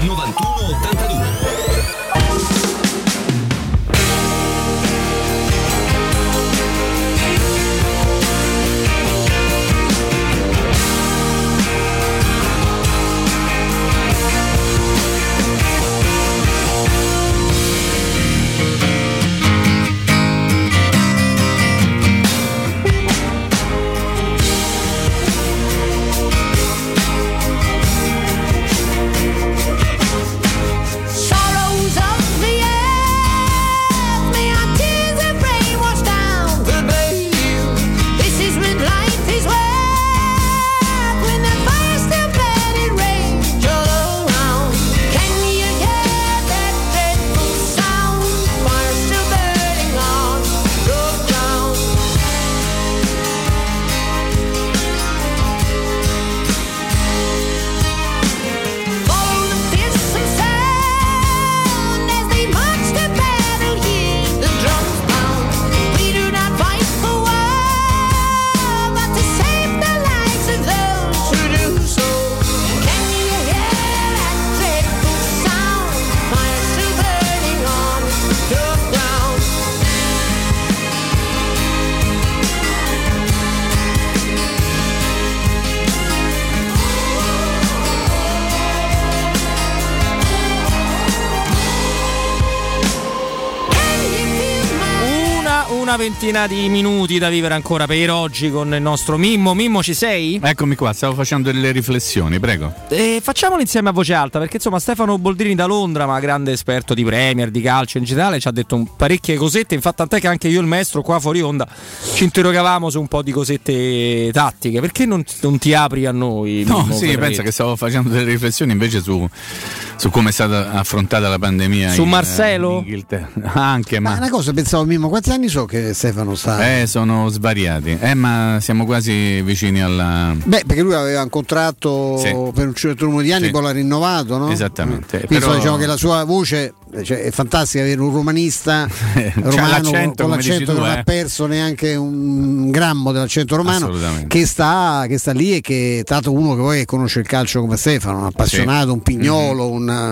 Una ventina di minuti da vivere ancora per oggi con il nostro Mimmo. Mimmo, ci sei? Eccomi qua, stavo facendo delle riflessioni, prego. Facciamolo insieme a voce alta, perché insomma Stefano Boldrini da Londra, ma grande esperto di Premier, di calcio in generale, ci ha detto parecchie cosette. Infatti tant'è che anche io e il maestro qua fuori onda ci interrogavamo su un po' di cosette tattiche. Perché non ti apri a noi? No, Mimmo, sì, penso che stavo facendo delle riflessioni invece su come è stata affrontata la pandemia su Marcelo? In Inghilterra. Anche, ma una cosa pensavo, Mimmo, quanti anni so che Stefano sta? Sono svariati, ma siamo quasi vicini alla... Perché lui aveva un contratto per un certo numero di anni, poi l'ha rinnovato, no? Esattamente. Quindi diciamo che la sua voce, è fantastica avere un romanista romano con l'accento che non ha perso neanche un grammo dell'accento romano, che sta lì e che è stato uno che poi conosce il calcio come Stefano, un appassionato, un pignolo,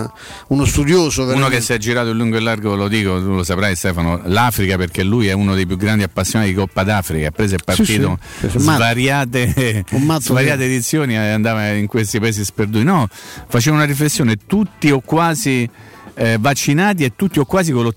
uno studioso veramente. Uno che si è girato in lungo e largo, lo dico, tu lo saprai Stefano, l'Africa, perché lui è uno dei più grandi appassionati di Coppa d'Africa, ha preso e partito svariate edizioni, andava in questi paesi sperduti. No, faceva una riflessione, tutti o quasi vaccinati e tutti o quasi con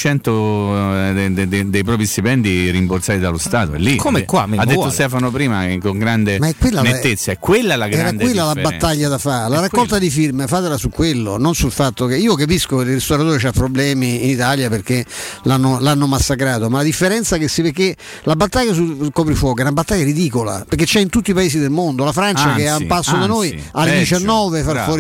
l'80% dei propri stipendi rimborsati dallo Stato. È lì. Come qua, ha detto Stefano prima con grande nettezza. È quella la grande differenza. La battaglia da fare. La raccolta di firme fatela su quello, non sul fatto che io capisco che il ristoratore c'ha problemi in Italia perché l'hanno massacrato, ma la differenza che perché la battaglia sul coprifuoco è una battaglia ridicola, perché c'è in tutti i paesi del mondo. La Francia che è a un passo da noi alle 19 fa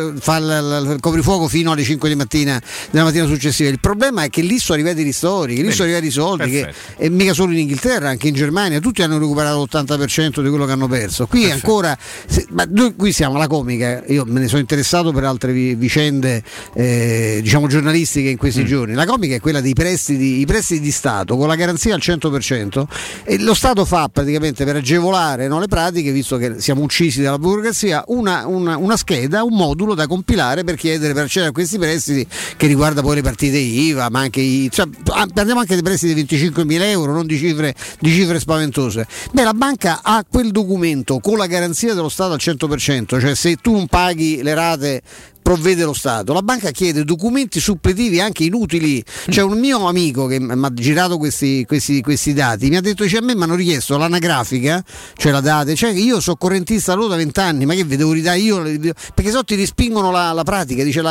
il coprifuoco fino alle 5 della mattina successiva. Il problema è che lì sono arrivati i ristori, che lì sono arrivati i soldi, e mica solo in Inghilterra, anche in Germania tutti hanno recuperato l'80% di quello che hanno perso. Qui ancora ma noi qui siamo alla comica. Io me ne sono interessato per altre vicende diciamo giornalistiche in questi giorni. La comica è quella dei prestiti di Stato con la garanzia al 100%, e lo Stato fa praticamente per agevolare le pratiche, visto che siamo uccisi dalla burocrazia, una scheda, un modulo da compilare per chiedere, per accedere a questi prestiti, che riguarda poi le partite IVA, ma anche parliamo anche di prestiti di 25.000 euro, non di cifre spaventose. La banca ha quel documento con la garanzia dello Stato al 100%, cioè se tu non paghi le rate provvede lo Stato. La banca chiede documenti suppletivi anche inutili. C'è un mio amico che mi ha girato questi dati, mi ha detto, a me mi hanno richiesto l'anagrafica, cioè la data, cioè io sono correntista da 20 anni, ma che vi devo ridare io, perché so ti respingono la pratica, dice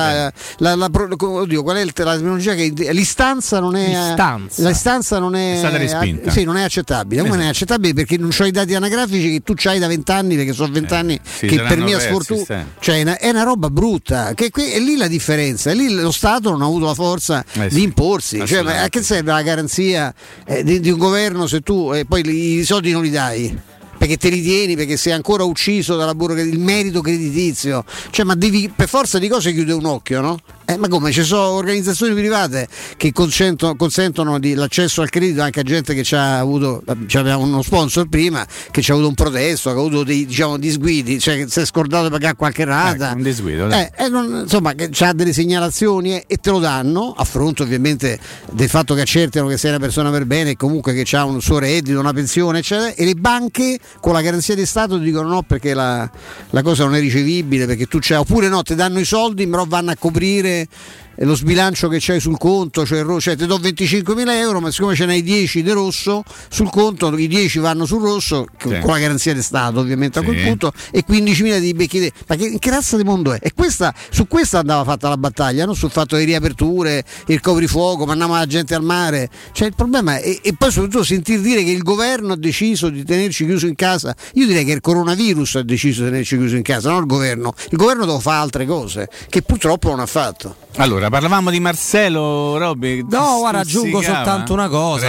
oddio, qual è la terminologia, che l'istanza non è stata respinta. Sì, non è accettabile. Come non è accettabile? Perché non c'ho i dati anagrafici che tu c'hai da 20 anni, perché sono 20 anni che per mia sfortuna, cioè è una roba brutta. Che è lì la differenza, è lì lo Stato non ha avuto la forza di imporsi, cioè, a che serve la garanzia di un governo se tu poi i soldi non li dai? Perché te li tieni, perché sei ancora ucciso dalla burocrazia, il merito creditizio, cioè, ma devi per forza di cose chiudere un occhio, no? Ma come? Ci sono organizzazioni private che consentono l'accesso al credito anche a gente che c'aveva uno sponsor prima, che c'ha avuto un protesto, che ha avuto dei disguidi, cioè che si è scordato di pagare qualche rata, un disguido, insomma, che c'ha delle segnalazioni e te lo danno a fronte ovviamente del fatto che accertano che sei una persona per bene e comunque che c'ha un suo reddito, una pensione, eccetera, e le banche con la garanzia di Stato ti dicono no, perché la cosa non è ricevibile, perché tu c'hai, oppure no, ti danno i soldi però vanno a coprire lo sbilancio che c'hai sul conto, cioè ti do 25.000 euro, ma siccome ce n'hai 10 di rosso sul conto, i 10 vanno sul rosso, con la garanzia di Stato ovviamente a quel punto, e 15.000 di becchi. Ma che razza di mondo è? E su questa andava fatta la battaglia, non sul fatto di riaperture, il coprifuoco, mandiamo la gente al mare. Cioè il problema è, e poi soprattutto sentir dire che il governo ha deciso di tenerci chiuso in casa. Io direi che il coronavirus ha deciso di tenerci chiuso in casa, non il governo. Il governo deve fare altre cose che purtroppo non ha fatto. Allora, parlavamo di Marcelo, Robby. No, guarda, aggiungo soltanto una cosa.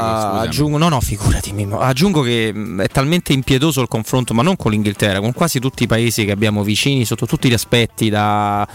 Prego, figurati Mimmo. Aggiungo che è talmente impietoso il confronto, ma non con l'Inghilterra, con quasi tutti i paesi che abbiamo vicini sotto tutti gli aspetti, da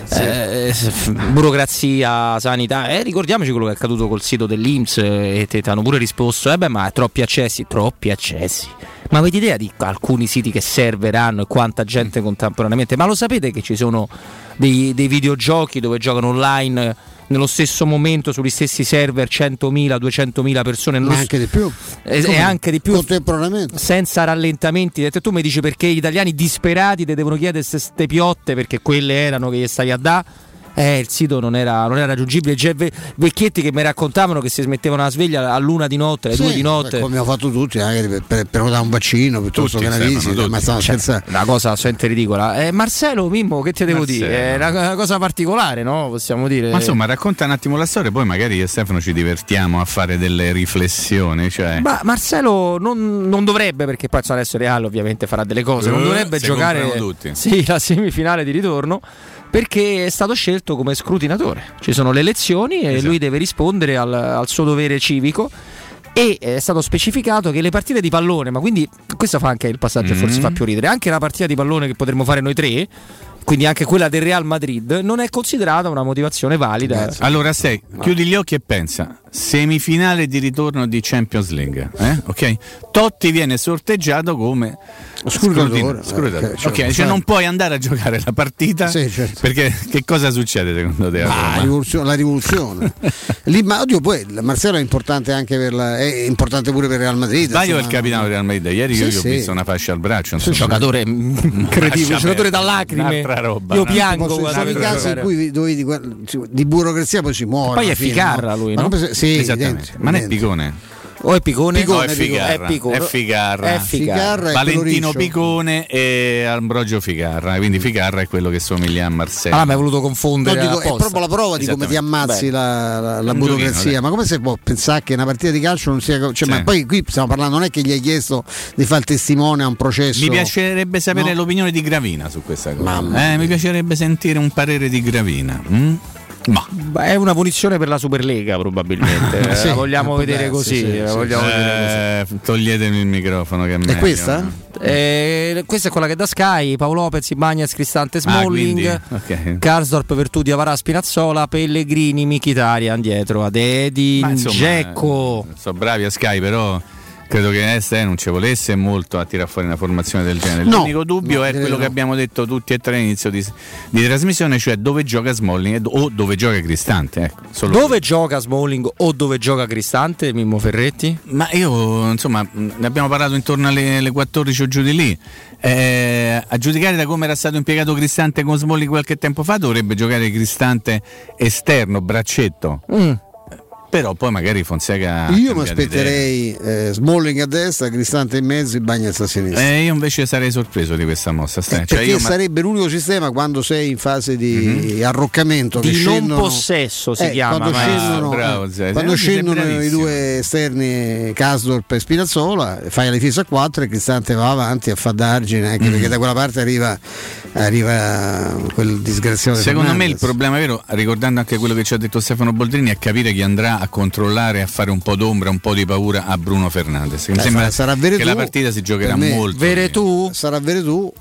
burocrazia, sanità. Ricordiamoci quello che è accaduto col sito dell'INPS, e ti hanno pure risposto, ma troppi accessi. Ma avete idea di alcuni siti che serveranno e quanta gente contemporaneamente? Ma lo sapete che ci sono dei videogiochi dove giocano online nello stesso momento sugli stessi server 100.000, 200.000 persone? Ma anche di più. E anche di più contemporaneamente, senza rallentamenti. Tu mi dici perché gli italiani disperati ti devono chiedere ste piotte, perché quelle erano che gli stai a dare. Il sito non era raggiungibile. C'è vecchietti che mi raccontavano che si smettevano la sveglia all'1 di notte, alle 2 di notte, come abbiamo fatto tutti, anche per dare un vaccino piuttosto che una visita, ma una cosa assolutamente ridicola. Marcelo, Mimmo, che ti devo dire? È una cosa particolare, no? Possiamo dire. Ma insomma, racconta un attimo la storia, poi magari io e Stefano ci divertiamo a fare delle riflessioni. Ma Marcelo non dovrebbe, perché poi adesso Real ovviamente farà delle cose, non dovrebbe giocare la semifinale di ritorno, perché è stato scelto come scrutinatore. Ci sono le elezioni e lui deve rispondere al suo dovere civico, e è stato specificato che le partite di pallone, ma quindi questo fa anche il passaggio, forse fa più ridere, anche la partita di pallone che potremmo fare noi tre, quindi anche quella del Real Madrid, non è considerata una motivazione valida. Allora chiudi gli occhi e pensa, semifinale di ritorno di Champions League, ok? Totti viene sorteggiato come scrutinatore. Ok, cioè non puoi andare a giocare la partita, certo. Perché che cosa succede secondo te? La rivoluzione. Lì, ma oddio, poi Marcelo è importante anche è importante pure per Real Madrid. Io è il capitano del Real Madrid. Ieri io ho visto una fascia al braccio. Un giocatore incredibile, un giocatore da lacrime. Roba, io piango. Sono i casi in cui di burocrazia poi si muore. Poi è Ficarra lui, no? Sì, esattamente. Ma non è Picone. O è Picone? No, è Ficarra. Valentino Picone e Ambrogio Ficarra. Quindi Ficarra è quello che somiglia a Marcello. Ma hai voluto confondere? No, è proprio la prova di come ti ammazzi la burocrazia. Ma come si può pensare che una partita di calcio non sia. Ma poi qui stiamo parlando, non è che gli hai chiesto di fare il testimone a un processo. Mi piacerebbe sapere l'opinione di Gravina su questa cosa. Mi piacerebbe sentire un parere di Gravina. Ma è una punizione per la Superlega probabilmente. La vogliamo vedere così. Toglietemi il microfono che è questa? Questa è quella che da Sky. Paolo Lopez, Ibañez, Cristante, Smalling, Karsdorp, Vertuti, Avarà, Spinazzola, Pellegrini, Mkhitaryan dietro ad Edin, Dzeko. Sono bravi a Sky, però credo che non ci volesse molto a tirare fuori una formazione del genere. L'unico dubbio è quello che abbiamo detto tutti e tre all'inizio di trasmissione, cioè dove gioca Smalling o dove gioca Cristante. Dove gioca Smalling o dove gioca Cristante, Mimmo Ferretti? Ma io, insomma, ne abbiamo parlato intorno alle 14 o giù di lì. A giudicare da come era stato impiegato Cristante con Smalling qualche tempo fa, dovrebbe giocare Cristante esterno, braccetto. Però poi magari Fonseca. Io mi aspetterei Smalling a destra, Cristante in mezzo e Bagnez a sinistra. Io invece sarei sorpreso di questa mossa. Perché sarebbe l'unico sistema quando sei in fase di arroccamento. Di non possesso si chiama. Quando scendono i due esterni, Karsdorp e Spinazzola, fai la difesa a 4 e Cristante va avanti a fare d'argine, anche perché da quella parte arriva quel disgraziato. Secondo me il problema vero, ricordando anche quello che ci ha detto Stefano Boldrini, è capire chi andrà a controllare, a fare un po' d'ombra, un po' di paura a Bruno Fernandes. Mi sembra sarà che la partita si giocherà molto. Sarà Veretù.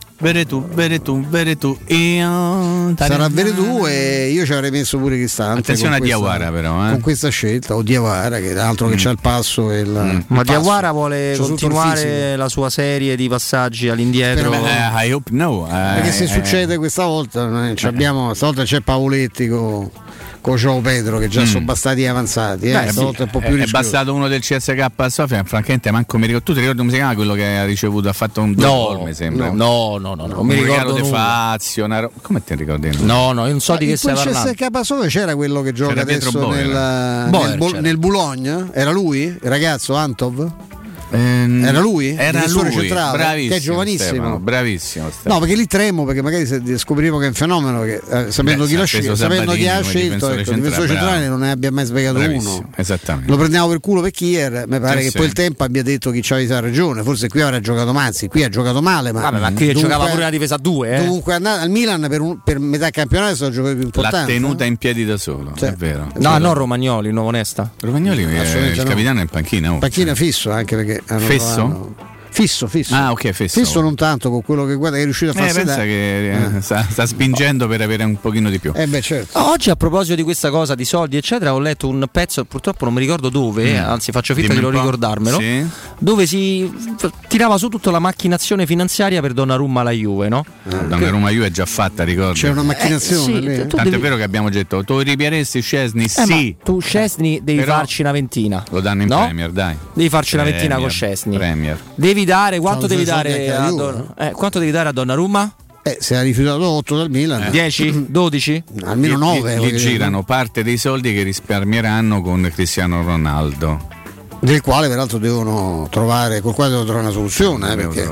Sarà Veretù e io ci avrei messo pure Cristante. Attenzione a Diawara però con questa scelta, o Diawara che è l'altro che c'ha il passo ma Diawara vuole continuare la sua serie di passaggi all'indietro. I hope no. Perché se succede questa volta stavolta c'è Pavoletti con João Pedro che già sono bastati avanzati. Stavolta è un po' più è bastato uno del CSK a Sofia, francamente manco mi ricordo. Tu ti ricordi come si chiama quello che ha ricevuto, ha fatto un gol mi sembra. No, mi ricordo De Fazio, come ti ricordi? No, io non so di che stai parlando. Il CSK Sofia c'era quello che gioca adesso nel Bologna, era lui, il ragazzo Antov? Era lui? Centrale, bravissimo, che è giovanissimo. Stefano, bravissimo Stefano. No, perché lì tremo, perché magari se scopriamo che è un fenomeno che sapendo chi ha scelto, il difensore centrale non ne abbia mai spiegato uno. Esattamente. Lo prendiamo per culo per Kier, mi pare che poi il tempo abbia detto chi c'aveva ragione, forse qui avrà giocato Mazzi, qui ha giocato male, ma qui giocava pure la difesa a 2. Dunque al Milan per metà campionato è stato il giocatore più importante. L'ha tenuta in piedi da solo, è vero. No, Romagnoli, Nuovo Onesta. Romagnoli è il capitano in panchina. Panchina fisso anche perché Fisso. Ah, ok, Fisso non tanto con quello che guarda che è riuscito a fare. Pensa che sta spingendo per avere un pochino di più. Certo. Oggi a proposito di questa cosa di soldi eccetera ho letto un pezzo, purtroppo non mi ricordo dove, anzi faccio finta di non ricordarmelo, dove si tirava su tutta la macchinazione finanziaria per Donnarumma alla Juve, no? Donnarumma Juve è già fatta, ricordo. C'è una macchinazione Tanto è vero che abbiamo detto tu ripieresti Szczesny? Sì. Tu Szczesny devi farci una ventina. Lo danno in Premier, dai. Devi farci una ventina con Szczesny. Premier. Devi dare quanto devi dare a Donnarumma? Se ha rifiutato 8 dal Milan 10, 12? Almeno 9 li girano parte dei soldi che risparmieranno con Cristiano Ronaldo, del quale peraltro devono trovare una soluzione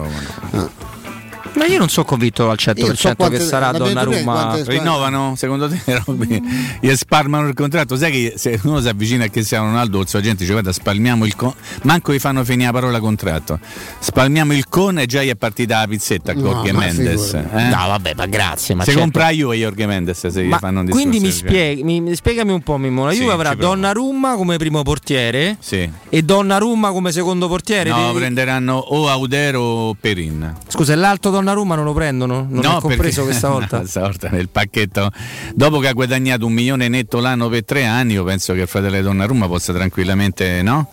Ma io non sono convinto al 100% che sarà Donnarumma. Rinnovano? Secondo te gli spalmano il contratto? Sai che se uno si avvicina a Cristiano Ronaldo, la gente dice guarda spalmiamo il con, manco gli fanno finire la parola contratto, spalmiamo il con e già gli è partita la pizzetta a Jorge Mendes. No vabbè, ma grazie. Ma se compra io e Jorge Mendes se gli fanno un discorso. Quindi spiegami un po' Mimmo, la Juve avrà Donnarumma come primo portiere e Donnarumma come secondo portiere? No, prenderanno o Audero o Perin. Scusa, l'altro Donnarumma Donnarumma non lo prendono? Non è compreso questa volta? Stavolta nel pacchetto, dopo che ha guadagnato 1 milione netto l'anno per 3 anni, io penso che il fratello di Donnarumma possa tranquillamente, no?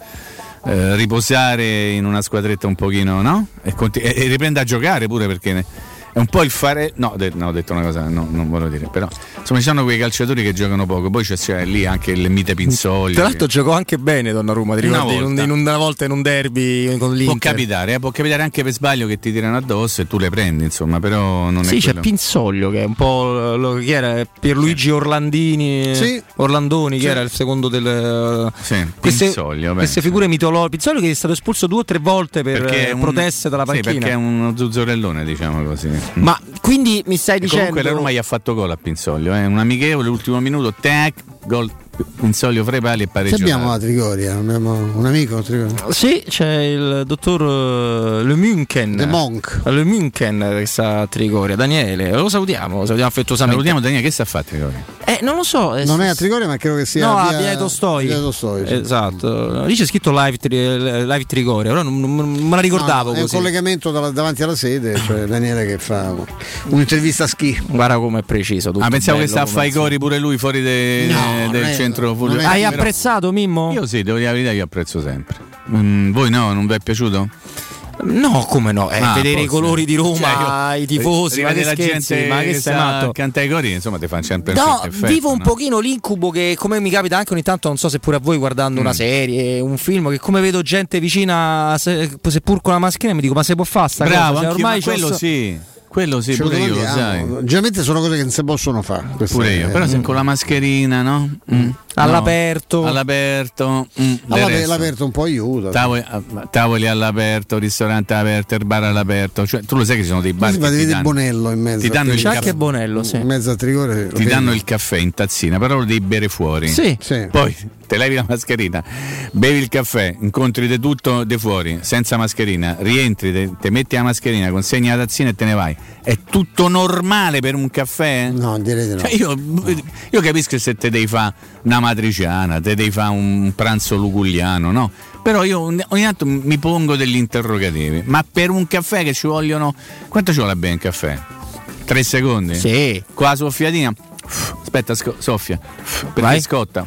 Riposare in una squadretta un pochino, no? E riprenda a giocare pure, perché è un po' il fare. No, ho detto una cosa, non volevo dire. Però insomma ci sono quei calciatori che giocano poco. Poi c'è lì anche il mite Pinzogli. Tra l'altro giocò anche bene Donnarumma, ti ricordi? Una volta in un derby con l'Inter. Può capitare anche per sbaglio che ti tirano addosso e tu le prendi, insomma, però non è quello. Sì, c'è Pinzoglio che è un po' chi era? Pierluigi Orlandini. Sì. Orlandoni, che era il secondo del. Sì, Pinzoglio. Queste figure mitologiche. Pinzoglio che è stato espulso 2 o 3 volte per proteste dalla panchina. Sì, perché è uno zuzzurellone, diciamo così. Ma quindi mi stai dicendo. Comunque la Roma gli ha fatto gol a Pinzoglio, un amichevole, l'ultimo minuto, tac, gol. Pinzoglio fra i pali e pareggio. Abbiamo la Trigoria, abbiamo un amico a Trigoria. Sì, c'è il dottor Le Munchen. The Monk. Le Munchen che sta a Trigoria. Daniele, lo salutiamo affettuosamente. Salutiamo Daniele, che sta a fare a Trigoria? Non lo so. Non è a Trigoria, ma credo che sia a Via Tostoi. Sì. Esatto. Lì c'è scritto live Trigoria, però non me la ricordavo così. È un collegamento davanti alla sede, cioè Daniele che fa un'intervista a Ski. Guarda come è preciso. Pensavo che sta a fare i cori pure lui fuori del centro. Hai apprezzato, Mimmo? Io sì, devo dire la verità, io apprezzo sempre. Voi no? Non vi è piaciuto? No, come no? Vedere i colori di Roma, i tifosi, ma che gente, ma che sei matto? Cantare i cori, insomma, ti fanno sempre effetto, vivo un pochino l'incubo che, come mi capita anche ogni tanto, non so se pure a voi guardando una serie, un film, che come vedo gente vicina, seppur con la mascherina, mi dico, ma se può fare sta cosa? Cioè, ormai quello sì. Quello sì, pure io, lo sai. Generalmente sono cose che non si possono fare. Pure io, però se con la mascherina, no? All'aperto. All'aperto un po' aiuta. Tavoli all'aperto, ristorante all'aperto, il bar all'aperto. Cioè, tu lo sai che ci sono dei bar che ti danno Bonello in mezzo. Ti danno il caffè. Anche Bonello, sì. In mezzo a Trigoria. Ti danno il caffè in tazzina, però lo devi bere fuori. Sì. Poi te levi la mascherina, bevi il caffè, incontri di tutto di fuori, senza mascherina, rientri, te metti la mascherina, consegni la tazzina e te ne vai. È tutto normale per un caffè? No, direi di no. Cioè io capisco se te devi fare una matriciana, te devi fare un pranzo luculliano, no? Però io ogni tanto mi pongo degli interrogativi. Ma per un caffè che ci vogliono. Quanto ci vuole bene un caffè? 3 secondi? Sì. Con la soffiatina. Aspetta, soffia. Perché scotta.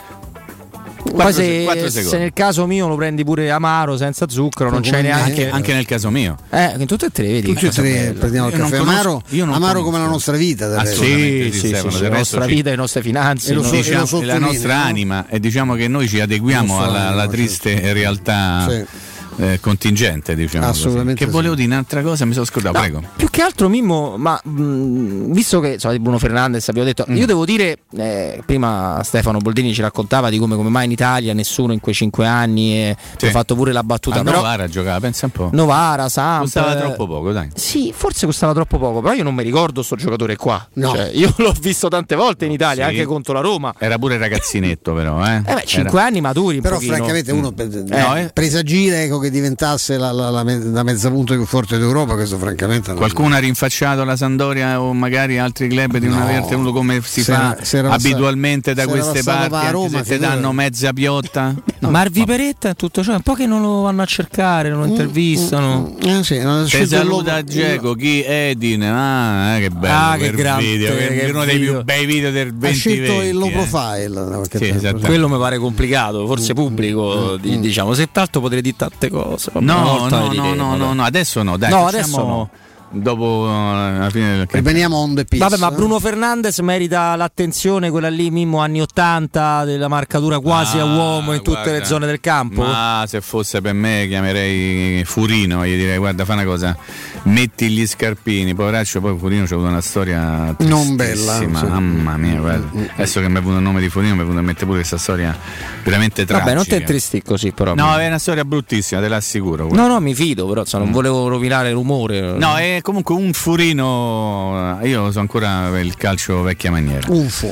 4 se nel caso mio lo prendi pure amaro senza zucchero, non c'è neanche. Anche nel caso mio. In tutte e tre, vedi. Tutti e tre prendiamo il caffè amaro come la nostra vita. Sì, la nostra vita, le nostre finanze, la nostra anima, e diciamo che noi ci adeguiamo alla triste realtà. Contingente, diciamo. Assolutamente. Che volevo dire un'altra cosa, mi sono scordato, prego. Più che altro, Mimmo, ma visto che di Bruno Fernandes abbiamo detto, io devo dire, prima Stefano Boldrini ci raccontava di come mai in Italia nessuno in quei 5 anni ha fatto pure la battuta. Però Novara giocava, pensa un po'. Novara, Samp. Costava troppo poco, dai. Sì, forse costava troppo poco, però io non mi ricordo sto giocatore qua. No. Cioè, io l'ho visto tante volte in Italia, anche contro la Roma. Era pure ragazzinetto, però. 5 anni maturi. Però francamente uno presagire che diventasse la mezza punta più forte d'Europa, questo francamente qualcuno ha rinfacciato la Sampdoria o magari altri club di non aver tenuto come si fa abitualmente da queste parti, Roma, se ti danno mezza piotta. Marvi Peretta, tutto ciò, un po' che non lo vanno a cercare, non lo intervistano. Te saluta Geco, chi Edin, che bello, che grande video, che uno dei più bei video del 2020. Ha scelto il low profile, quello mi pare complicato, forse pubblico, diciamo, se tanto potrei dire tante cose. No, adesso no, dai. No, adesso no. Dopo la fine del riveniamo on the pitch. Vabbè, ma Bruno Fernandes merita l'attenzione, quella lì Mimmo anni 80 della marcatura quasi a uomo in tutte le zone del campo. Ma se fosse per me chiamerei Furino, gli direi guarda, fa una cosa, metti gli scarpini, poveraccio. Poi Furino c'ha avuto una storia non bella, mamma mia, guarda. Adesso che mi è venuto il nome di Furino mi è venuto a mettere pure questa storia veramente tragica. Vabbè, non te tristi così, però no, è una storia bruttissima, te l'assicuro. No, mi fido, però non volevo rovinare l'umore. No, comunque un Furino, io sono ancora per il calcio vecchia maniera.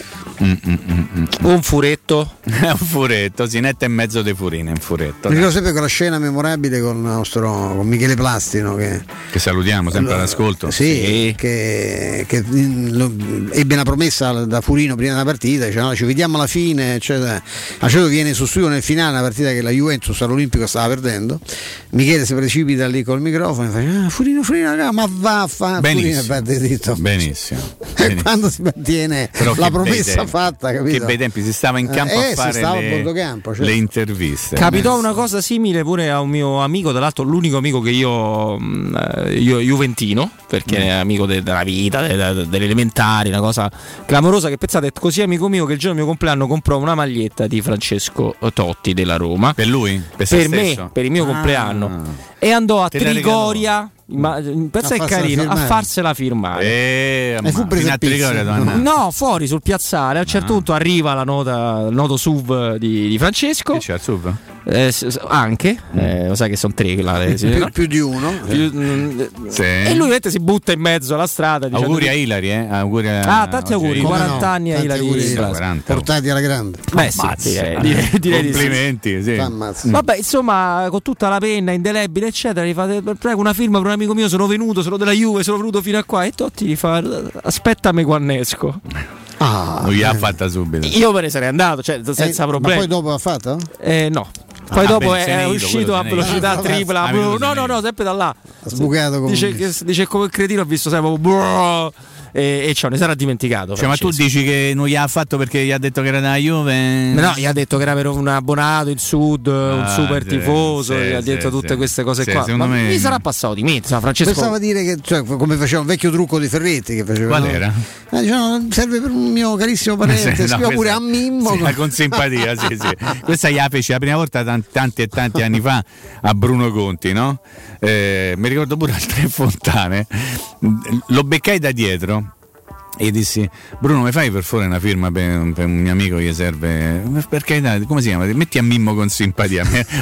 Un furetto? Un furetto, sì, netto e mezzo dei Furine, un furetto. Mi ricordo sempre quella scena memorabile con Michele Plastino che salutiamo sempre all'ascolto. Sì. Che ebbe una promessa da Furino prima della partita, dice no, ci vediamo alla fine, eccetera. A certo viene sostituito nel finale una partita che la Juventus all'Olimpico stava perdendo. Michele si precipita lì col microfono e fa Furino, ma va a fare benissimo. Quando si mantiene la promessa fatta, capito? Che bei tempi, si stava in campo a fare le interviste. Capitò una cosa simile pure a un mio amico, tra l'altro l'unico amico che io juventino, perché è amico della vita, delle elementari, una cosa clamorosa, che pensate, è così amico mio che il giorno del mio compleanno comprò una maglietta di Francesco Totti della Roma. Per lui? Per me, per il mio compleanno. E andò a Trigoria, pensa che carino, a farsela firmare. fu preso a Trigoria, no, fuori sul piazzale. A un certo punto arriva il noto SUV di Francesco. Che c'è il SUV? Anche lo sai che sono tre più di uno sì. E lui si butta in mezzo alla strada, auguri a Ilari, auguri tanti auguri, 40 anni a Ilari, portati alla grande. Direi complimenti, sì. Vabbè, insomma, con tutta la penna indelebile eccetera, gli fate prego una firma per un amico mio, sono della Juve, sono venuto fino a qua, e Totti gli fa aspettami quando esco. Non gli ha fatta subito. Io me ne sarei andato, senza problemi. Ma poi dopo l'ha fatto? No. Poi dopo è uscito a velocità tripla. No, sempre da là. Sbucato come dice come il cretino, ho visto sempre e ciò ne sarà dimenticato. Ma tu dici che non gli ha fatto perché gli ha detto che era da Juve? No, gli ha detto che era per un abbonato il Sud, un super tifoso, gli ha detto tutte queste cose qua. Ma mi sarà passato di me, Francesco. Pensava dire che come faceva un vecchio trucco di Ferretti che faceva. Qual era? Diciamo, serve per un mio carissimo parente, scriva pure a Mimmo. Con simpatia, sì. Questa gliela fece la prima volta tanti anni fa a Bruno Conti, no? Mi ricordo pure al Tre Fontane, lo beccai da dietro e dissi: Bruno, mi fai per favore una firma per un mio amico, gli serve, perché come si chiama? Metti a Mimmo con simpatia.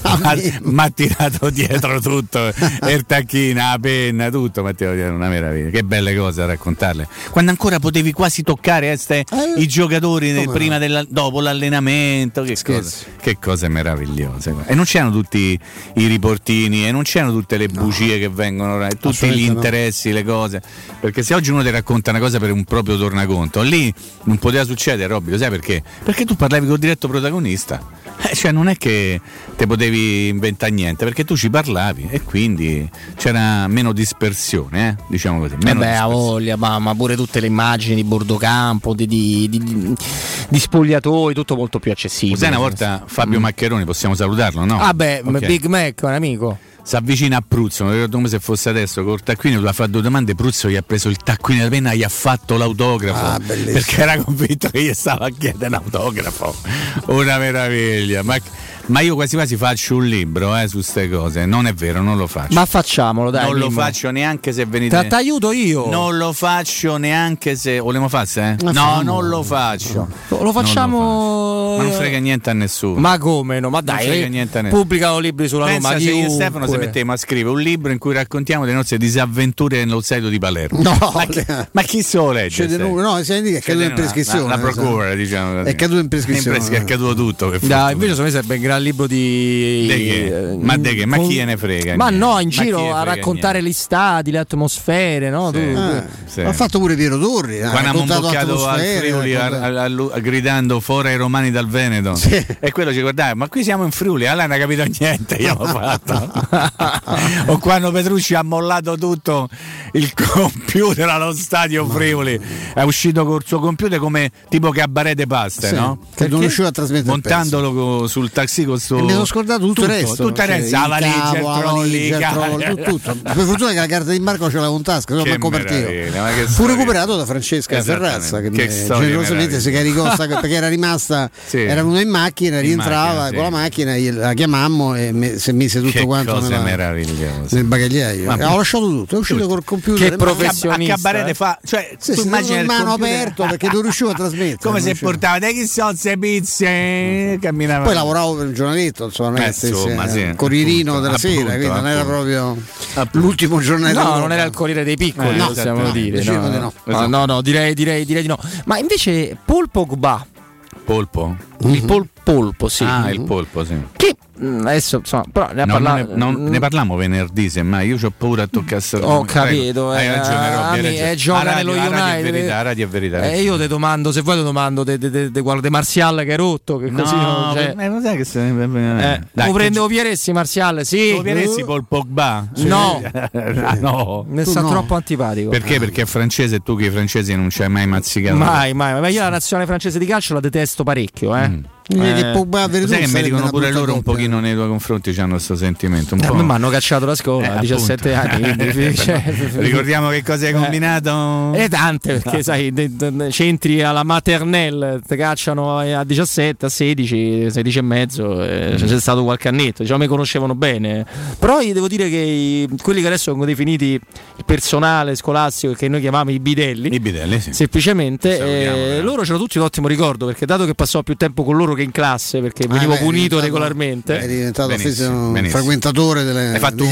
Mi ha tirato dietro tutto, il tacchino, la penna, tutto, mi ha tirato dietro, una meraviglia. Che belle cose da raccontarle, quando ancora potevi quasi toccare i giocatori prima dopo l'allenamento. Che cose meravigliose. E non c'erano tutti i riportini, e non c'erano tutte le bugie che vengono, tutti gli interessi, le cose, perché se oggi uno ti racconta una cosa per un proprio tornaconto, lì non poteva succedere, Robby, lo sai perché? Perché tu parlavi col diretto protagonista, cioè non è che te potevi inventare niente, perché tu ci parlavi e quindi c'era meno dispersione, diciamo così. A voglia, ma pure tutte le immagini di bordocampo, di spogliatoi, tutto molto più accessibile. Sai, una volta Fabio Maccheroni, possiamo salutarlo, no? Okay. Big Mac, un amico. Si avvicina a Pruzzo, non ricordo come se fosse adesso, col taccuino, tu ha fatto 2 domande, Pruzzo gli ha preso il taccuino della penna, gli ha fatto l'autografo, perché era convinto che gli stava a chiedere l'autografo. Una meraviglia. Ma io quasi faccio un libro su ste cose. Non è vero, non lo faccio. Ma facciamolo, dai. Non lo faccio neanche se venite. Ti aiuto io. Non lo faccio neanche se. Vogliamo farse? No, non lo faccio. Lo facciamo. Ma non frega niente a nessuno. Ma come no? Ma dai, non frega niente a nessuno. Pubblicano libri sulla Roma. Pensa se io e Stefano se mettiamo a scrivere un libro in cui raccontiamo le nostre disavventure nello stadio di Palermo. No, ma chi se lo legge? No, si è caduto in prescrizione. La procura, diciamo così. È caduto in prescrizione. È caduto tutto. Invece secondo me sarebbe un gran libro di ma chi ne frega? Ma no, in giro a raccontare gli stadi, le atmosfere, no? Sì. Ha fatto pure Piero Torri. Quando abbiamo boccato al Friuli gridando fuori ai romani dal Veneto, e quello ci guardava, ma qui siamo in Friuli, allora non ha capito niente. Io l'ho fatto. O quando Petrucci ha mollato tutto il computer allo stadio Friuli, è uscito col suo computer come tipo Cabaret Paste, no? Che non riusciva a trasmettere, montandolo sul taxi con sto. E mi sono scordato tutto il resto. Tutta il resto, la valigia, tutto. Per fortuna che la carta di imbarco ce l'avevo in tasca, non manco partito. Fu recuperato da Francesca Ferrazza, che generosamente si caricò perché era rimasta, era venuta in macchina, rientrava con la macchina, la chiamammo e si mise tutto quanto nel bagagliaio. Ho lasciato tutto, è uscito col computer. Che professionista. A Cabaret fa, cioè tu immagini il mano aperto perché non riuscivo a trasmettere. Come se portava dai chi sono queste pizze, camminava. Poi lavoravo per il giornaletto, Corrierino della Sera, quindi non era proprio l'ultimo giornale. No, non era il Corriere dei Piccoli, possiamo dire. No, direi di no. Ma invece Paul Pogba. Polpo? Il polpo, sì. Ah, il polpo, sì. Che adesso insomma, però ne parliamo venerdì, semmai io c'ho paura a toccare. Ho capito, hai ragione, Robby, gioca nello United. Radio è verità. Io ti domando, se vuoi ti domando de Martial che è rotto, che così non sai che lo prendevo Pieressi Martial, sì. Lo Pieressi Paul Pogba? No. No. Mi sta troppo antipatico. Perché? Perché è francese e tu che i francesi non ci hai mai mazzicato. Mai, ma io la nazionale francese di calcio la detesto parecchio, sai che mi dicono pure loro un pochino nei tuoi confronti, c'hanno questo sentimento un po'. Mi hanno cacciato la scuola a 17 anni. Ricordiamo che cosa hai combinato? Tante, perché sai, c'entri alla maternelle, ti cacciano a 17, a 16, 16 e mezzo, c'è stato qualche annetto, diciamo mi conoscevano bene. Però io devo dire che quelli che adesso vengono definiti il personale scolastico, che noi chiamiamo i bidelli, sì. Semplicemente loro c'erano tutti un ottimo ricordo, perché dato che passò più tempo con loro che in classe, perché venivo punito regolarmente, è diventato un frequentatore hai fatto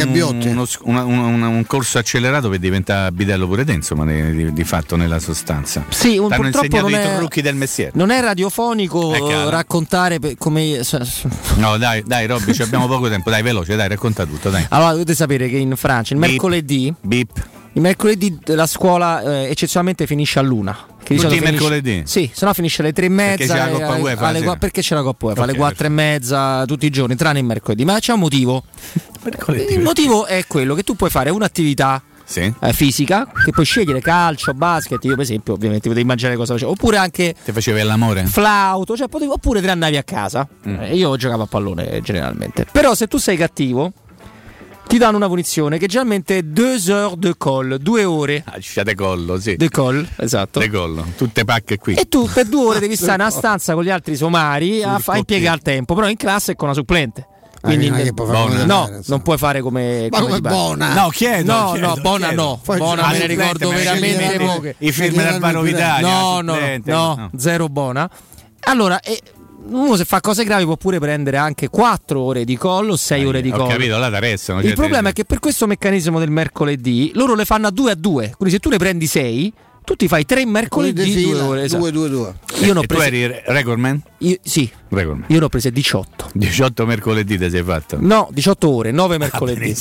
un corso accelerato per diventare bidello pure te, insomma, di fatto, nella sostanza. Sì, purtroppo non i trucchi del mestiere. Non è radiofonico raccontare come. No, dai Robby, abbiamo poco tempo, dai, veloce, dai, racconta tutto, dai. Allora, dovete sapere che in Francia il mercoledì la scuola eccezionalmente finisce a1. Tutti i mercoledì? Sì, se no finisce alle 3:30. Perché c'è la Coppa UEFA? Perché c'è la Coppa UEFA, alle 4:30 tutti i giorni, tranne il mercoledì. Ma c'è un motivo. Il motivo è quello che tu puoi fare un'attività fisica, che puoi scegliere calcio, basket. Io per esempio, ovviamente potete immaginare cosa facevo. Oppure anche ti facevi l'amore, flauto, cioè oppure te ne andavi a casa. Io giocavo a pallone generalmente. Però se tu sei cattivo ti danno una punizione che generalmente è 2 heures de colle, 2 ore. De collo, sì. De colle, esatto. De collo, tutte pacche qui. E tu per 2 ore devi stare in una stanza con gli altri somari a impiegare il tempo, però in classe è con una supplente. Quindi non puoi fare come Bona. No, chiedo. No, Bona no. Bona me ne ricordo veramente poche. I film del Alvaro Vitali. No, zero Bona. Allora, uno se fa cose gravi può pure prendere anche 4 ore di collo, 6 ore di collo. Ho capito, là t'arrestano. Il problema è che per questo meccanismo del mercoledì loro le fanno a 2 a 2. Quindi se tu ne prendi 6, tu ti fai 3 mercoledì, 2 ore. 2. Io tu eri recordman? Sì. Recordman. Io ne ho prese 18. 18 mercoledì te sei fatto? No, 18 ore, 9 mercoledì.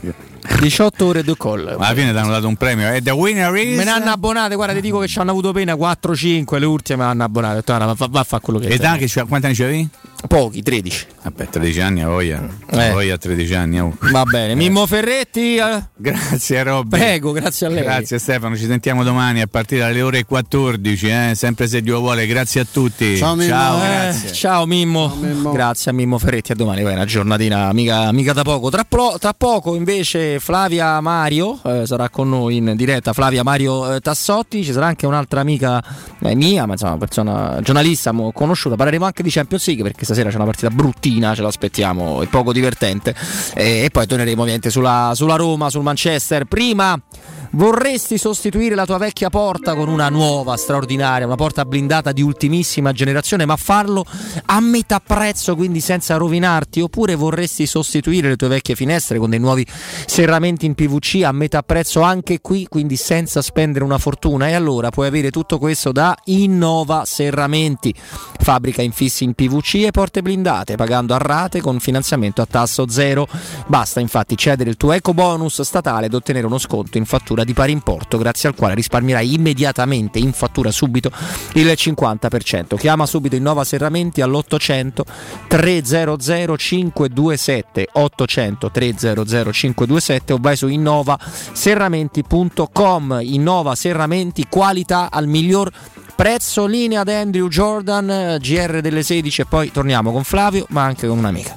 18 ore di call. Ma alla fine ti hanno dato un premio. E the winner is... Me ne hanno abbonate, guarda, ti dico che ci hanno avuto pena 4-5, le ultime me hanno abbonato. Va a fare quello che e da che quanti anni c'avevi? Pochi, 13. Vabbè, 13 anni a voglia. Voglia 13 anni. Va bene, Mimmo Ferretti. Grazie Robby. Prego, grazie a lei. Grazie Stefano, ci sentiamo domani a partire dalle ore 14, sempre se Dio vuole. Grazie a tutti. Ciao Mimmo. Grazie. Ciao Mimmo. Grazie a Mimmo Ferretti, a domani. Una giornatina mica da poco. Tra poco invece Flavia Mario sarà con noi in diretta. Flavia Mario Tassotti. Ci sarà anche un'altra amica mia, ma insomma persona giornalista conosciuta. Parleremo anche di Champions League, perché stasera c'è una partita bruttina, ce l'aspettiamo, è poco divertente, e poi torneremo ovviamente sulla Roma, sul Manchester. Prima, vorresti sostituire la tua vecchia porta con una nuova straordinaria, una porta blindata di ultimissima generazione, ma farlo a metà prezzo, quindi senza rovinarti? Oppure vorresti sostituire le tue vecchie finestre con dei nuovi serramenti in PVC a metà prezzo anche qui, quindi senza spendere una fortuna? E allora puoi avere tutto questo da Innova Serramenti, fabbrica infissi in PVC e porte blindate, pagando a rate con finanziamento a tasso zero. Basta infatti cedere il tuo eco bonus statale ed ottenere uno sconto in fattura di pari importo, grazie al quale risparmierai immediatamente in fattura subito il 50%. Chiama subito Innova Serramenti all'800 300 527 800 300 527 o vai su innovaserramenti.com. Innova Serramenti, qualità al miglior prezzo. Linea ad Andrew Jordan, GR delle 16, e poi torniamo con Flavio ma anche con un'amica.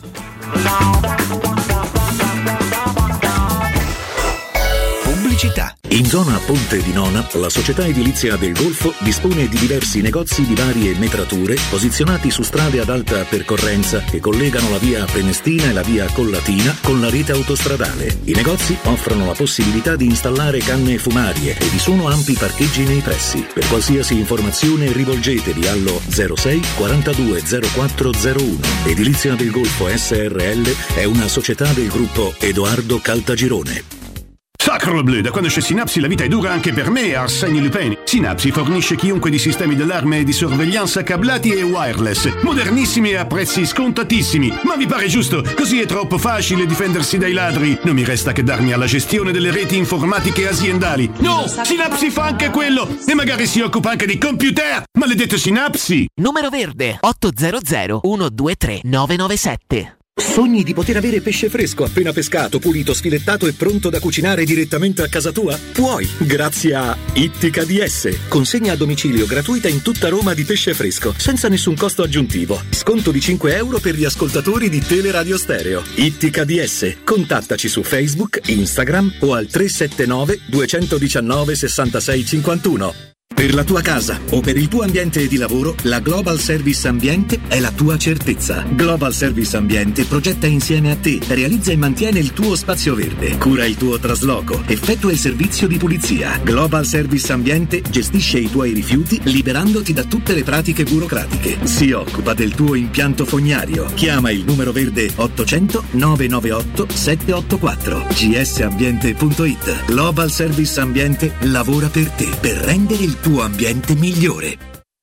Pubblicità. In zona Ponte di Nona, la società edilizia del Golfo dispone di diversi negozi di varie metrature posizionati su strade ad alta percorrenza che collegano la via Prenestina e la via Collatina con la rete autostradale. I negozi offrono la possibilità di installare canne fumarie e vi sono ampi parcheggi nei pressi. Per qualsiasi informazione rivolgetevi allo 06 42 0401. Edilizia del Golfo SRL è una società del gruppo Edoardo Caltagirone. Sacre bleu, da quando c'è Synapsi la vita è dura anche per me, Arsène Lupin. Synapsi fornisce chiunque di sistemi d'allarme e di sorveglianza cablati e wireless, modernissimi e a prezzi scontatissimi. Ma vi pare giusto? Così è troppo facile difendersi dai ladri. Non mi resta che darmi alla gestione delle reti informatiche aziendali. No, Synapsi fa anche quello e magari si occupa anche di computer. Maledetto Synapsi. Numero verde 800 123 997. Sogni di poter avere pesce fresco appena pescato, pulito, sfilettato e pronto da cucinare direttamente a casa tua? Puoi, grazie a Ittica DS. Consegna a domicilio gratuita in tutta Roma di pesce fresco, senza nessun costo aggiuntivo. Sconto di €5 per gli ascoltatori di Teleradio Stereo. Ittica DS. Contattaci su Facebook, Instagram o al 379 219 66 51. Per la tua casa o per il tuo ambiente di lavoro, la Global Service Ambiente è la tua certezza. Global Service Ambiente progetta insieme a te, realizza e mantiene il tuo spazio verde, cura il tuo trasloco, effettua il servizio di pulizia. Global Service Ambiente gestisce i tuoi rifiuti liberandoti da tutte le pratiche burocratiche. Si occupa del tuo impianto fognario. Chiama il numero verde 800 998 784. gsambiente.it. Global Service Ambiente lavora per te, per rendere il tuo ambiente migliore.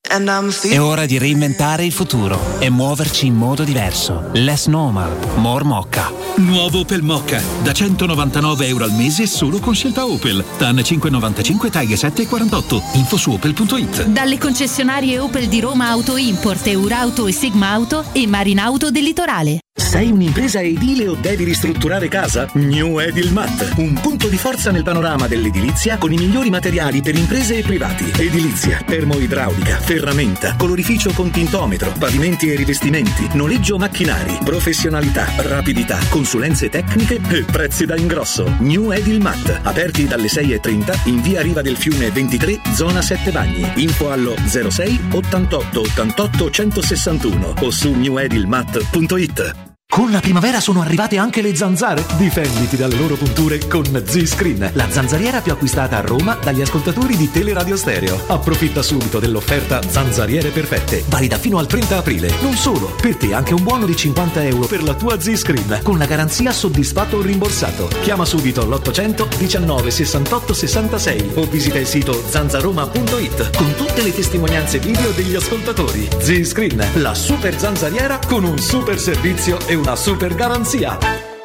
È ora di reinventare il futuro e muoverci in modo diverso. Less normal, more Mokka. Nuovo Opel Mokka, da €199 al mese solo con scelta Opel. TAN 595, Taghe 7,48. Info su opel.it. Dalle concessionarie Opel di Roma Auto Import, Eurauto e Sigma Auto e Marinauto del Litorale. Sei un'impresa edile o devi ristrutturare casa? New Edilmat, un punto di forza nel panorama dell'edilizia con i migliori materiali per imprese e privati. Edilizia, termoidraulica, ferramenta, colorificio con tintometro, pavimenti e rivestimenti, noleggio macchinari, professionalità, rapidità, consulenze tecniche e prezzi da ingrosso. New Edilmat, aperti dalle 6:30 in via Riva del Fiume 23, zona 7 Bagni. Info allo 06 88 88 161 o su newedilmat.it. Con la primavera sono arrivate anche le zanzare. Difenditi dalle loro punture con Z-Screen, la zanzariera più acquistata a Roma dagli ascoltatori di Teleradio Stereo. Approfitta subito dell'offerta Zanzariere Perfette, valida fino al 30 aprile. Non solo, per te anche un buono di €50 per la tua Z-Screen, con la garanzia soddisfatto o rimborsato. Chiama subito l'800 19 68 66 o visita il sito zanzaroma.it con tutte le testimonianze video degli ascoltatori. Z-Screen, la super zanzariera con un super servizio e una super garanzia.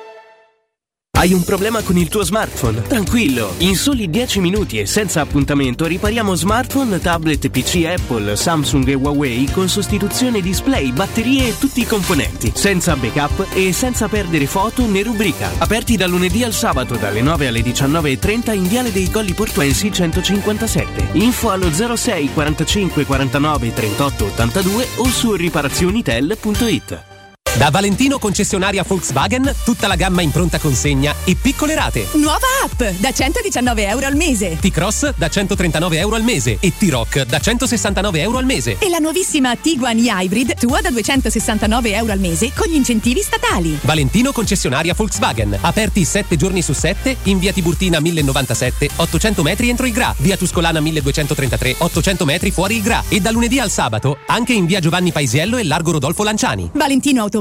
Hai un problema con il tuo smartphone? Tranquillo, in soli 10 minuti e senza appuntamento ripariamo smartphone, tablet, PC Apple, Samsung e Huawei con sostituzione display, batterie e tutti i componenti, senza backup e senza perdere foto né rubrica. Aperti dal lunedì al sabato dalle 9 alle 19:30 in Viale dei Colli Portuensi 157. Info allo 06 45 49 38 82 o su riparazionitel.it. Da Valentino concessionaria Volkswagen, tutta la gamma in pronta consegna e piccole rate. Nuova app da €119 al mese. T-Cross da €139 al mese e T-Rock da €169 al mese. E la nuovissima Tiguan e-Hybrid tua da €269 al mese con gli incentivi statali. Valentino concessionaria Volkswagen, aperti 7 giorni su 7 in via Tiburtina 1097, 800 metri entro il Gra, via Tuscolana 1233, 800 metri fuori il Gra e da lunedì al sabato anche in via Giovanni Paisiello e largo Rodolfo Lanciani. ValentinoAutomobili.it.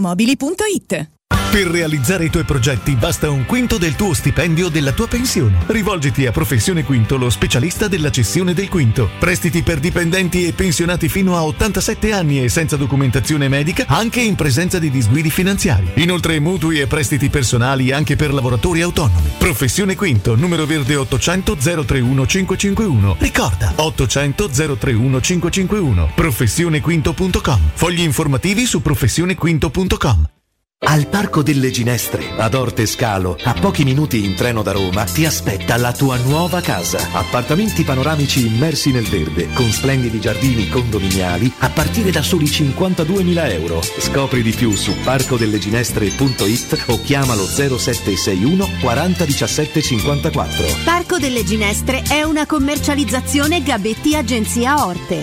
Per realizzare i tuoi progetti basta un quinto del tuo stipendio della tua pensione. Rivolgiti a Professione Quinto, lo specialista della cessione del quinto. Prestiti per dipendenti e pensionati fino a 87 anni e senza documentazione medica, anche in presenza di disguidi finanziari. Inoltre mutui e prestiti personali anche per lavoratori autonomi. Professione Quinto, numero verde 800 031 551. Ricorda, 800 031 551. Professionequinto.com. Fogli informativi su professionequinto.com. Al Parco delle Ginestre, ad Orte Scalo, a pochi minuti in treno da Roma, ti aspetta la tua nuova casa. Appartamenti panoramici immersi nel verde, con splendidi giardini condominiali, a partire da soli €52.000. Scopri di più su parcodelleginestre.it o chiamalo 0761 40 17 54. Parco delle Ginestre è una commercializzazione Gabetti Agenzia Orte.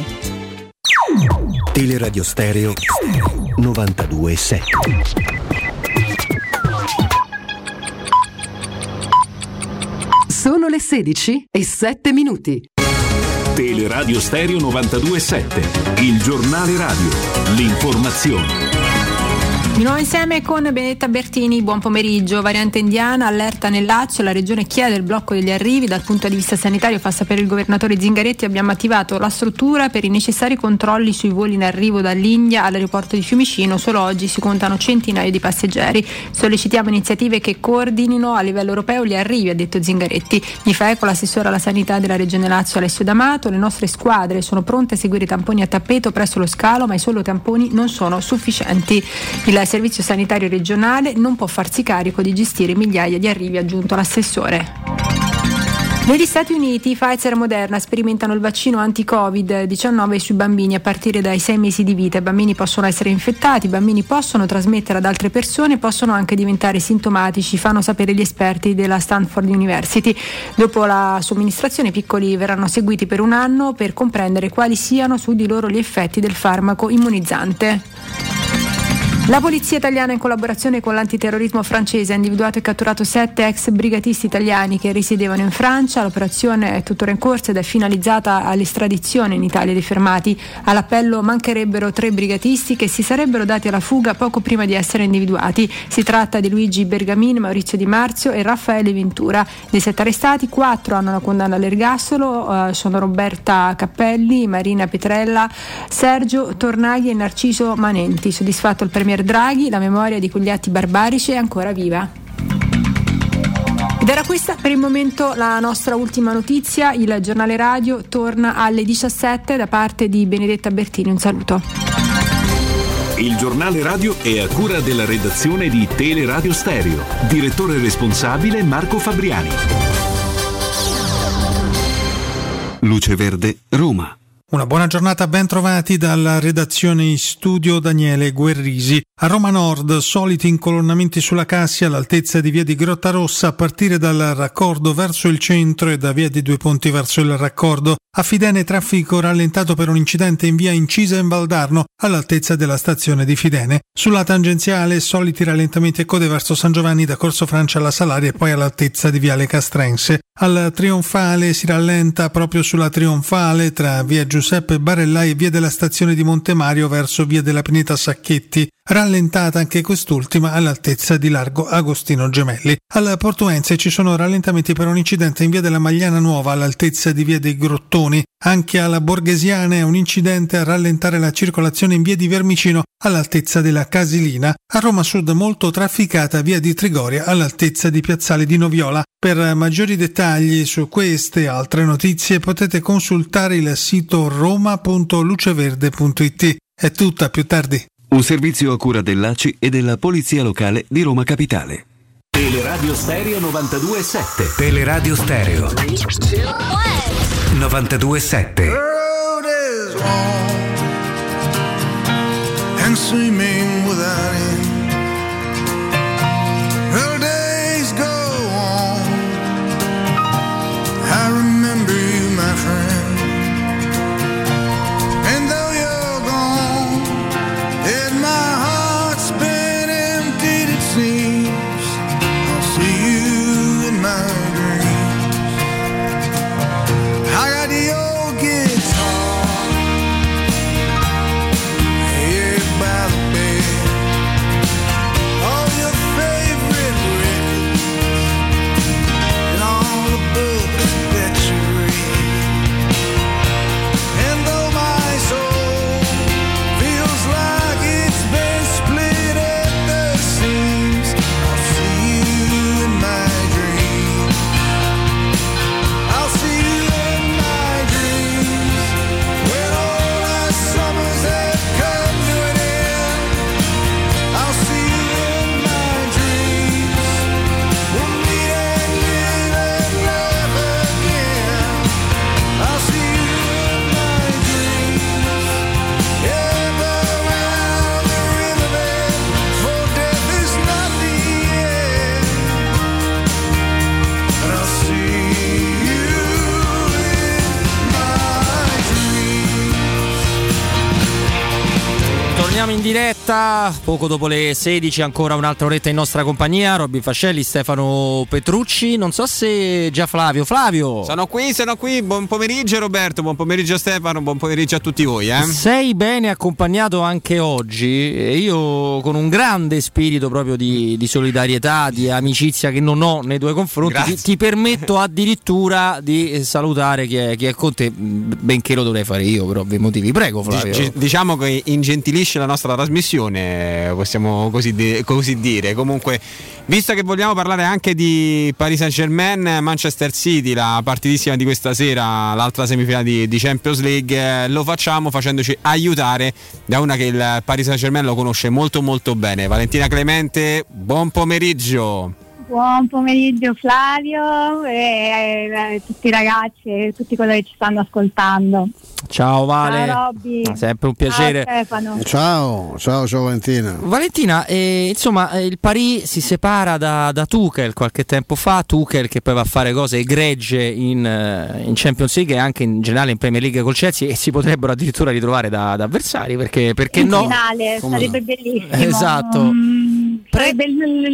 Teleradio Stereo 92.7. Sono le 16:07. Teleradio Stereo 92.7, il giornale radio, l'informazione. Di nuovo insieme con Benedetta Bertini, buon pomeriggio. Variante indiana, allerta nel Lazio, la regione chiede il blocco degli arrivi. Dal punto di vista sanitario, fa sapere il governatore Zingaretti, abbiamo attivato la struttura per i necessari controlli sui voli in arrivo dall'India all'aeroporto di Fiumicino. Solo oggi si contano centinaia di passeggeri. Sollecitiamo iniziative che coordinino a livello europeo gli arrivi, ha detto Zingaretti. Gli fa eco l'assessore alla sanità della regione Lazio Alessio D'Amato. Le nostre squadre sono pronte a seguire i tamponi a tappeto presso lo scalo, ma i soli tamponi non sono sufficienti. Il servizio sanitario regionale non può farsi carico di gestire migliaia di arrivi, ha aggiunto l'assessore. Negli Stati Uniti Pfizer e Moderna sperimentano il vaccino anti-Covid-19 sui bambini a partire dai 6 mesi di vita. I bambini possono essere infettati, i bambini possono trasmettere ad altre persone, possono anche diventare sintomatici, fanno sapere gli esperti della Stanford University. Dopo la somministrazione i piccoli verranno seguiti per un anno per comprendere quali siano su di loro gli effetti del farmaco immunizzante. La polizia italiana, in collaborazione con l'antiterrorismo francese, ha individuato e catturato 7 ex brigatisti italiani che risiedevano in Francia. L'operazione è tuttora in corso ed è finalizzata all'estradizione in Italia dei fermati. All'appello mancherebbero 3 brigatisti che si sarebbero dati alla fuga poco prima di essere individuati. Si tratta di Luigi Bergamin, Maurizio Di Marzio e Raffaele Ventura. Dei 7 arrestati, 4 hanno una condanna all'ergastolo, sono Roberta Cappelli, Marina Petrella, Sergio Tornaghi e Narciso Manenti. Soddisfatto il premier Draghi, la memoria di quegli atti barbarici è ancora viva. Ed era questa per il momento la nostra ultima notizia. Il giornale radio torna alle 17 da parte di Benedetta Bertini. Un saluto. Il giornale radio è a cura della redazione di Teleradio Stereo. Direttore responsabile Marco Fabriani. Luce Verde, Roma. Una buona giornata, ben trovati dalla redazione in studio Daniele Guerrisi. A Roma Nord, soliti incolonnamenti sulla Cassia all'altezza di via di Grottarossa a partire dal raccordo verso il centro e da via di Due Ponti verso il raccordo. A Fidene traffico rallentato per un incidente in via Incisa in Valdarno all'altezza della stazione di Fidene. Sulla tangenziale soliti rallentamenti e code verso San Giovanni da Corso Francia alla Salaria e poi all'altezza di viale Castrense. Al Trionfale si rallenta proprio sulla Trionfale tra via Giuseppe Barellai e via della stazione di Montemario verso via della Pineta Sacchetti. Rallentata anche quest'ultima all'altezza di largo Agostino Gemelli. Al Portuense ci sono rallentamenti per un incidente in via della Magliana Nuova all'altezza di via dei Grottoni. Anche alla Borghesiana è un incidente a rallentare la circolazione in via di Vermicino all'altezza della Casilina. A Roma Sud molto trafficata via di Trigoria all'altezza di Piazzale di Noviola. Per maggiori dettagli su queste e altre notizie potete consultare il sito roma.luceverde.it. È tutto, a più tardi. Un servizio a cura dell'ACI e della Polizia Locale di Roma Capitale. Teleradio Stereo 92.7. Teleradio Stereo 92.7. And swimming without end. Her days go on. I remember you, my friend. And though you're gone, and my heart's been emptied, it seems, I'll see you in my dreams. I got the old guitar, by the bed. diretta, poco dopo le 16, ancora un'altra oretta in nostra compagnia. Robby Fascelli, Stefano Petrucci, non so se già Flavio. Sono qui, buon pomeriggio Roberto, buon pomeriggio Stefano, buon pomeriggio a tutti voi. Sei bene accompagnato anche oggi, e io con un grande spirito proprio di solidarietà, di amicizia che non ho nei tuoi confronti, ti permetto addirittura di salutare chi è con te, benché lo dovrei fare io per ovvi motivi. Prego Flavio. Diciamo che ingentilisce la nostra trasmissione, possiamo così dire. Comunque, visto che vogliamo parlare anche di Paris Saint-Germain, Manchester City, la partitissima di questa sera, l'altra semifinale di Champions League, lo facciamo facendoci aiutare da una che il Paris Saint-Germain lo conosce molto molto bene. Valentina Clemente, buon pomeriggio. Buon pomeriggio Flavio e tutti i ragazzi e tutti quelli che ci stanno ascoltando. Ciao Vale. Ciao Robby. Sempre un piacere. Ciao Stefano. Ciao Valentina. Valentina, insomma, il Paris si separa da Tuchel qualche tempo fa. Tuchel che poi va a fare cose egregie in Champions League e anche in generale in Premier League col Chelsea, e si potrebbero addirittura ritrovare da avversari, perché in no? finale sarebbe bellissimo. Esatto. Sarebbe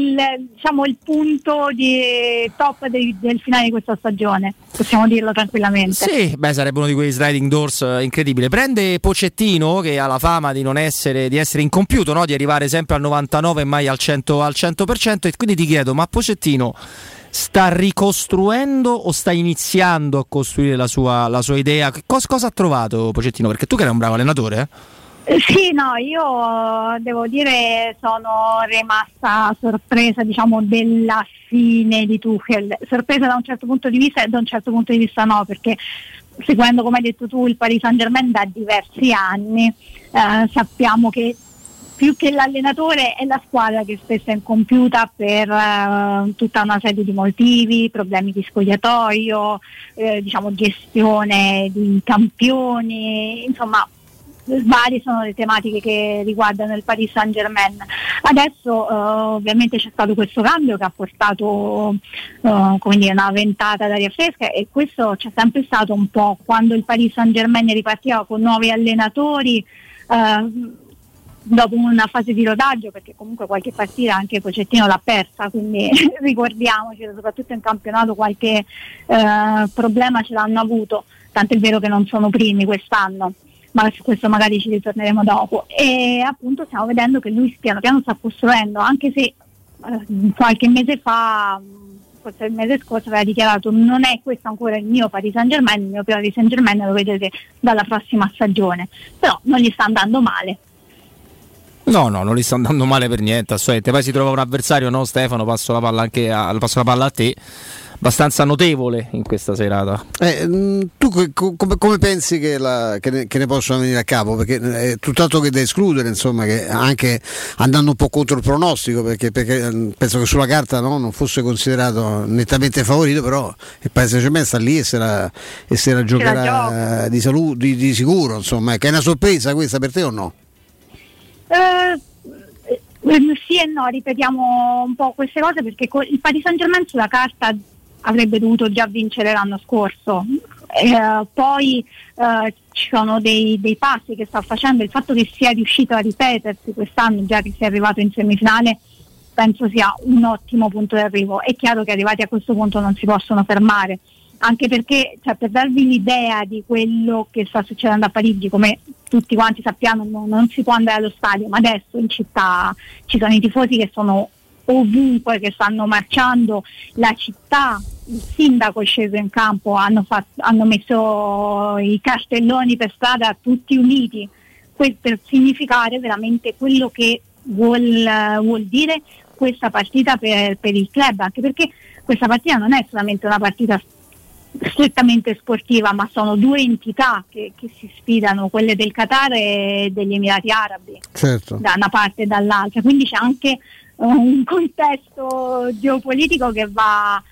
il punto di top del finale di questa stagione, possiamo dirlo tranquillamente. Sì, sarebbe uno di quei sliding doors incredibile. Prende Pochettino, che ha la fama di essere incompiuto, no? Di arrivare sempre al 99 e mai al 100%, e quindi ti chiedo, ma Pochettino sta ricostruendo o sta iniziando a costruire la sua idea? Cosa ha trovato Pochettino? Perché tu che eri un bravo allenatore, Sì, no, io devo dire sono rimasta sorpresa, della fine di Tuchel. Sorpresa da un certo punto di vista e da un certo punto di vista no, perché seguendo, come hai detto tu, il Paris Saint-Germain da diversi anni, sappiamo che più che l'allenatore è la squadra che spesso è incompiuta per tutta una serie di motivi, problemi di spogliatoio, gestione di campioni, insomma varie sono le tematiche che riguardano il Paris Saint-Germain. Adesso ovviamente c'è stato questo cambio che ha portato una ventata d'aria fresca, e questo c'è sempre stato un po' quando il Paris Saint-Germain ripartiva con nuovi allenatori dopo una fase di rodaggio, perché comunque qualche partita anche Pochettino l'ha persa, quindi ricordiamoci, soprattutto in campionato qualche problema ce l'hanno avuto, tanto è vero che non sono primi quest'anno, ma su questo magari ci ritorneremo dopo. E appunto stiamo vedendo che lui piano piano sta costruendo, anche se qualche mese fa, forse il mese scorso, aveva dichiarato: non è questo ancora il mio Paris Saint-Germain, il mio Paris Saint-Germain lo vedete dalla prossima stagione. Però non gli sta andando male. No, non gli sta andando male per niente, assolutamente. Poi si trova un avversario, no Stefano? Passo la palla a te, abbastanza notevole in questa serata. Tu come pensi che ne possano venire a capo? Perché è tutt'altro che da escludere, insomma, che anche andando un po' contro il pronostico, perché penso che sulla carta non fosse considerato nettamente favorito, però il Paris Saint-Germain sta lì e se la giocherà di sicuro, insomma. Che è una sorpresa questa per te o no? Sì e no, ripetiamo un po' queste cose, perché il Paris Saint-Germain sulla carta avrebbe dovuto già vincere l'anno scorso, poi ci sono dei passi che sta facendo. Il fatto che sia riuscito a ripetersi quest'anno, già che sia arrivato in semifinale, penso sia un ottimo punto d'arrivo. È chiaro che arrivati a questo punto non si possono fermare, anche perché, per darvi l'idea di quello che sta succedendo a Parigi, come tutti quanti sappiamo non si può andare allo stadio, ma adesso in città ci sono i tifosi che sono ovunque, che stanno marciando, la città, il sindaco è sceso in campo, hanno messo i cartelloni per strada tutti uniti, per significare veramente quello che vuol dire questa partita per il club, anche perché questa partita non è solamente una partita strettamente sportiva, ma sono due entità che si sfidano, quelle del Qatar e degli Emirati Arabi, certo, da una parte e dall'altra, quindi c'è anche un contesto geopolitico che va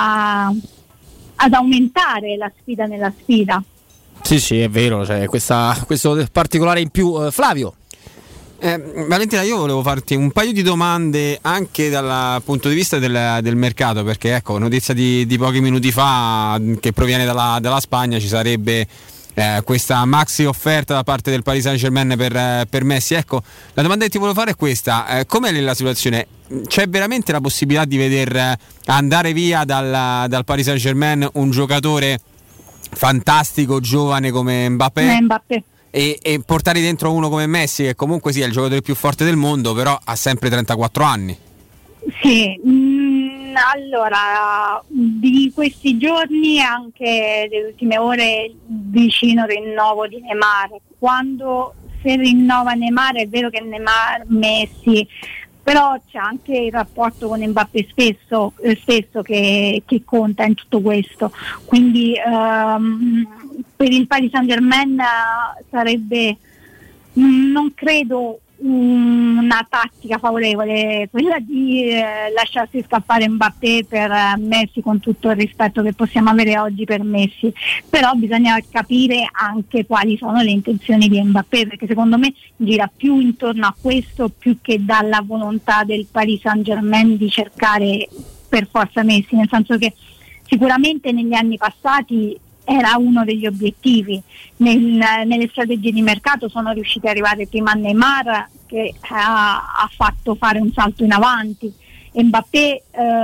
ad aumentare la sfida nella sfida. Sì, è vero, questo particolare in più. Flavio. Valentina, io volevo farti un paio di domande anche dal punto di vista del mercato, perché ecco, notizia di pochi minuti fa che proviene dalla Spagna, ci sarebbe questa maxi offerta da parte del Paris Saint-Germain per Messi. Ecco, la domanda che ti volevo fare è questa: com'è la situazione? C'è veramente la possibilità di veder andare via dal Paris Saint-Germain un giocatore fantastico, giovane come Mbappé? E portare dentro uno come Messi, che comunque sia il giocatore più forte del mondo, però ha sempre 34 anni? Sì, allora di questi giorni, anche delle ultime ore, vicino rinnovo di Neymar. Quando si rinnova Neymar, è vero che Neymar, Messi, però c'è anche il rapporto con Mbappé stesso che conta in tutto questo. Quindi per il Paris Saint-Germain sarebbe, non credo, una tattica favorevole quella di lasciarsi scappare Mbappé per Messi, con tutto il rispetto che possiamo avere oggi per Messi, però bisogna capire anche quali sono le intenzioni di Mbappé, perché secondo me gira più intorno a questo più che dalla volontà del Paris Saint-Germain di cercare per forza Messi, nel senso che sicuramente negli anni passati era uno degli obiettivi. Nelle strategie di mercato sono riusciti ad arrivare prima a Neymar, che ha fatto fare un salto in avanti. Mbappé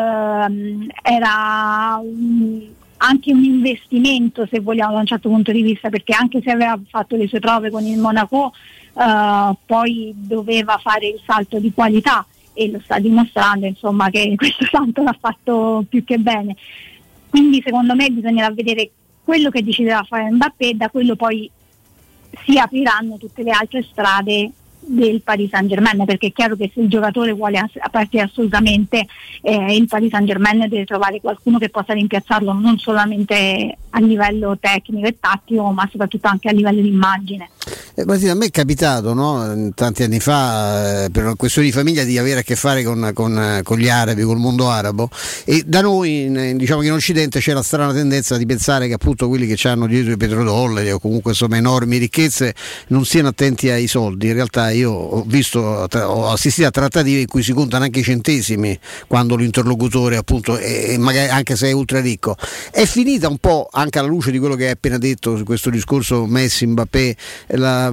era anche un investimento, se vogliamo, da un certo punto di vista, perché anche se aveva fatto le sue prove con il Monaco, poi doveva fare il salto di qualità, e lo sta dimostrando, insomma, che questo salto l'ha fatto più che bene. Quindi secondo me bisognerà vedere quello che decideva fare Mbappé, da quello poi si apriranno tutte le altre strade del Paris Saint-Germain, perché è chiaro che se il giocatore vuole partire assolutamente, il Paris Saint-Germain deve trovare qualcuno che possa rimpiazzarlo non solamente a livello tecnico e tattico, ma soprattutto anche a livello di immagine. Martina, a me è capitato, no, tanti anni fa, per una questione di famiglia, di avere a che fare con gli arabi, col mondo arabo, e da noi, diciamo che in Occidente c'è la strana tendenza di pensare che appunto quelli che hanno dietro i petrodollari o comunque insomma enormi ricchezze non siano attenti ai soldi. In realtà io ho assistito a trattative in cui si contano anche i centesimi quando l'interlocutore appunto magari anche se è ultra ricco. È finita un po', anche alla luce di quello che hai appena detto su questo discorso Messi, Mbappé, la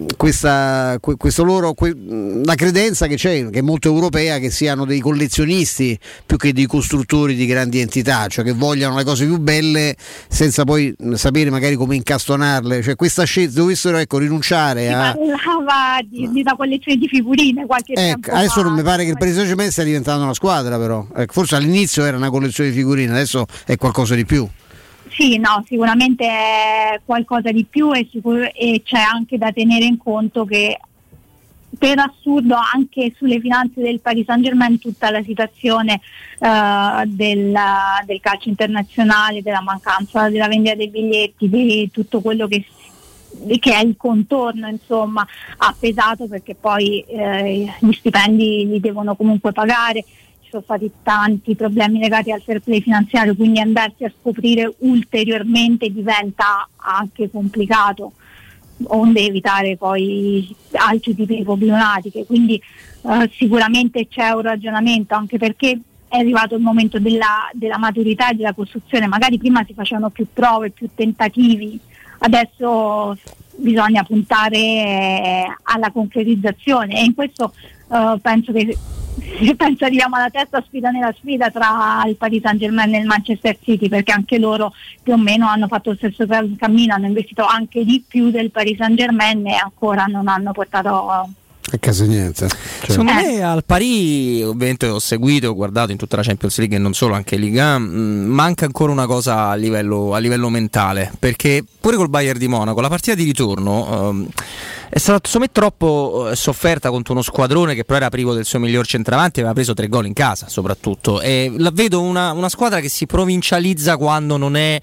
credenza che c'è, che è molto europea, che siano dei collezionisti più che dei costruttori di grandi entità, cioè che vogliano le cose più belle senza poi sapere magari come incastonarle, cioè questa scelta dovessero rinunciare a... parlava di una collezione di figurine qualche tempo fa. Adesso non mi pare che il Paris Saint-Germain stia diventando una squadra, però forse all'inizio era una collezione di figurine, adesso è qualcosa di più. Sì, no, sicuramente è qualcosa di più, e c'è anche da tenere in conto che per assurdo anche sulle finanze del Paris Saint-Germain tutta la situazione del calcio internazionale, della mancanza della vendita dei biglietti, di tutto quello che è il contorno, insomma, ha pesato, perché poi gli stipendi li devono comunque pagare. Ci sono stati tanti problemi legati al fair play finanziario, quindi andarsi a scoprire ulteriormente diventa anche complicato, onde evitare poi altri tipi di problematiche. Quindi sicuramente c'è un ragionamento, anche perché è arrivato il momento della maturità e della costruzione. Magari prima si facevano più prove, più tentativi, adesso bisogna puntare alla concretizzazione, e in questo penso arriviamo alla terza sfida nella sfida tra il Paris Saint-Germain e il Manchester City, perché anche loro più o meno hanno fatto lo stesso cammino, hanno investito anche di più del Paris Saint-Germain e ancora non hanno portato a casa niente. Secondo me al Paris, ovviamente ho seguito, ho guardato in tutta la Champions League e non solo, anche Liga 1, manca ancora una cosa a livello mentale, perché pure col Bayern di Monaco la partita di ritorno è stata secondo me troppo sofferta contro uno squadrone che però era privo del suo miglior centravanti e aveva preso 3 gol in casa soprattutto, e la vedo una squadra che si provincializza quando non è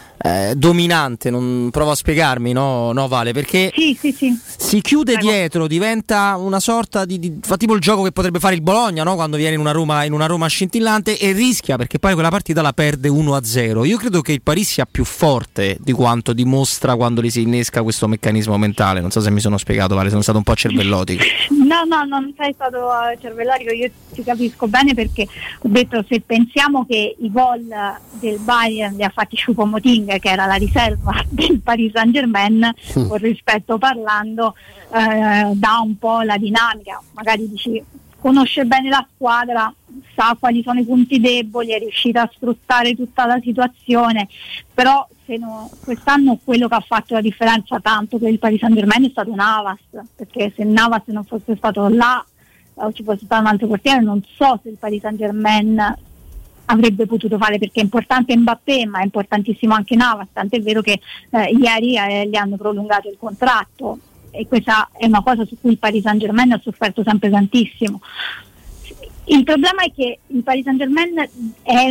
dominante. Non provo a spiegarmi, no Vale, perché sì. si chiude dietro, diventa una sorta di fa tipo il gioco che potrebbe fare il Bologna, no? Quando viene in una Roma scintillante, e rischia, perché poi quella partita la perde 1-0. Io credo che il Paris sia più forte di quanto dimostra quando gli si innesca questo meccanismo mentale. Non so se mi sono spiegato, Vale, sono stato un po' cervellotico. No, non sei stato cervellotico, io ti capisco bene, perché ho detto, se pensiamo che i gol del Bayern li ha fatti Choupo-Moting, Boateng, che era la riserva del Paris Saint-Germain, con rispetto parlando, dà un po' la dinamica. Magari dici, conosce bene la squadra, sa quali sono i punti deboli, è riuscita a sfruttare tutta la situazione, però quest'anno quello che ha fatto la differenza tanto per il Paris Saint-Germain è stato Navas, perché se Navas non fosse stato là o ci fosse stato un altro portiere, non so se il Paris Saint-Germain avrebbe potuto fare, perché è importante Mbappé ma è importantissimo anche Navas, tant'è vero che ieri gli hanno prolungato il contratto, e questa è una cosa su cui il Paris Saint-Germain ha sofferto sempre tantissimo. Il problema è che il Paris Saint-Germain è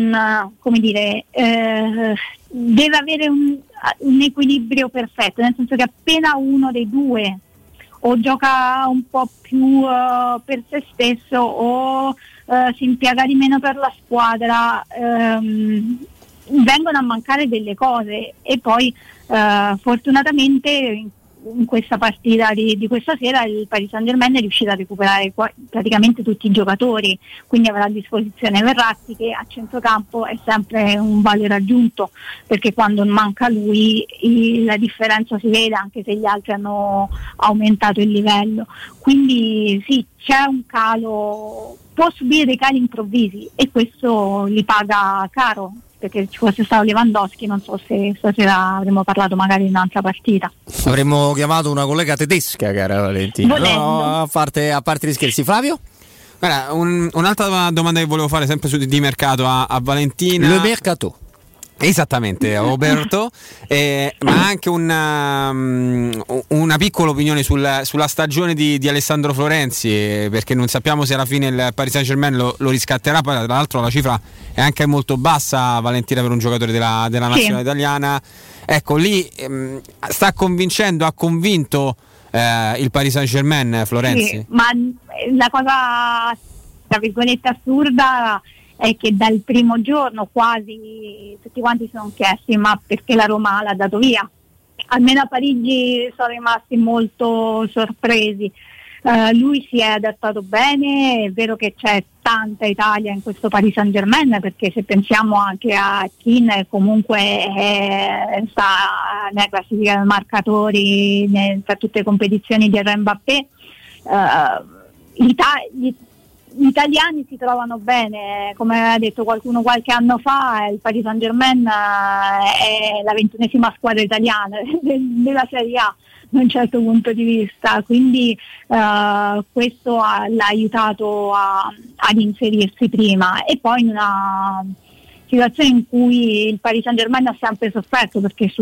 deve avere un equilibrio perfetto, nel senso che appena uno dei due o gioca un po' più per se stesso o si impiega di meno per la squadra, vengono a mancare delle cose, e poi fortunatamente in questa partita di questa sera il Paris Saint-Germain è riuscito a recuperare praticamente tutti i giocatori, quindi avrà a disposizione Verratti, che a centrocampo è sempre un valore aggiunto, perché quando manca lui la differenza si vede, anche se gli altri hanno aumentato il livello. Quindi sì, c'è un calo, può subire dei cali improvvisi, e questo li paga caro, perché ci fosse stato Lewandowski non so se stasera avremmo parlato magari in un'altra partita. Avremmo chiamato una collega tedesca, cara Valentina. No, a parte gli scherzi. Flavio? Guarda, un'altra domanda che volevo fare sempre di mercato a Valentina. Le mercato. Esattamente, Roberto, ma anche una piccola opinione sulla stagione di Alessandro Florenzi, perché non sappiamo se alla fine il Paris Saint-Germain lo riscatterà. Poi tra l'altro la cifra è anche molto bassa, Valentina, per un giocatore della nazionale italiana. Ecco, lì sta convincendo, ha convinto il Paris Saint-Germain Florenzi? Sì, ma la cosa tra virgolette assurda è che dal primo giorno quasi tutti quanti si sono chiesti ma perché la Roma l'ha dato via. Almeno a Parigi sono rimasti molto sorpresi. Lui si è adattato bene, è vero che c'è tanta Italia in questo Paris Saint-Germain, perché se pensiamo anche a Keane, comunque sta nella classifica dei marcatori tra tutte le competizioni di Mbappé. Gli italiani si trovano bene, come ha detto qualcuno qualche anno fa, il Paris Saint-Germain è la 21esima squadra italiana della Serie A da un certo punto di vista, quindi questo l'ha aiutato ad inserirsi prima, e poi in una situazione in cui il Paris Saint-Germain ha sempre sofferto, perché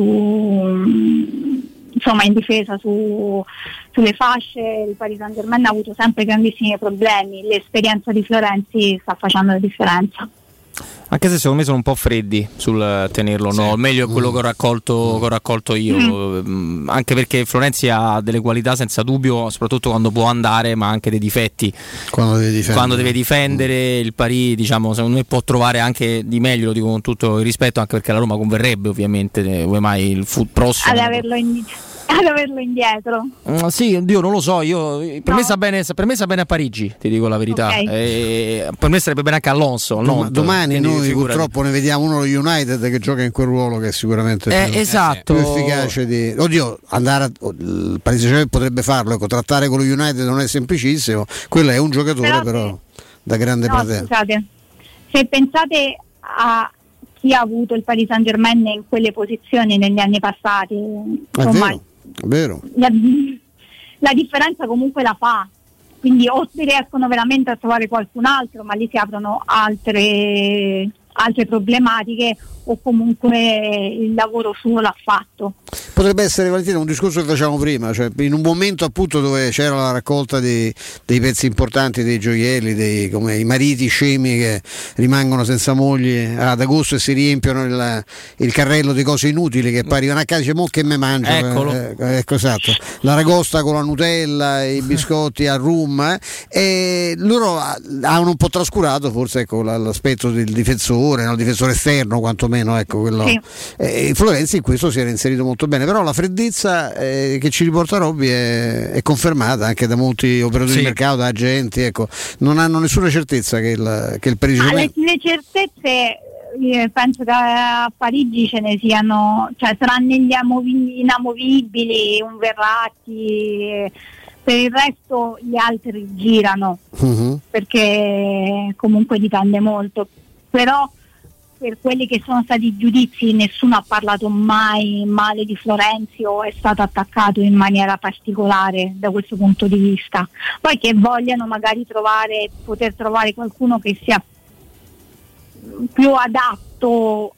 in difesa sulle fasce il Paris Saint-Germain ha avuto sempre grandissimi problemi. L'esperienza di Florenzi sta facendo la differenza. Anche se secondo me sono un po' freddi sul tenerlo, no? Il meglio è quello che ho raccolto io, anche perché Florenzi ha delle qualità senza dubbio, soprattutto quando può andare, ma anche dei difetti quando deve difendere. Il Paris, diciamo, secondo me può trovare anche di meglio, lo dico con tutto il rispetto, anche perché la Roma converrebbe ovviamente mai il prossimo ad averlo indietro. Sì, oddio, non lo so, per me sta bene a Parigi, ti dico la verità. Okay. Per me sarebbe bene anche Alonso. Domani noi purtroppo ne vediamo uno allo United che gioca in quel ruolo, che è sicuramente esatto, più efficace di... Oddio, il Paris Saint-Germain potrebbe farlo, trattare con lo United non è semplicissimo, quello è un giocatore però da grande platea. Scusate, se pensate a chi ha avuto il Paris Saint-Germain in quelle posizioni negli anni passati, insomma, è vero. La differenza comunque la fa, quindi o si riescono veramente a trovare qualcun altro, ma lì si aprono altre problematiche, o comunque il lavoro suo l'ha fatto. Potrebbe essere, Valentina, un discorso che facciamo prima, cioè in un momento appunto dove c'era la raccolta dei pezzi importanti, dei gioielli, come i mariti scemi che rimangono senza moglie ad agosto e si riempiono il carrello di cose inutili, che poi arrivano a casa e dice: mo che me mangio? Ecco, esatto, l'aragosta con la Nutella, i biscotti al rum, e loro hanno un po' trascurato forse, ecco, l'aspetto del difensore, il difensore esterno quantomeno, ecco, quello. Sì. Florenzi in questo si era inserito molto bene, però la freddezza che ci riporta Robby è confermata anche da molti operatori di mercato, da agenti, ecco, non hanno nessuna certezza che il Paris Saint-Germain... Le certezze penso che a Parigi ce ne siano, cioè tranne gli inamovibili, un Verratti, per il resto gli altri girano, perché comunque dipende molto. Però per quelli che sono stati i giudizi nessuno ha parlato mai male di Florenzi o è stato attaccato in maniera particolare da questo punto di vista. Poi che vogliano magari poter trovare qualcuno che sia più adatto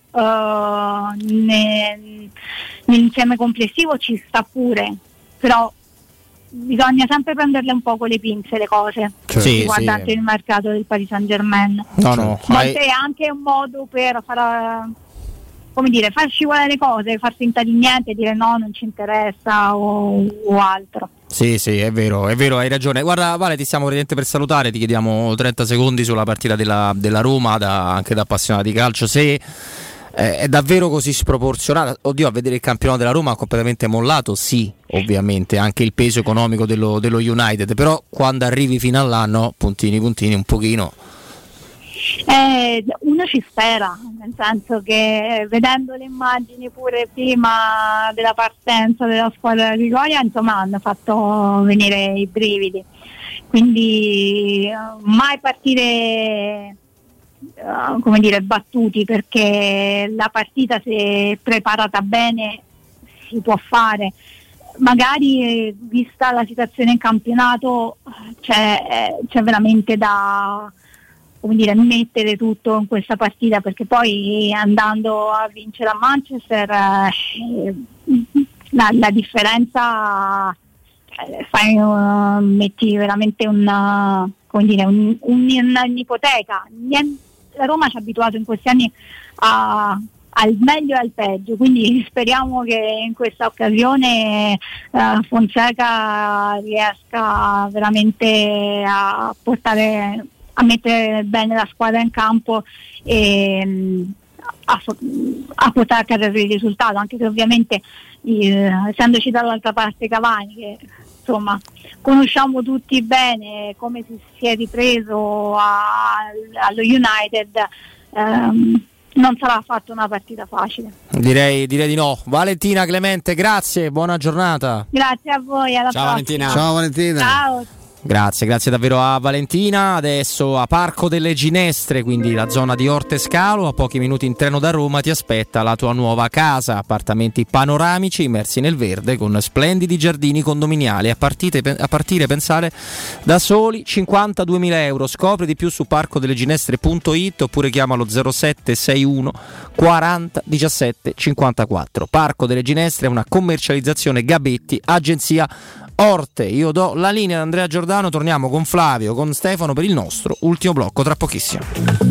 nell'insieme complessivo ci sta pure, però bisogna sempre prenderle un po' con le pinze le cose, guardate il mercato del Paris Saint-Germain. È anche un modo per far scivolare le cose, far finta di niente e dire no, non ci interessa o altro. Sì, è vero, hai ragione. Guarda Vale, ti stiamo praticamente per salutare, ti chiediamo 30 secondi sulla partita della Roma, anche da appassionati di calcio, se è davvero così sproporzionata. Oddio, a vedere il campionato della Roma ha completamente mollato, sì, ovviamente, anche il peso economico dello United, però quando arrivi fino all'anno, puntini un pochino. Uno ci spera, nel senso che vedendo le immagini pure prima della partenza della squadra di Goya, insomma, hanno fatto venire i brividi, quindi mai partire battuti, perché la partita, se preparata bene, si può fare. Magari vista la situazione in campionato c'è veramente da mettere tutto in questa partita, perché poi andando a vincere a Manchester la differenza, metti veramente un'ipoteca. La Roma ci ha abituato in questi anni al meglio e al peggio, quindi speriamo che in questa occasione Fonseca riesca veramente a mettere bene la squadra in campo e a portare a casa il risultato, anche se ovviamente essendoci dall'altra parte Cavani, che insomma conosciamo tutti bene come si è ripreso allo United, non sarà fatta una partita facile. Direi di no. Valentina Clemente, grazie, buona giornata. Grazie a voi, alla prossima. Valentina. Ciao Valentina. Ciao. Grazie davvero a Valentina. Adesso a Parco delle Ginestre, quindi la zona di Orte Scalo, a pochi minuti in treno da Roma ti aspetta la tua nuova casa, appartamenti panoramici immersi nel verde con splendidi giardini condominiali a partire pensare da soli 52.000 euro. Scopri di più su parcodelleginestre.it oppure chiamalo 0761 40 17 54. Parco delle Ginestre è una commercializzazione Gabetti, agenzia Orte. Io do la linea ad Andrea Giordano, torniamo con Flavio, con Stefano per il nostro ultimo blocco tra pochissimo.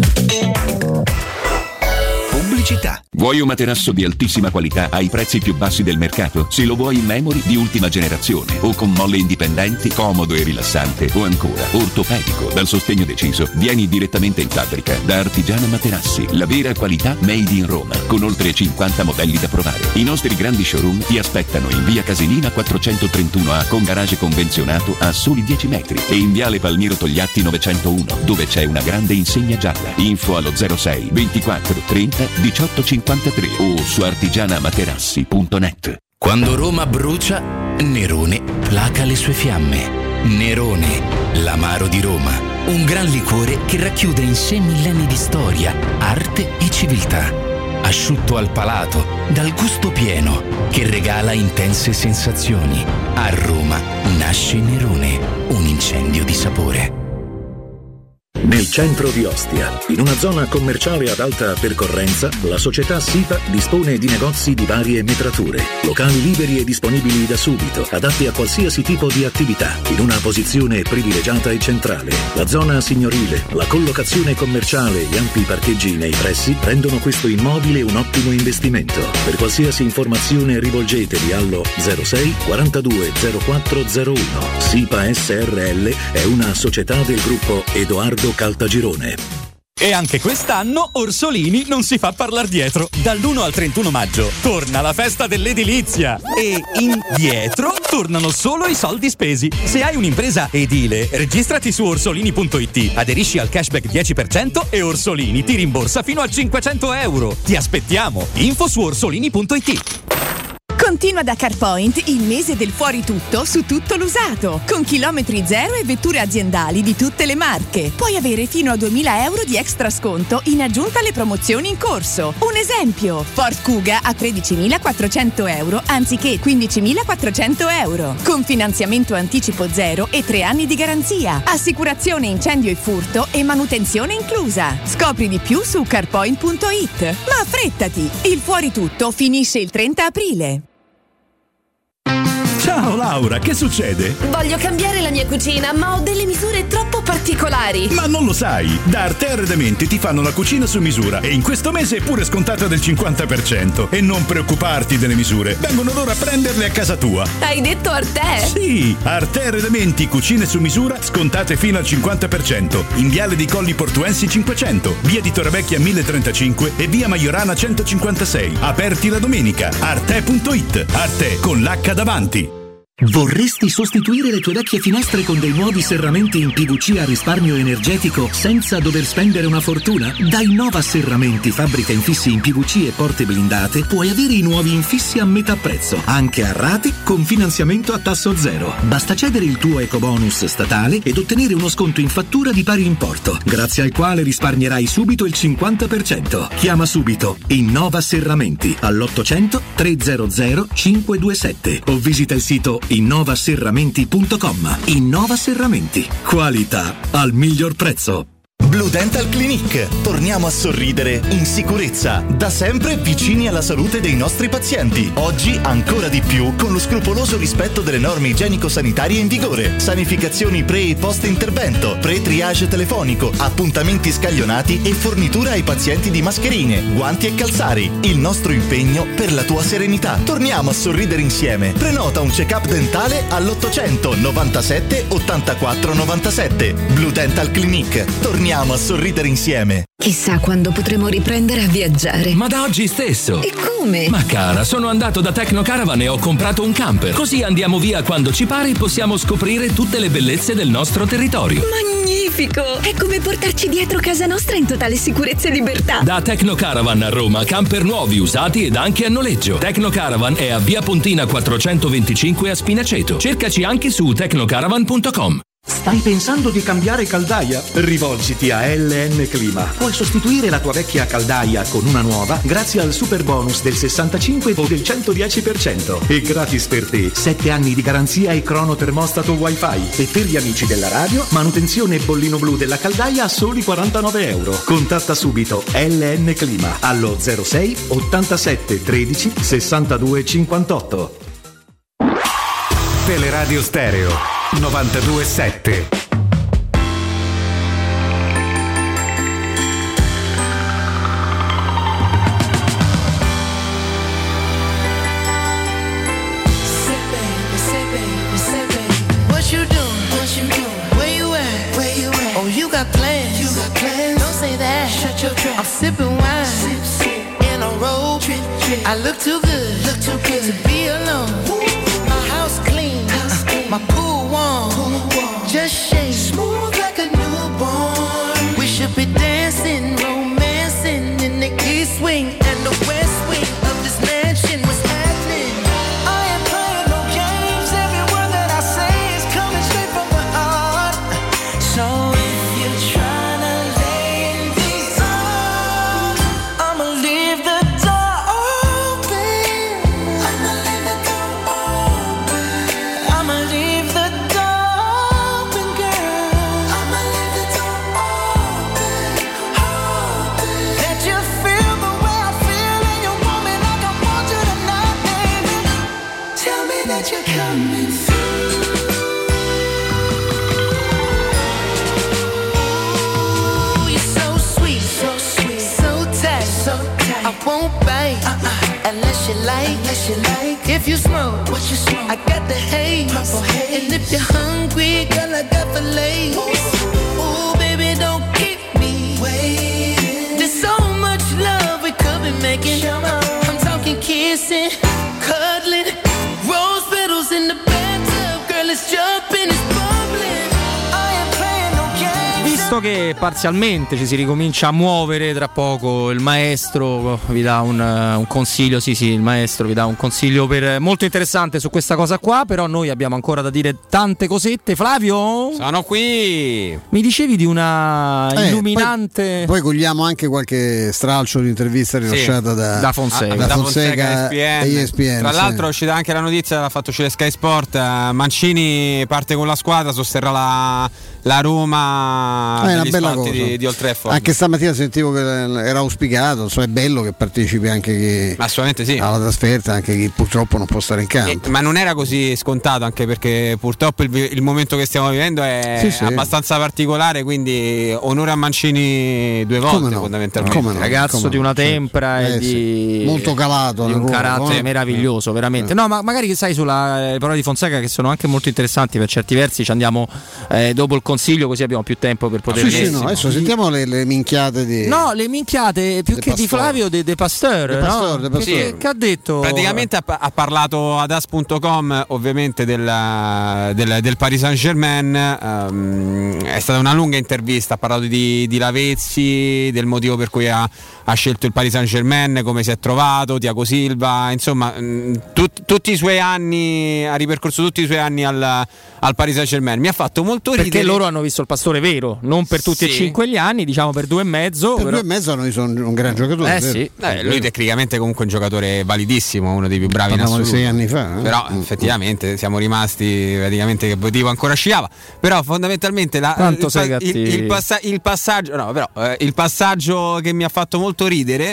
Pubblicità. Vuoi un materasso di altissima qualità ai prezzi più bassi del mercato? Se lo vuoi in memory di ultima generazione o con molle indipendenti, comodo e rilassante, o ancora ortopedico dal sostegno deciso, vieni direttamente in fabbrica da Artigiana Materassi, la vera qualità made in Roma, con oltre 50 modelli da provare. I nostri grandi showroom ti aspettano in via Casilina 431A con garage convenzionato a soli 10 metri e in viale Palmiro Togliatti 901, dove c'è una grande insegna gialla. Info allo 06 24 30 18 53 o su artigianamaterassi.net. Quando Roma brucia, Nerone placa le sue fiamme. Nerone, l'amaro di Roma, un gran liquore che racchiude in sé millenni di storia, arte e civiltà. Asciutto al palato, dal gusto pieno, che regala intense sensazioni. A Roma nasce Nerone, un incendio di sapore. Nel centro di Ostia, in una zona commerciale ad alta percorrenza, la società SIPA dispone di negozi di varie metrature, locali liberi e disponibili da subito, adatti a qualsiasi tipo di attività, in una posizione privilegiata e centrale. La zona signorile, la collocazione commerciale e gli ampi parcheggi nei pressi rendono questo immobile un ottimo investimento. Per qualsiasi informazione rivolgetevi allo 06 42 0401. SIPA SRL è una società del gruppo Edoardo Caltagirone. E anche quest'anno Orsolini non si fa parlar dietro. Dall'1 al 31 maggio torna la festa dell'edilizia e indietro tornano solo i soldi spesi. Se hai un'impresa edile, registrati su orsolini.it, aderisci al cashback 10% e Orsolini ti rimborsa fino a 500 euro. Ti aspettiamo. Info su orsolini.it. Continua da CarPoint il mese del fuori tutto su tutto l'usato, con chilometri zero e vetture aziendali di tutte le marche. Puoi avere fino a 2.000 euro di extra sconto in aggiunta alle promozioni in corso. Un esempio: Ford Kuga a 13.400 euro anziché 15.400 euro, con finanziamento anticipo zero e 3 anni di garanzia, assicurazione incendio e furto e manutenzione inclusa. Scopri di più su carpoint.it. Ma affrettati, il fuori tutto finisce il 30 aprile. Ciao Laura, che succede? Voglio cambiare la mia cucina, ma ho delle misure troppo particolari. Ma non lo sai, da Arte Arredamenti ti fanno la cucina su misura e in questo mese è pure scontata del 50%. E non preoccuparti delle misure, vengono loro a prenderle a casa tua. Hai detto Arte? Sì, Arte Arredamenti, cucine su misura, scontate fino al 50%. In Viale dei Colli Portuensi 500, via di Torrevecchia 1035 e via Maiorana 156. Aperti la domenica. Arte.it, Arte con l'H davanti. Vorresti sostituire le tue vecchie finestre con dei nuovi serramenti in PVC a risparmio energetico senza dover spendere una fortuna? Da Innova Serramenti, fabbrica infissi in PVC e porte blindate, puoi avere i nuovi infissi a metà prezzo, anche a rate con finanziamento a tasso zero. Basta cedere il tuo ecobonus statale ed ottenere uno sconto in fattura di pari importo, grazie al quale risparmierai subito il 50%. Chiama subito Innova Serramenti all'800 300 527 o visita il sito innovaserramenti.com. Innova Serramenti, qualità al miglior prezzo. Blue Dental Clinic. Torniamo a sorridere in sicurezza, da sempre vicini alla salute dei nostri pazienti. Oggi ancora di più con lo scrupoloso rispetto delle norme igienico-sanitarie in vigore. Sanificazioni pre e post intervento, pre-triage telefonico, appuntamenti scaglionati e fornitura ai pazienti di mascherine, guanti e calzari. Il nostro impegno per la tua serenità. Torniamo a sorridere insieme. Prenota un check-up dentale all'800 97 84 97. Blue Dental Clinic. Torniamo a sorridere insieme. Chissà quando potremo riprendere a viaggiare. Ma da oggi stesso. E come? Ma cara, sono andato da Tecnocaravan e ho comprato un camper. Così andiamo via quando ci pare e possiamo scoprire tutte le bellezze del nostro territorio. Magnifico! È come portarci dietro casa nostra in totale sicurezza e libertà. Da Tecnocaravan a Roma, camper nuovi, usati ed anche a noleggio. Tecnocaravan è a via Pontina 425 a Spinaceto. Cercaci anche su tecnocaravan.com. Stai pensando di cambiare caldaia? Rivolgiti a LN Clima. Puoi sostituire la tua vecchia caldaia con una nuova grazie al super bonus del 65 o del 110% e gratis per te 7 anni di garanzia e cronotermostato wifi. E per gli amici della radio, manutenzione e bollino blu della caldaia a soli 49 euro. Contatta subito LN Clima allo 06 87 13 62 58. Teleradio Stereo 92.7. What you doing? Where you at? Oh, you got plans. Don't say that. Shut your trap. I'm sipping wine in a robe. I look too good to be alone. My house clean. My pool warm. Just shake smooth like a newborn. We should be dancing, romancing in the east wing and the west wing of this mansion. What's happening? I ain't playing no games. Every word that I say is coming straight from the heart. So if you're trying to lay in these arms, I'ma leave the door open. I'ma leave the door open. I'ma leave the door open, girl. I'ma leave the door open, open. Let you feel the way I feel and you want me like I want you tonight, baby. Tell me that you're coming through. Ooh, you're so sweet, so tight, I won't bite unless you like. If you smoke, what you smoke? I got the haze. And if you're hungry, girl, I got fillets. Ooh, baby, don't keep me waiting. visto che parzialmente ci si ricomincia a muovere, tra poco il maestro vi dà un consiglio, sì, il maestro vi dà un consiglio molto interessante su questa cosa qua, però noi abbiamo ancora da dire tante cosette. Flavio? Sono qui! Mi dicevi di una illuminante... Poi cogliamo anche qualche stralcio di intervista rilasciata da Fonseca e ESPN. Tra l'altro è uscita anche la notizia, l'ha fatto uscire Sky Sport, Mancini parte con la squadra, sosterrà la Roma negli spalti di Old Trafford. Anche stamattina sentivo che era auspicato, è bello che partecipi anche chi assolutamente sì alla trasferta, anche chi purtroppo non può stare in campo. Ma non era così scontato, anche perché purtroppo il momento che stiamo vivendo è abbastanza particolare, quindi onore a Mancini due volte fondamentalmente. Ragazzo di una tempra e molto calato, di un carattere meraviglioso, veramente. No, ma magari sai sulle parole di Fonseca, che sono anche molto interessanti per certi versi, ci andiamo dopo il consiglio, così abbiamo più tempo per poter adesso sentiamo le minchiate di le minchiate più che di Flavio de Pasteur, che ha detto praticamente ha parlato ad as.com ovviamente del Paris Saint-Germain. È stata una lunga intervista, ha parlato di Lavezzi, del motivo per cui ha scelto il Paris Saint-Germain, come si è trovato, Thiago Silva, insomma tutti i suoi anni, ha ripercorso tutti i suoi anni al Paris Saint-Germain. Mi ha fatto molto ridere, perché loro hanno visto il Pastore vero, non per tutti e 5 gli anni, diciamo per 2 e mezzo. Per 2 e mezzo hanno visto un gran giocatore. Lui tecnicamente comunque un giocatore validissimo, uno dei più bravi in assoluto. 6 anni fa. Però effettivamente siamo rimasti praticamente che Botivo ancora sciava. Però fondamentalmente il passaggio che mi ha fatto molto ridere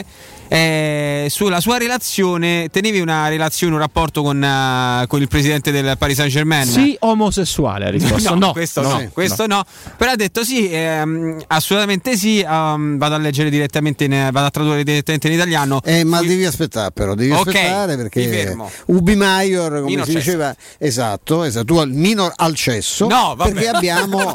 sulla sua relazione. Tenevi un rapporto con il presidente del Paris Saint-Germain? Sì, omosessuale ha risposto. No, questo no. Però ha detto sì, assolutamente sì. Vado a leggere direttamente vado a tradurre direttamente in italiano. Ma devi aspettare, però aspettare, perché Ubi Maior, come si diceva, esatto, tu al minor al cesso. No, vabbè. Perché abbiamo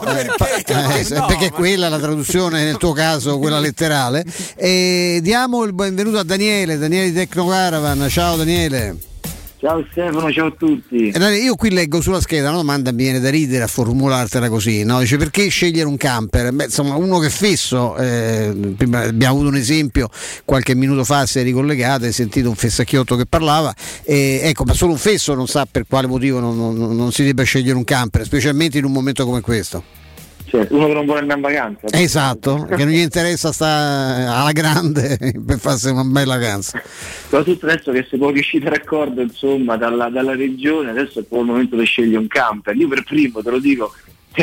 perché quella è la traduzione, nel tuo caso quella letterale. E diamo il benvenuto a Daniele di Tecnocaravan. Ciao Daniele. Ciao Stefano, ciao a tutti. Io qui leggo sulla scheda una domanda, mi viene da ridere a formulartela così, no? Dice: perché scegliere un camper? Insomma, uno che fesso, prima abbiamo avuto un esempio qualche minuto fa, si è ricollegato, hai sentito un fessacchiotto che parlava, ecco, ma solo un fesso non sa per quale motivo non si debba scegliere un camper, specialmente in un momento come questo. Certo, uno che non vuole andare in vacanza. Esatto, che non gli interessa stare alla grande per farsi una bella vacanza. Soprattutto adesso che si può riuscire a raccordo, insomma, dalla regione, adesso è proprio il momento di scegliere un camper. Io per primo te lo dico,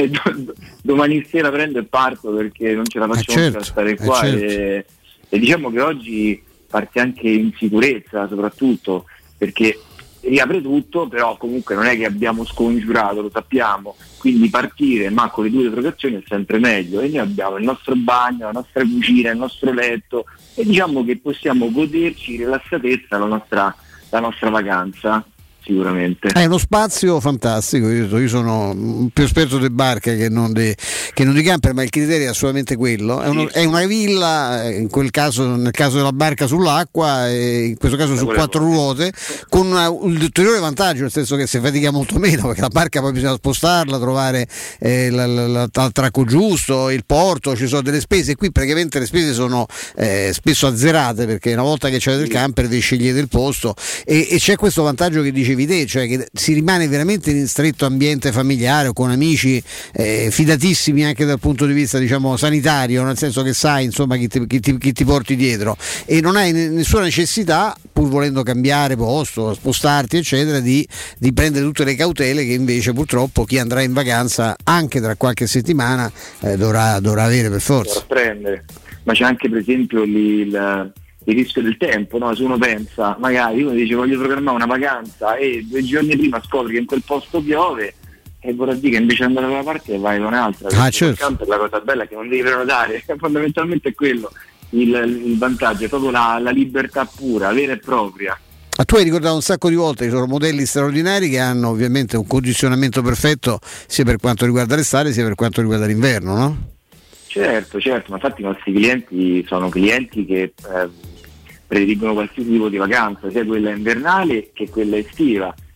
domani sera prendo e parto, perché non ce la facciamo più a stare qua. E diciamo che oggi parti anche in sicurezza, soprattutto perché riapre tutto, però comunque non è che abbiamo scongiurato, lo sappiamo, quindi partire ma con le 2 interrogazioni è sempre meglio, e noi abbiamo il nostro bagno, la nostra cucina, il nostro letto, e diciamo che possiamo goderci in rilassatezza la nostra vacanza. Sicuramente è uno spazio fantastico. Io sono più esperto di barche che non di camper, ma il criterio è assolutamente quello. È una villa, nel caso della barca sull'acqua, e in questo caso su 4 ruote, con un ulteriore vantaggio, nel senso che si fatica molto meno, perché la barca poi bisogna spostarla, trovare l'attracco giusto, il porto, ci sono delle spese. Qui praticamente le spese sono spesso azzerate, perché una volta che c'è il camper vi scegliete il posto, e c'è questo vantaggio che dicevi te, cioè che si rimane veramente in stretto ambiente familiare o con amici fidatissimi anche dal punto di vista, diciamo, sanitario, nel senso che sai, insomma, chi ti porti dietro, e non hai nessuna necessità, pur volendo cambiare posto, spostarti eccetera, di prendere tutte le cautele che invece purtroppo chi andrà in vacanza anche tra qualche settimana dovrà avere per forza. Prendere. Ma c'è anche per esempio il rischio del tempo, no? Se uno pensa, magari uno dice voglio programmare una vacanza e 2 giorni prima scopri che in quel posto piove, e vorrà dire che invece di andare da una parte vai da un'altra. Certo. Il camper, la cosa bella è che non devi prenotare, fondamentalmente è quello il vantaggio, è proprio la libertà pura, vera e propria. Ma tu hai ricordato un sacco di volte che sono modelli straordinari che hanno ovviamente un condizionamento perfetto sia per quanto riguarda l'estate sia per quanto riguarda l'inverno, no? Certo, ma infatti i nostri clienti sono clienti che prediligono qualsiasi tipo di vacanza, sia quella invernale che quella estiva,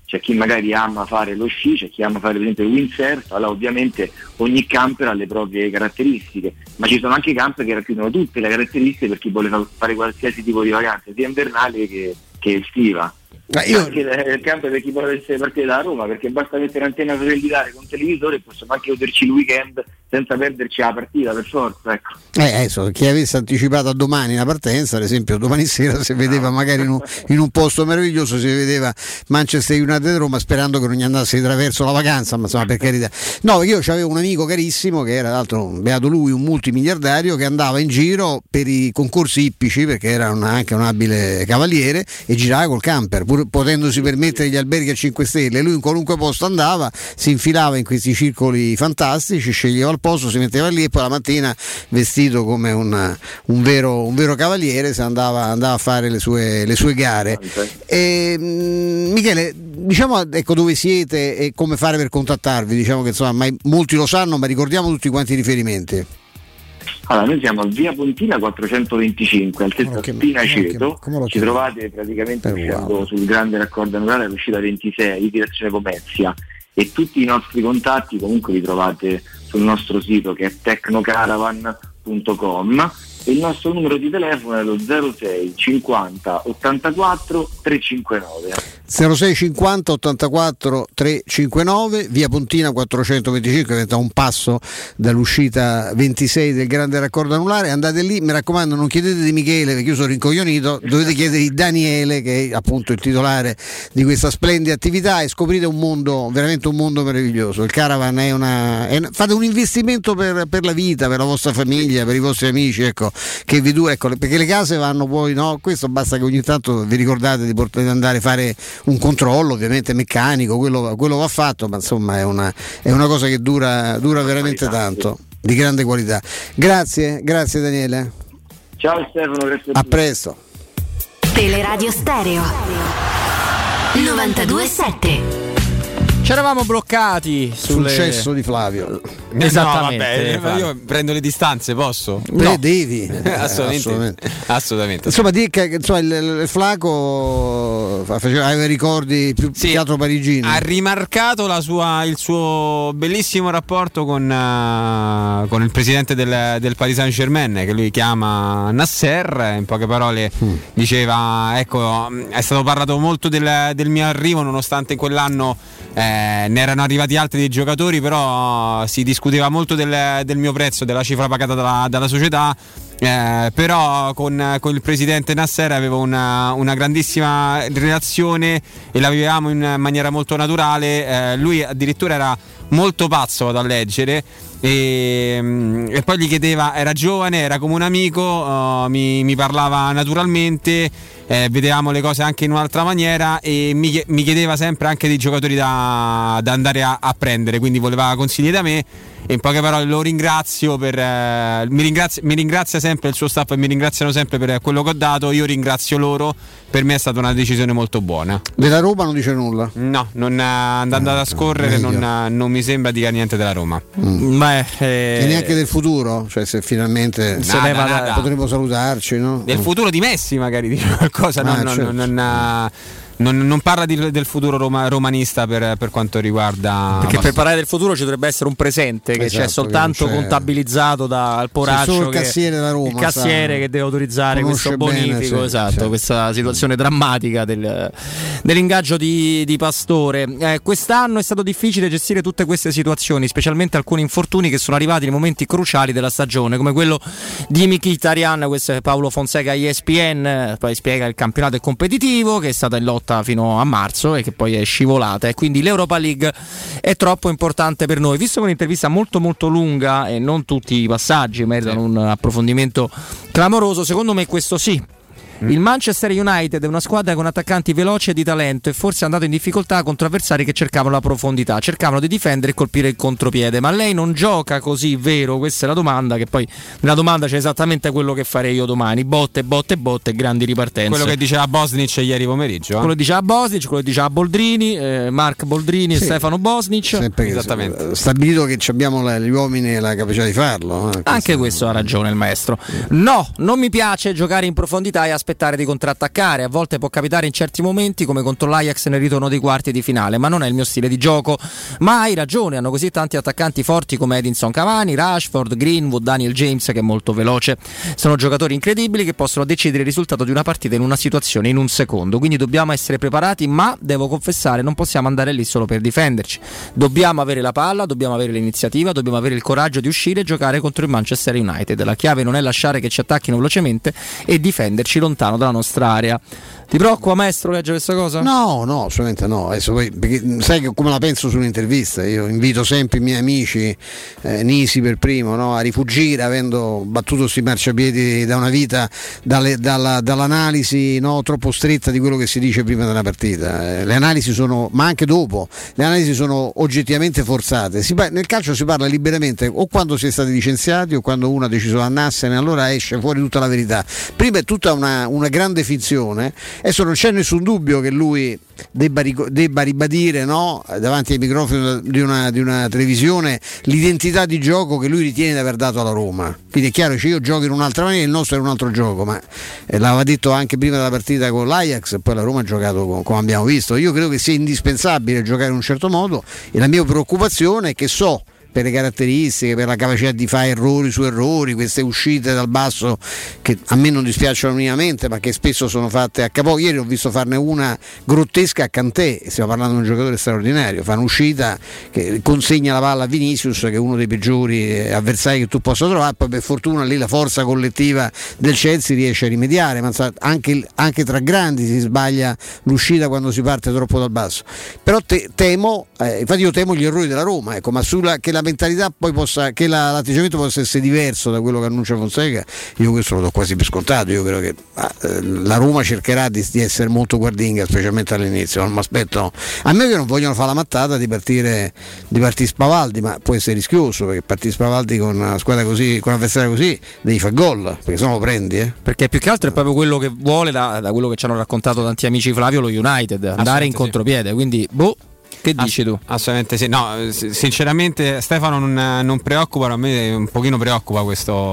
c'è chi magari ama fare lo sci, c'è chi ama fare per esempio il windsurf. Allora ovviamente ogni camper ha le proprie caratteristiche, ma ci sono anche camper che racchiudono tutte le caratteristiche per chi vuole fare qualsiasi tipo di vacanza, sia invernale che estiva. Anche il camper per chi vuole essere partire da Roma, perché basta mettere antenna satellitare con televisore e possiamo anche goderci il weekend senza perderci la partita, per forza, ecco. Chi avesse anticipato a domani la partenza, ad esempio domani sera si vedeva magari in un posto meraviglioso, si vedeva Manchester United Roma, sperando che non gli andasse di traverso la vacanza, ma insomma, per carità. No, io avevo un amico carissimo che era, tra l'altro, beato lui, un multimiliardario, che andava in giro per i concorsi ippici, perché era anche un abile cavaliere, e girava col camper, pur potendosi permettere gli alberghi a 5 stelle. Lui in qualunque posto andava, si infilava in questi circoli fantastici, sceglieva il posto, si metteva lì e poi la mattina, vestito come un vero cavaliere, si andava a fare le sue gare. Michele, diciamo, ecco, dove siete e come fare per contattarvi. Diciamo che insomma molti lo sanno, ma ricordiamo tutti quanti i riferimenti. Allora, noi siamo a via Pontina 425, altezza Spinaceto, ci trovate praticamente uscendo sul grande raccordo anulare all'uscita 26, direzione Pomezia, e tutti i nostri contatti comunque li trovate sul nostro sito, che è tecnocaravan.com, e il nostro numero di telefono è lo 06 50 84 359. 06 50 84 359, via Pontina 425, diventa un passo dall'uscita 26 del grande raccordo anulare. Andate lì, mi raccomando, non chiedete di Michele, perché io sono rincoglionito, dovete chiedere di Daniele, che è appunto il titolare di questa splendida attività, e scoprite un mondo, veramente un mondo meraviglioso. Il caravan fate un investimento per la vita, per la vostra famiglia, per i vostri amici, ecco, che vi dura, ecco, perché le case vanno poi, no? Questo basta che ogni tanto vi ricordate di andare a fare un controllo, ovviamente meccanico, quello va fatto, ma insomma è una cosa che dura veramente tanto, di grande qualità. Grazie Daniele. Ciao Stefano, grazie a presto. Teleradio Stereo 92.7. Ci eravamo bloccati sul cesso di Flavio. Esattamente. No, vabbè, io prendo le distanze, posso? No. Devi. Assolutamente. Insomma, il Flaco aveva ricordi più che altro parigini. Ha rimarcato il suo bellissimo rapporto con il presidente del Paris Saint-Germain, che lui chiama Nasser. In poche parole diceva, ecco, è stato parlato molto del mio arrivo, nonostante in quell'anno ne erano arrivati altri dei giocatori, però si discuteva molto del mio prezzo, della cifra pagata dalla società, però con il presidente Nasser avevo una grandissima relazione e la vivevamo in maniera molto naturale. Lui addirittura era molto pazzo da leggere, e poi gli chiedeva, era giovane, era come un amico, mi parlava naturalmente, vedevamo le cose anche in un'altra maniera, e mi chiedeva sempre anche dei giocatori da andare a prendere, quindi voleva consigli da me. E in poche parole lo ringrazio mi ringrazia sempre il suo staff, e mi ringraziano sempre per quello che ho dato. Io ringrazio loro, per me è stata una decisione molto buona. Della Roma non dice nulla? No, andando a scorrere non mi sembra dica niente della Roma. E neanche del futuro, cioè se finalmente potremmo salutarci, no? Del futuro di Messi magari dice qualcosa, non parla del futuro romanista per quanto riguarda, perché per parlare del futuro ci dovrebbe essere un presente che c'è soltanto contabilizzato dal poraccio, il cassiere della Roma, il cassiere che deve autorizzare questo bonifico, questa situazione drammatica dell'ingaggio di Pastore. Quest'anno è stato difficile gestire tutte queste situazioni, specialmente alcuni infortuni che sono arrivati nei momenti cruciali della stagione, come quello di Mkhitaryan. Questo è Paolo Fonseca, ESPN, poi spiega il campionato è competitivo, che è stata in lotta fino a marzo e che poi è scivolata, e quindi l'Europa League è troppo importante per noi. Visto che è un'intervista molto molto lunga e non tutti i passaggi meritano un approfondimento clamoroso, secondo me questo sì. Il Manchester United è una squadra con attaccanti veloci e di talento, e forse è andato in difficoltà contro avversari che cercavano la profondità, cercavano di difendere e colpire il contropiede. Ma lei non gioca così, vero? Questa è la domanda, che poi nella domanda c'è esattamente quello che farei io domani: botte, grandi ripartenze. Quello che diceva Bosnic ieri pomeriggio. Quello che diceva Bosnic, quello che diceva Boldrini, Mark Boldrini, sì, e Stefano Bosnic. Esattamente. Stabilito che abbiamo gli uomini e la capacità di farlo. Anche questo ha ragione il maestro. No, non mi piace giocare in profondità e aspettare aspettare di contrattaccare, a volte può capitare in certi momenti come contro l'Ajax nel ritorno dei quarti di finale, ma non è il mio stile di gioco. Ma hai ragione, hanno così tanti attaccanti forti come Edinson Cavani, Rashford, Greenwood, Daniel James che è molto veloce. Sono giocatori incredibili che possono decidere il risultato di una partita in una situazione in un secondo, quindi dobbiamo essere preparati, ma devo confessare non possiamo andare lì solo per difenderci. Dobbiamo avere la palla, dobbiamo avere l'iniziativa, dobbiamo avere il coraggio di uscire e giocare contro il Manchester United. La chiave non è lasciare che ci attacchino velocemente e difenderci lontano dalla nostra area. Ti preoccupa, maestro, leggere questa cosa? No, assolutamente no. Adesso poi, perché sai che come la penso sull'intervista, io invito sempre i miei amici, Nisi per primo, no, a rifugire, avendo battuto sti marciapiedi da una vita, dall'analisi, no, troppo stretta di quello che si dice prima della partita. Le analisi sono, ma anche dopo, le analisi sono oggettivamente forzate. Nel calcio si parla liberamente o quando si è stati licenziati o quando uno ha deciso di andarsene, allora esce fuori tutta la verità. Prima è tutta una grande finzione. Adesso non c'è nessun dubbio che lui debba ribadire, no, davanti ai microfoni di una televisione l'identità di gioco che lui ritiene di aver dato alla Roma. Quindi è chiaro che io gioco in un'altra maniera, il nostro è un altro gioco, ma l'aveva detto anche prima della partita con l'Ajax, e poi la Roma ha giocato come abbiamo visto. Io credo che sia indispensabile giocare in un certo modo e la mia preoccupazione è che per le caratteristiche, per la capacità di fare errori su errori, queste uscite dal basso che a me non dispiacciono minimamente, ma che spesso sono fatte a capo. Ieri ho visto farne una grottesca a Kanté, stiamo parlando di un giocatore straordinario, fa un'uscita che consegna la palla a Vinicius, che è uno dei peggiori avversari che tu possa trovare, poi per fortuna lì la forza collettiva del Chelsea riesce a rimediare, ma anche tra grandi si sbaglia l'uscita quando si parte troppo dal basso. Però temo, infatti io temo gli errori della Roma, ecco, ma che la mentalità poi che l'atteggiamento possa essere diverso da quello che annuncia Fonseca, io questo lo do quasi per scontato. Io credo che la Roma cercherà di essere molto guardinga, specialmente all'inizio. Non mi aspetto, a me che non vogliono fare la mattata di partire spavaldi, ma può essere rischioso, perché partire spavaldi con una squadra così, con un avversario così, devi fare gol, perché se no lo prendi, perché più che altro è proprio quello che vuole, da quello che ci hanno raccontato tanti amici Flavio, lo United, andare in contropiede, quindi che dici tu? Assolutamente sì. No, sinceramente Stefano non preoccupa, a me un pochino preoccupa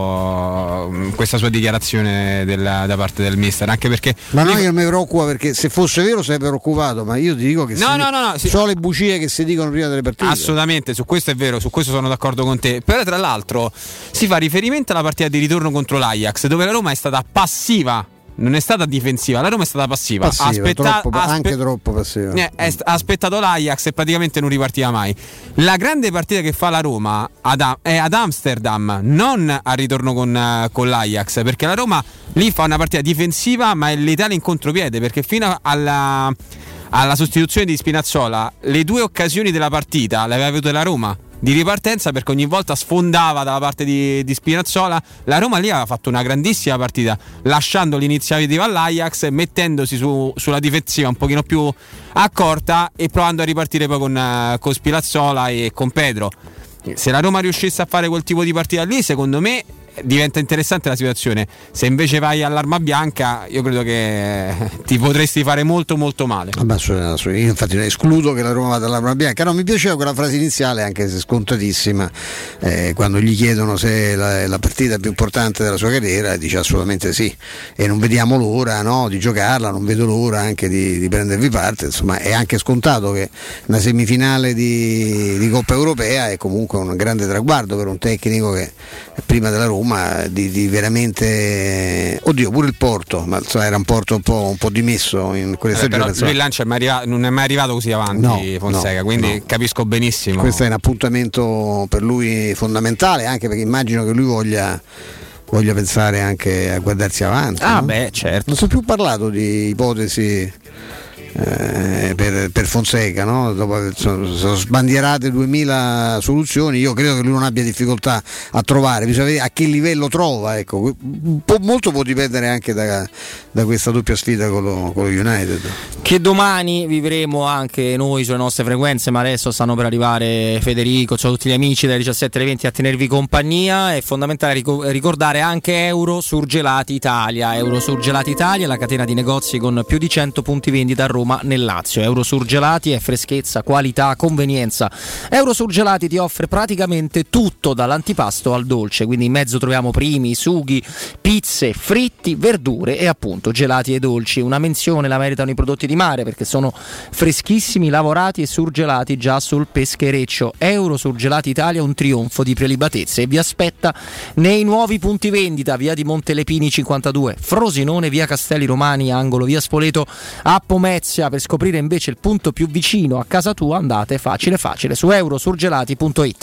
questa sua dichiarazione da parte del mister, anche perché ma non mi preoccupa, perché se fosse vero sarebbe preoccupato, ma io ti dico che so le bugie che si dicono prima delle partite. Assolutamente, su questo è vero, su questo sono d'accordo con te. Però tra l'altro si fa riferimento alla partita di ritorno contro l'Ajax, dove la Roma è stata passiva, non è stata difensiva, la Roma è stata passiva, anche troppo passiva. Ha aspettato l'Ajax e praticamente non ripartiva mai. La grande partita che fa la Roma è ad Amsterdam, non al ritorno con l'Ajax, perché la Roma lì fa una partita difensiva ma è letale in contropiede, perché fino alla sostituzione di Spinazzola le due occasioni della partita le aveva avute la Roma di ripartenza, perché ogni volta sfondava dalla parte di Spinazzola. La Roma lì aveva fatto una grandissima partita, lasciando l'iniziativa all'Ajax e mettendosi sulla difensiva un pochino più accorta e provando a ripartire poi con Spinazzola e con Pedro. Se la Roma riuscisse a fare quel tipo di partita lì, secondo me diventa interessante la situazione. Se invece vai all'arma bianca, io credo che ti potresti fare molto molto male. Io infatti escludo che la Roma vada all'arma bianca. No, mi piaceva quella frase iniziale, anche se scontatissima, quando gli chiedono se è la partita più importante della sua carriera, dice assolutamente sì, e non vediamo l'ora, no, di giocarla, non vedo l'ora anche di prendervi parte. Insomma, è anche scontato che una semifinale di Coppa Europea è comunque un grande traguardo per un tecnico che prima della Roma di veramente, oddio, pure il Porto, ma insomma, era un Porto un po' dimesso in quelle stagioni. Lui il lancio non è mai arrivato così avanti, Fonseca, quindi capisco benissimo. Questo è un appuntamento per lui fondamentale, anche perché immagino che lui voglia pensare anche a guardarsi avanti. Beh, certo. Non si è più parlato di ipotesi per Fonseca, no? Dopo sono sbandierate 2000 soluzioni. Io credo che lui non abbia difficoltà a trovare, bisogna vedere a che livello trova, ecco. Molto può dipendere anche da questa doppia sfida con lo United, che domani vivremo anche noi sulle nostre frequenze, ma adesso stanno per arrivare Federico, ciao a tutti gli amici dalle 17 alle 20 a tenervi compagnia. È fondamentale ricordare anche Eurosurgelati Italia, la catena di negozi con più di 100 punti vendita a Roma, Roma nel Lazio. Eurosurgelati è freschezza, qualità, convenienza. Eurosurgelati ti offre praticamente tutto, dall'antipasto al dolce, quindi in mezzo troviamo primi, sughi, pizze, fritti, verdure e appunto gelati e dolci. Una menzione la meritano i prodotti di mare perché sono freschissimi, lavorati e surgelati già sul peschereccio. Eurosurgelati Italia, un trionfo di prelibatezze, e vi aspetta nei nuovi punti vendita: via di Montelepini 52, Frosinone, via Castelli Romani, angolo via Spoleto a Pomezia. Per scoprire invece il punto più vicino a casa tua andate facile su eurosurgelati.it.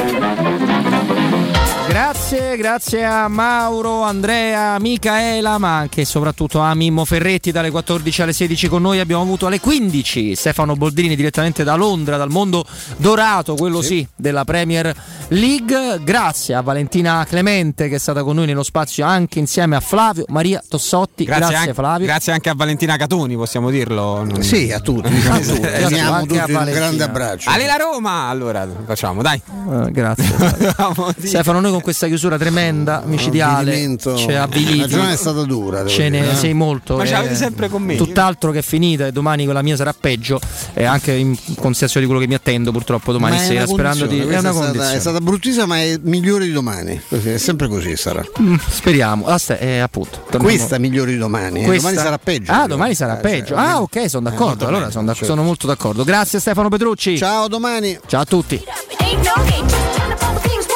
Grazie a Mauro, Andrea, Micaela, ma anche e soprattutto a Mimmo Ferretti. Dalle 14 alle 16 con noi abbiamo avuto alle 15 Stefano Boldrini direttamente da Londra, dal mondo dorato, quello sì, della Premier League. Grazie a Valentina Clemente che è stata con noi nello spazio anche insieme a Flavio Maria Tossotti. Grazie Flavio. Grazie anche a Valentina Catoni, possiamo dirlo? Sì, a tutti. Diamo tutti un grande abbraccio. Alle la Roma! Allora facciamo, dai. Grazie. Stefano, noi con questa chiusura tremenda, micidiale, la giornata è stata dura, sei molto, ma ce l'avete sempre con me, tutt'altro che è finita, e domani con la mia sarà peggio, e anche in considerazione di quello che mi attendo purtroppo domani sera, sperando di è stata bruttissima, ma è migliore di domani, è sempre così sarà. Speriamo, appunto questa è migliore di domani, domani sarà peggio. Domani sarà peggio. Ok, sono d'accordo, allora sono molto d'accordo. Grazie Stefano Petrucci, ciao, domani, ciao a tutti.